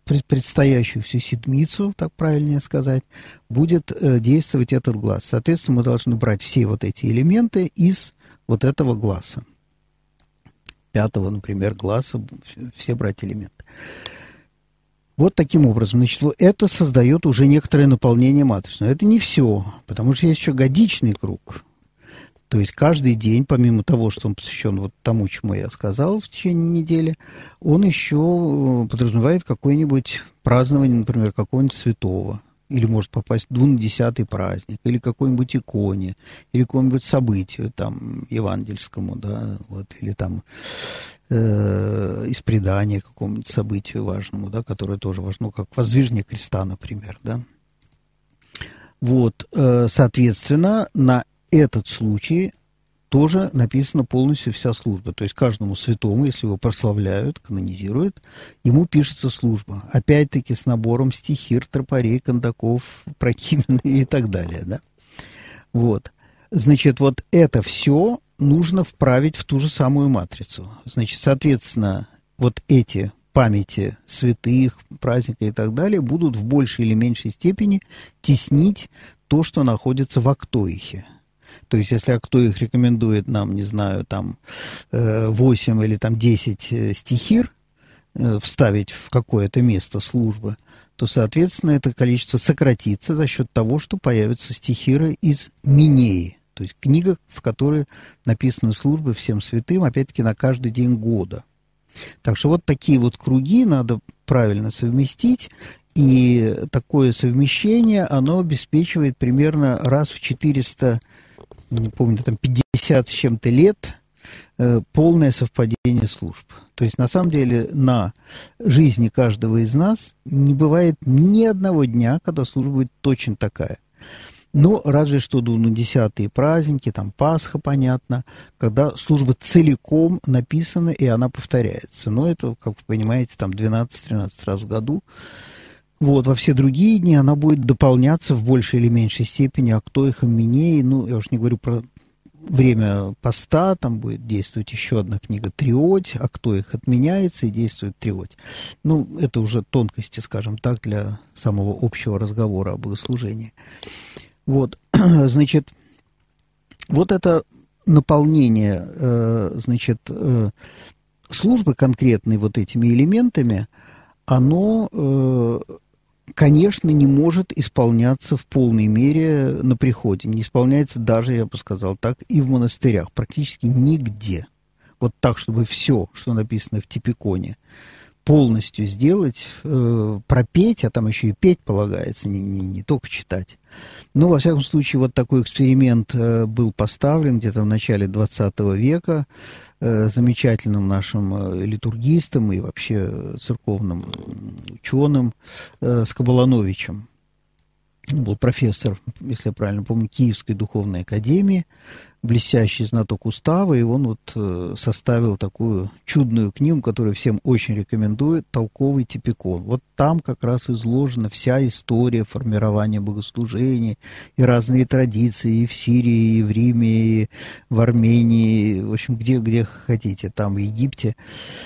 предстоящую всю седмицу, так правильнее сказать, будет э, действовать этот глаз. Соответственно, мы должны брать все вот эти элементы из вот этого глаза. Пятого, например, глаза, все брать элементы. Вот таким образом, значит, это создает уже некоторое наполнение матрицы. Но это не все, потому что есть еще годичный круг. То есть каждый день, помимо того, что он посвящен вот тому, чему я сказал в течение недели, он еще подразумевает какое-нибудь празднование, например, какого-нибудь святого. Или может попасть в двунадесятый праздник, или какой-нибудь иконе, или какому-нибудь событию там евангельскому, да, вот, или там э, из предания какому-нибудь событию важному, да, которое тоже важно, как воздвижение креста, например, да. Вот, э, соответственно, на этот случай тоже написана полностью вся служба. То есть каждому святому, если его прославляют, канонизируют, ему пишется служба. Опять-таки с набором стихир, тропарей, кондаков, прокимены и так далее. Да? Вот. Значит, вот это все нужно вправить в ту же самую матрицу. Значит, соответственно, вот эти памяти святых, праздника и так далее будут в большей или меньшей степени теснить то, что находится в актоихе. То есть, если актоих рекомендует нам, не знаю, там восемь или там десять стихир вставить в какое-то место службы, то, соответственно, это количество сократится за счет того, что появятся стихиры из Минеи. То есть книга, в которой написаны службы всем святым, опять-таки, на каждый день года. Так что вот такие вот круги надо правильно совместить, и такое совмещение, оно обеспечивает примерно раз в четыреста, не помню, там пятьдесят с чем-то лет э, полное совпадение служб. То есть, на самом деле, на жизни каждого из нас не бывает ни одного дня, когда служба будет точно такая. Ну, разве что двунадесятые праздники, там Пасха, понятно, когда служба целиком написана, и она повторяется. Но это, как вы понимаете, там двенадцать-тринадцать раз в году. Вот, во все другие дни она будет дополняться в большей или меньшей степени актоихом Минеи. Ну, я уж не говорю про время поста, там будет действовать еще одна книга Триодь, актоих отменяется и действует Триодь. Ну, это уже тонкости, скажем так, для самого общего разговора о богослужении. Вот, значит, вот это наполнение, э, значит, э, службы конкретной вот этими элементами, оно, э, конечно, не может исполняться в полной мере на приходе. Не исполняется даже, я бы сказал так, и в монастырях, практически нигде. Вот так, чтобы все, что написано в Типиконе, полностью сделать, э, пропеть, а там еще и петь полагается, не, не, не только читать. Но, во всяком случае, вот такой эксперимент э, был поставлен где-то в начале двадцатого века э, замечательным нашим э, литургистом и вообще церковным ученым э, Скоболановичем. Он был профессор, если я правильно помню, Киевской духовной академии, блестящий знаток устава, и он вот э, составил такую чудную книгу, которую всем очень рекомендует, «Толковый Типикон». Вот там как раз изложена вся история формирования богослужений и разные традиции и в Сирии, и в Риме, и в Армении, в общем, где, где хотите, там в Египте.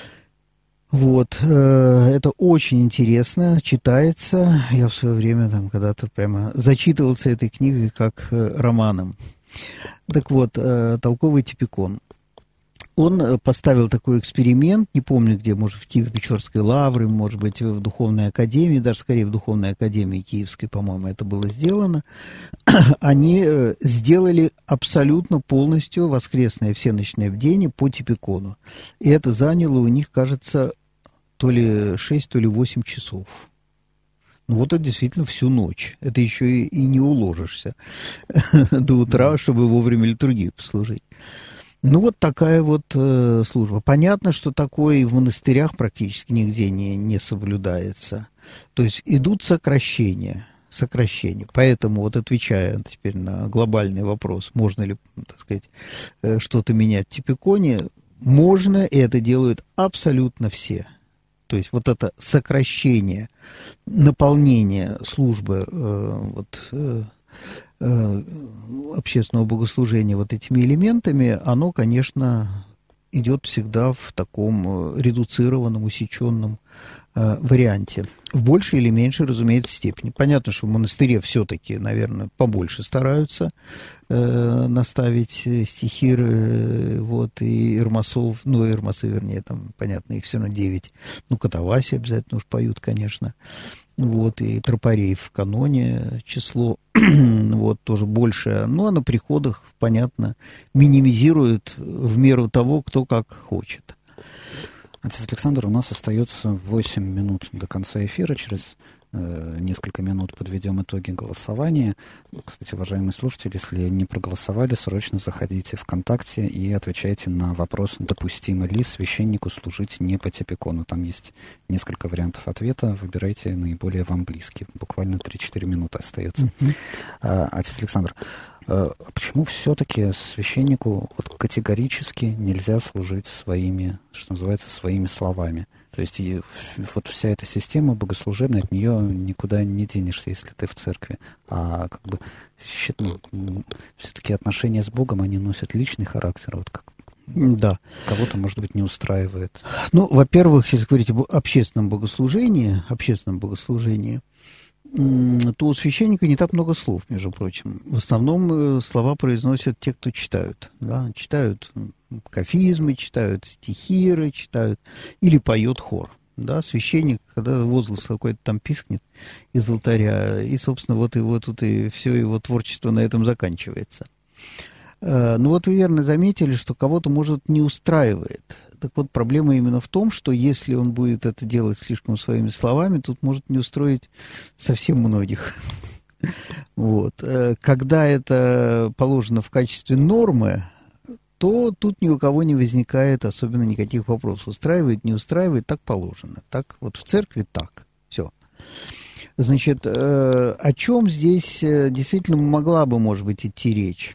Вот, э, это очень интересно, читается. Я в свое время там когда-то прямо зачитывался этой книгой как э, романом. Так вот, э, «Толковый Типикон». Он поставил такой эксперимент, не помню где, может, в Киево-Печорской лавре, может быть, в Духовной академии, даже скорее в Духовной академии Киевской, по-моему, это было сделано. Они э, сделали абсолютно полностью воскресное всеночное бдение по Типикону. И это заняло у них, кажется, то ли шесть, то ли восемь часов. Ну, вот это действительно всю ночь. Это еще и, и не уложишься до утра, чтобы вовремя литургию послужить. Ну, вот такая вот э, служба. Понятно, что такое и в монастырях практически нигде не, не соблюдается. То есть идут сокращения. сокращения. Поэтому, вот отвечая теперь на глобальный вопрос, можно ли, так сказать, э, что-то менять в Типиконе, можно, и это делают абсолютно все. То есть вот это сокращение, наполнение службы э, вот, э, э, общественного богослужения вот этими элементами, оно, конечно, идет всегда в таком редуцированном, усеченном э, варианте. В большей или меньшей, разумеется, степени. Понятно, что в монастыре все-таки, наверное, побольше стараются э, наставить стихиры, э, вот, и Ирмасов, ну, Ирмасы, вернее, там, понятно, их все равно девять. Ну, Катаваси обязательно уж поют, конечно. Вот, и тропарей в каноне число, вот, тоже больше. Ну, а на приходах, понятно, минимизируют в меру того, кто как хочет. Отец Александр, у нас остается восемь минут до конца эфира. Через э, несколько минут подведем итоги голосования. Кстати, уважаемые слушатели, если не проголосовали, срочно заходите в ВКонтакте и отвечайте на вопрос, допустимо ли священнику служить не по типикону. Там есть несколько вариантов ответа. Выбирайте наиболее вам близкий. Буквально три-четыре минуты остается. Mm-hmm. А, отец Александр, а почему все-таки священнику вот категорически нельзя служить своими, что называется, своими словами? То есть и вот вся эта система богослужебная, от нее никуда не денешься, если ты в церкви. А как бы ну, все-таки отношения с Богом, они носят личный характер, вот как да. Кого-то, может быть, не устраивает. Ну, во-первых, если говорить об общественном богослужении, общественном богослужении, то у священника не так много слов, между прочим. В основном слова произносят те, кто читают. Да? Читают кафизмы, читают стихиры, читают или поет хор. Да? Священник, когда возглас какой-то там пискнет из алтаря, и, собственно, вот его тут и все его творчество на этом заканчивается. Ну вот вы верно заметили, что кого-то, может, не устраивает. Так вот, проблема именно в том, что если он будет это делать слишком своими словами, тут может не устроить совсем многих. Вот. Когда это положено в качестве нормы, то тут ни у кого не возникает особенно никаких вопросов. Устраивает, не устраивает, так положено. Так вот в церкви так. Все. Значит, о чем здесь действительно могла бы, может быть, идти речь?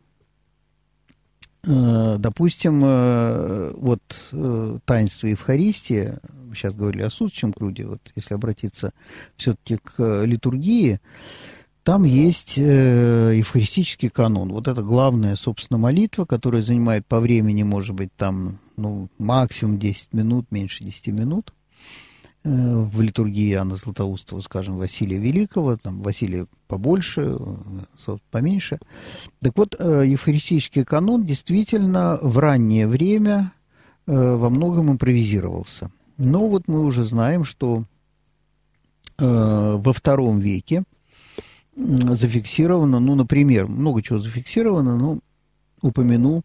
Допустим, вот таинство Евхаристии, сейчас говорили о суточном круге, вот если обратиться все-таки к литургии, там есть евхаристический канон. Вот это главная, собственно, молитва, которая занимает по времени, может быть, там, ну, максимум десять минут, меньше десяти минут. В литургии Иоанна Златоустова, скажем, Василия Великого, там Василия побольше, поменьше. Так вот, евхаристический канон действительно в раннее время во многом импровизировался. Но вот мы уже знаем, что во втором веке зафиксировано, ну, например, много чего зафиксировано, но упомяну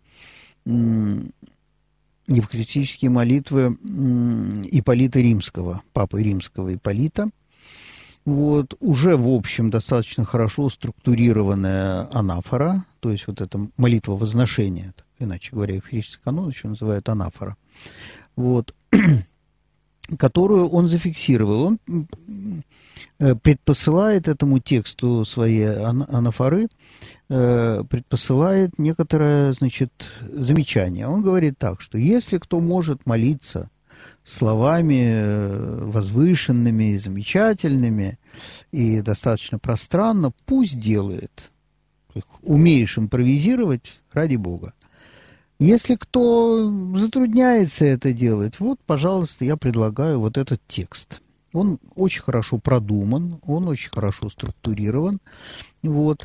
евхаристические молитвы Ипполита Римского, папы Римского Ипполита. Вот, уже, в общем, достаточно хорошо структурированная анафора, то есть вот эта молитва возношения, иначе говоря, евхаристический канон еще называют анафора, вот, которую он зафиксировал. Он предпосылает этому тексту своей анафоры, предпосылает некоторое, значит, замечание. Он говорит так, что если кто может молиться словами возвышенными, замечательными и достаточно пространно, пусть делает. Умеешь импровизировать, ради Бога. Если кто затрудняется это делать, вот, пожалуйста, я предлагаю вот этот текст. Он очень хорошо продуман, он очень хорошо структурирован. Вот.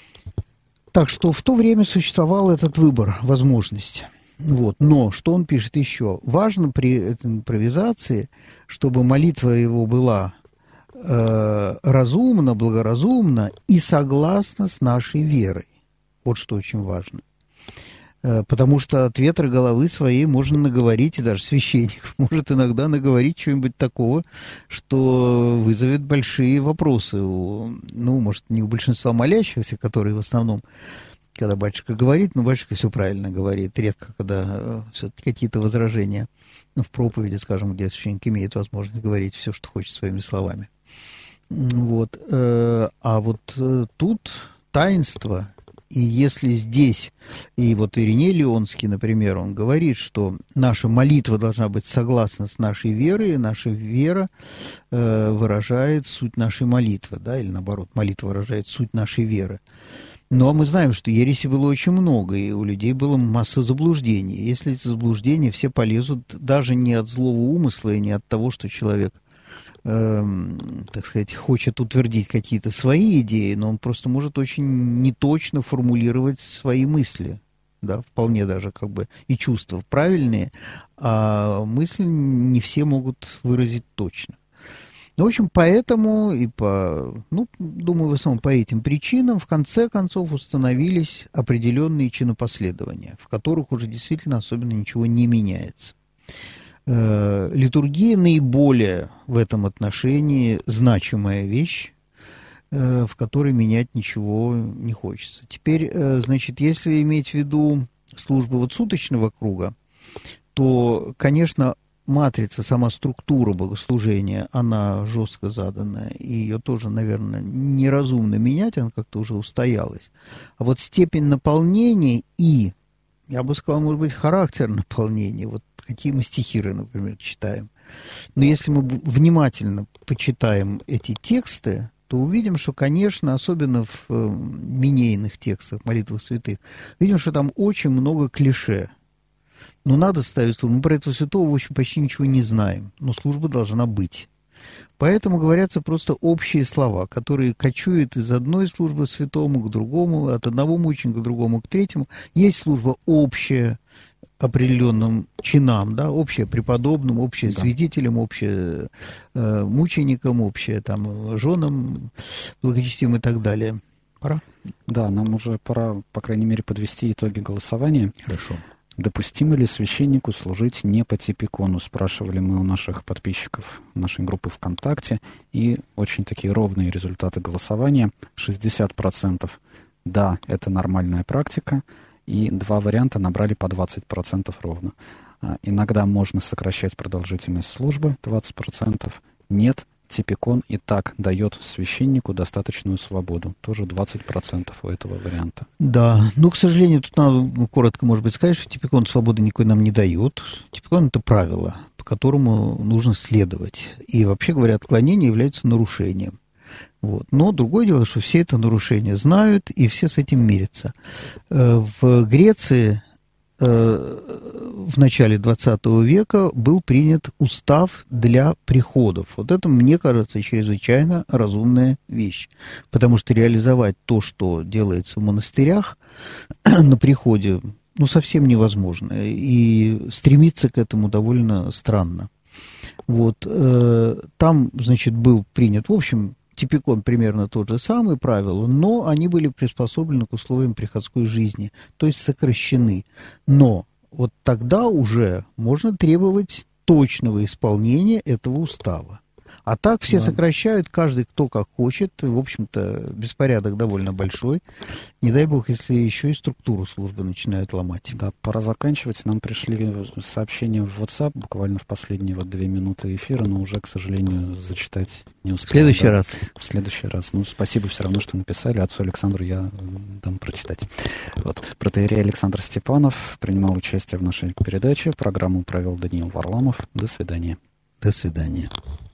Так что в то время существовал этот выбор, возможность. Вот. Но что он пишет еще? Важно при этой импровизации, чтобы молитва его была э, разумна, благоразумна и согласна с нашей верой. Вот что очень важно. Потому что от ветра головы своей можно наговорить, и даже священник может иногда наговорить чего-нибудь такого, что вызовет большие вопросы у, ну, может, не у большинства молящихся, которые в основном, когда батюшка говорит, но батюшка все правильно говорит, редко, когда все-таки какие-то возражения, ну, в проповеди, скажем, где священник имеет возможность говорить все, что хочет своими словами. Вот. А вот тут таинство. И если здесь, и вот Ириней Леонский, например, он говорит, что наша молитва должна быть согласна с нашей верой, и наша вера э, выражает суть нашей молитвы, да, или наоборот, молитва выражает суть нашей веры. Но мы знаем, что ереси было очень много, и у людей было масса заблуждений. Если эти заблуждения все полезут даже не от злого умысла и не от того, что человек э, так сказать, хочет утвердить какие-то свои идеи, но он просто может очень неточно формулировать свои мысли. Да, вполне даже как бы и чувства правильные, а мысли не все могут выразить точно. Ну, в общем, поэтому и по, ну, думаю, в основном по этим причинам в конце концов установились определенные чинопоследования, в которых уже действительно особенно ничего не меняется. Э, литургия наиболее в этом отношении значимая вещь, в которой менять ничего не хочется. Теперь, значит, если иметь в виду службы вот суточного круга, то, конечно, матрица, сама структура богослужения, она жестко заданная, и ее тоже, наверное, неразумно менять, она как-то уже устоялась. А вот степень наполнения и, я бы сказал, может быть, характер наполнения, вот какие мы стихиры, например, читаем. Но если мы внимательно почитаем эти тексты, то увидим, что, конечно, особенно в э, минейных текстах, молитвах святых, видим, что там очень много клише. Ну, надо ставить службу. Мы про этого святого, в общем, почти ничего не знаем, но служба должна быть. Поэтому говорятся просто общие слова, которые кочуют из одной службы святому к другому, от одного мученика к другому, к третьему. Есть служба общая, определенным чинам, да, общее преподобным, общее да. свидетелям, общее э, мученикам, общее там женам благочестивым и так далее. Пора? Да, нам уже пора, по крайней мере, подвести итоги голосования. Хорошо. Допустимо ли священнику служить не по типикону? Спрашивали мы у наших подписчиков нашей группы ВКонтакте, и очень такие ровные результаты голосования. шестьдесят процентов да, это нормальная практика, и два варианта набрали по двадцать процентов ровно. Иногда можно сокращать продолжительность службы, двадцать процентов. Нет, типикон и так дает священнику достаточную свободу. Тоже двадцать процентов у этого варианта. Да, ну, к сожалению, тут надо коротко, может быть, сказать, что типикон свободы никакой нам не дает. Типикон — это правило, по которому нужно следовать. И, вообще говоря, отклонение является нарушением. Вот. Но другое дело, что все это нарушения знают, и все с этим мирятся. В Греции в начале двадцатого века был принят устав для приходов. Вот это, мне кажется, чрезвычайно разумная вещь. Потому что реализовать то, что делается в монастырях на приходе, ну, совсем невозможно. И стремиться к этому довольно странно. Вот. Там, значит, был принят, в общем, типикон примерно тот же самый, правила, но они были приспособлены к условиям приходской жизни, то есть сокращены. Но вот тогда уже можно требовать точного исполнения этого устава. А так все да. сокращают, каждый кто как хочет. В общем-то, беспорядок довольно большой. Не дай бог, если еще и структуру службы начинают ломать. Да, пора заканчивать. Нам пришли сообщения в WhatsApp буквально в последние вот две минуты эфира, но уже, к сожалению, зачитать не успел. В следующий да. раз. В следующий раз. Ну, спасибо все равно, что написали. Отцу Александру я дам прочитать. Вот. Протоиерей Александр Степанов принимал участие в нашей передаче. Программу провел Даниил Варламов. До свидания. До свидания.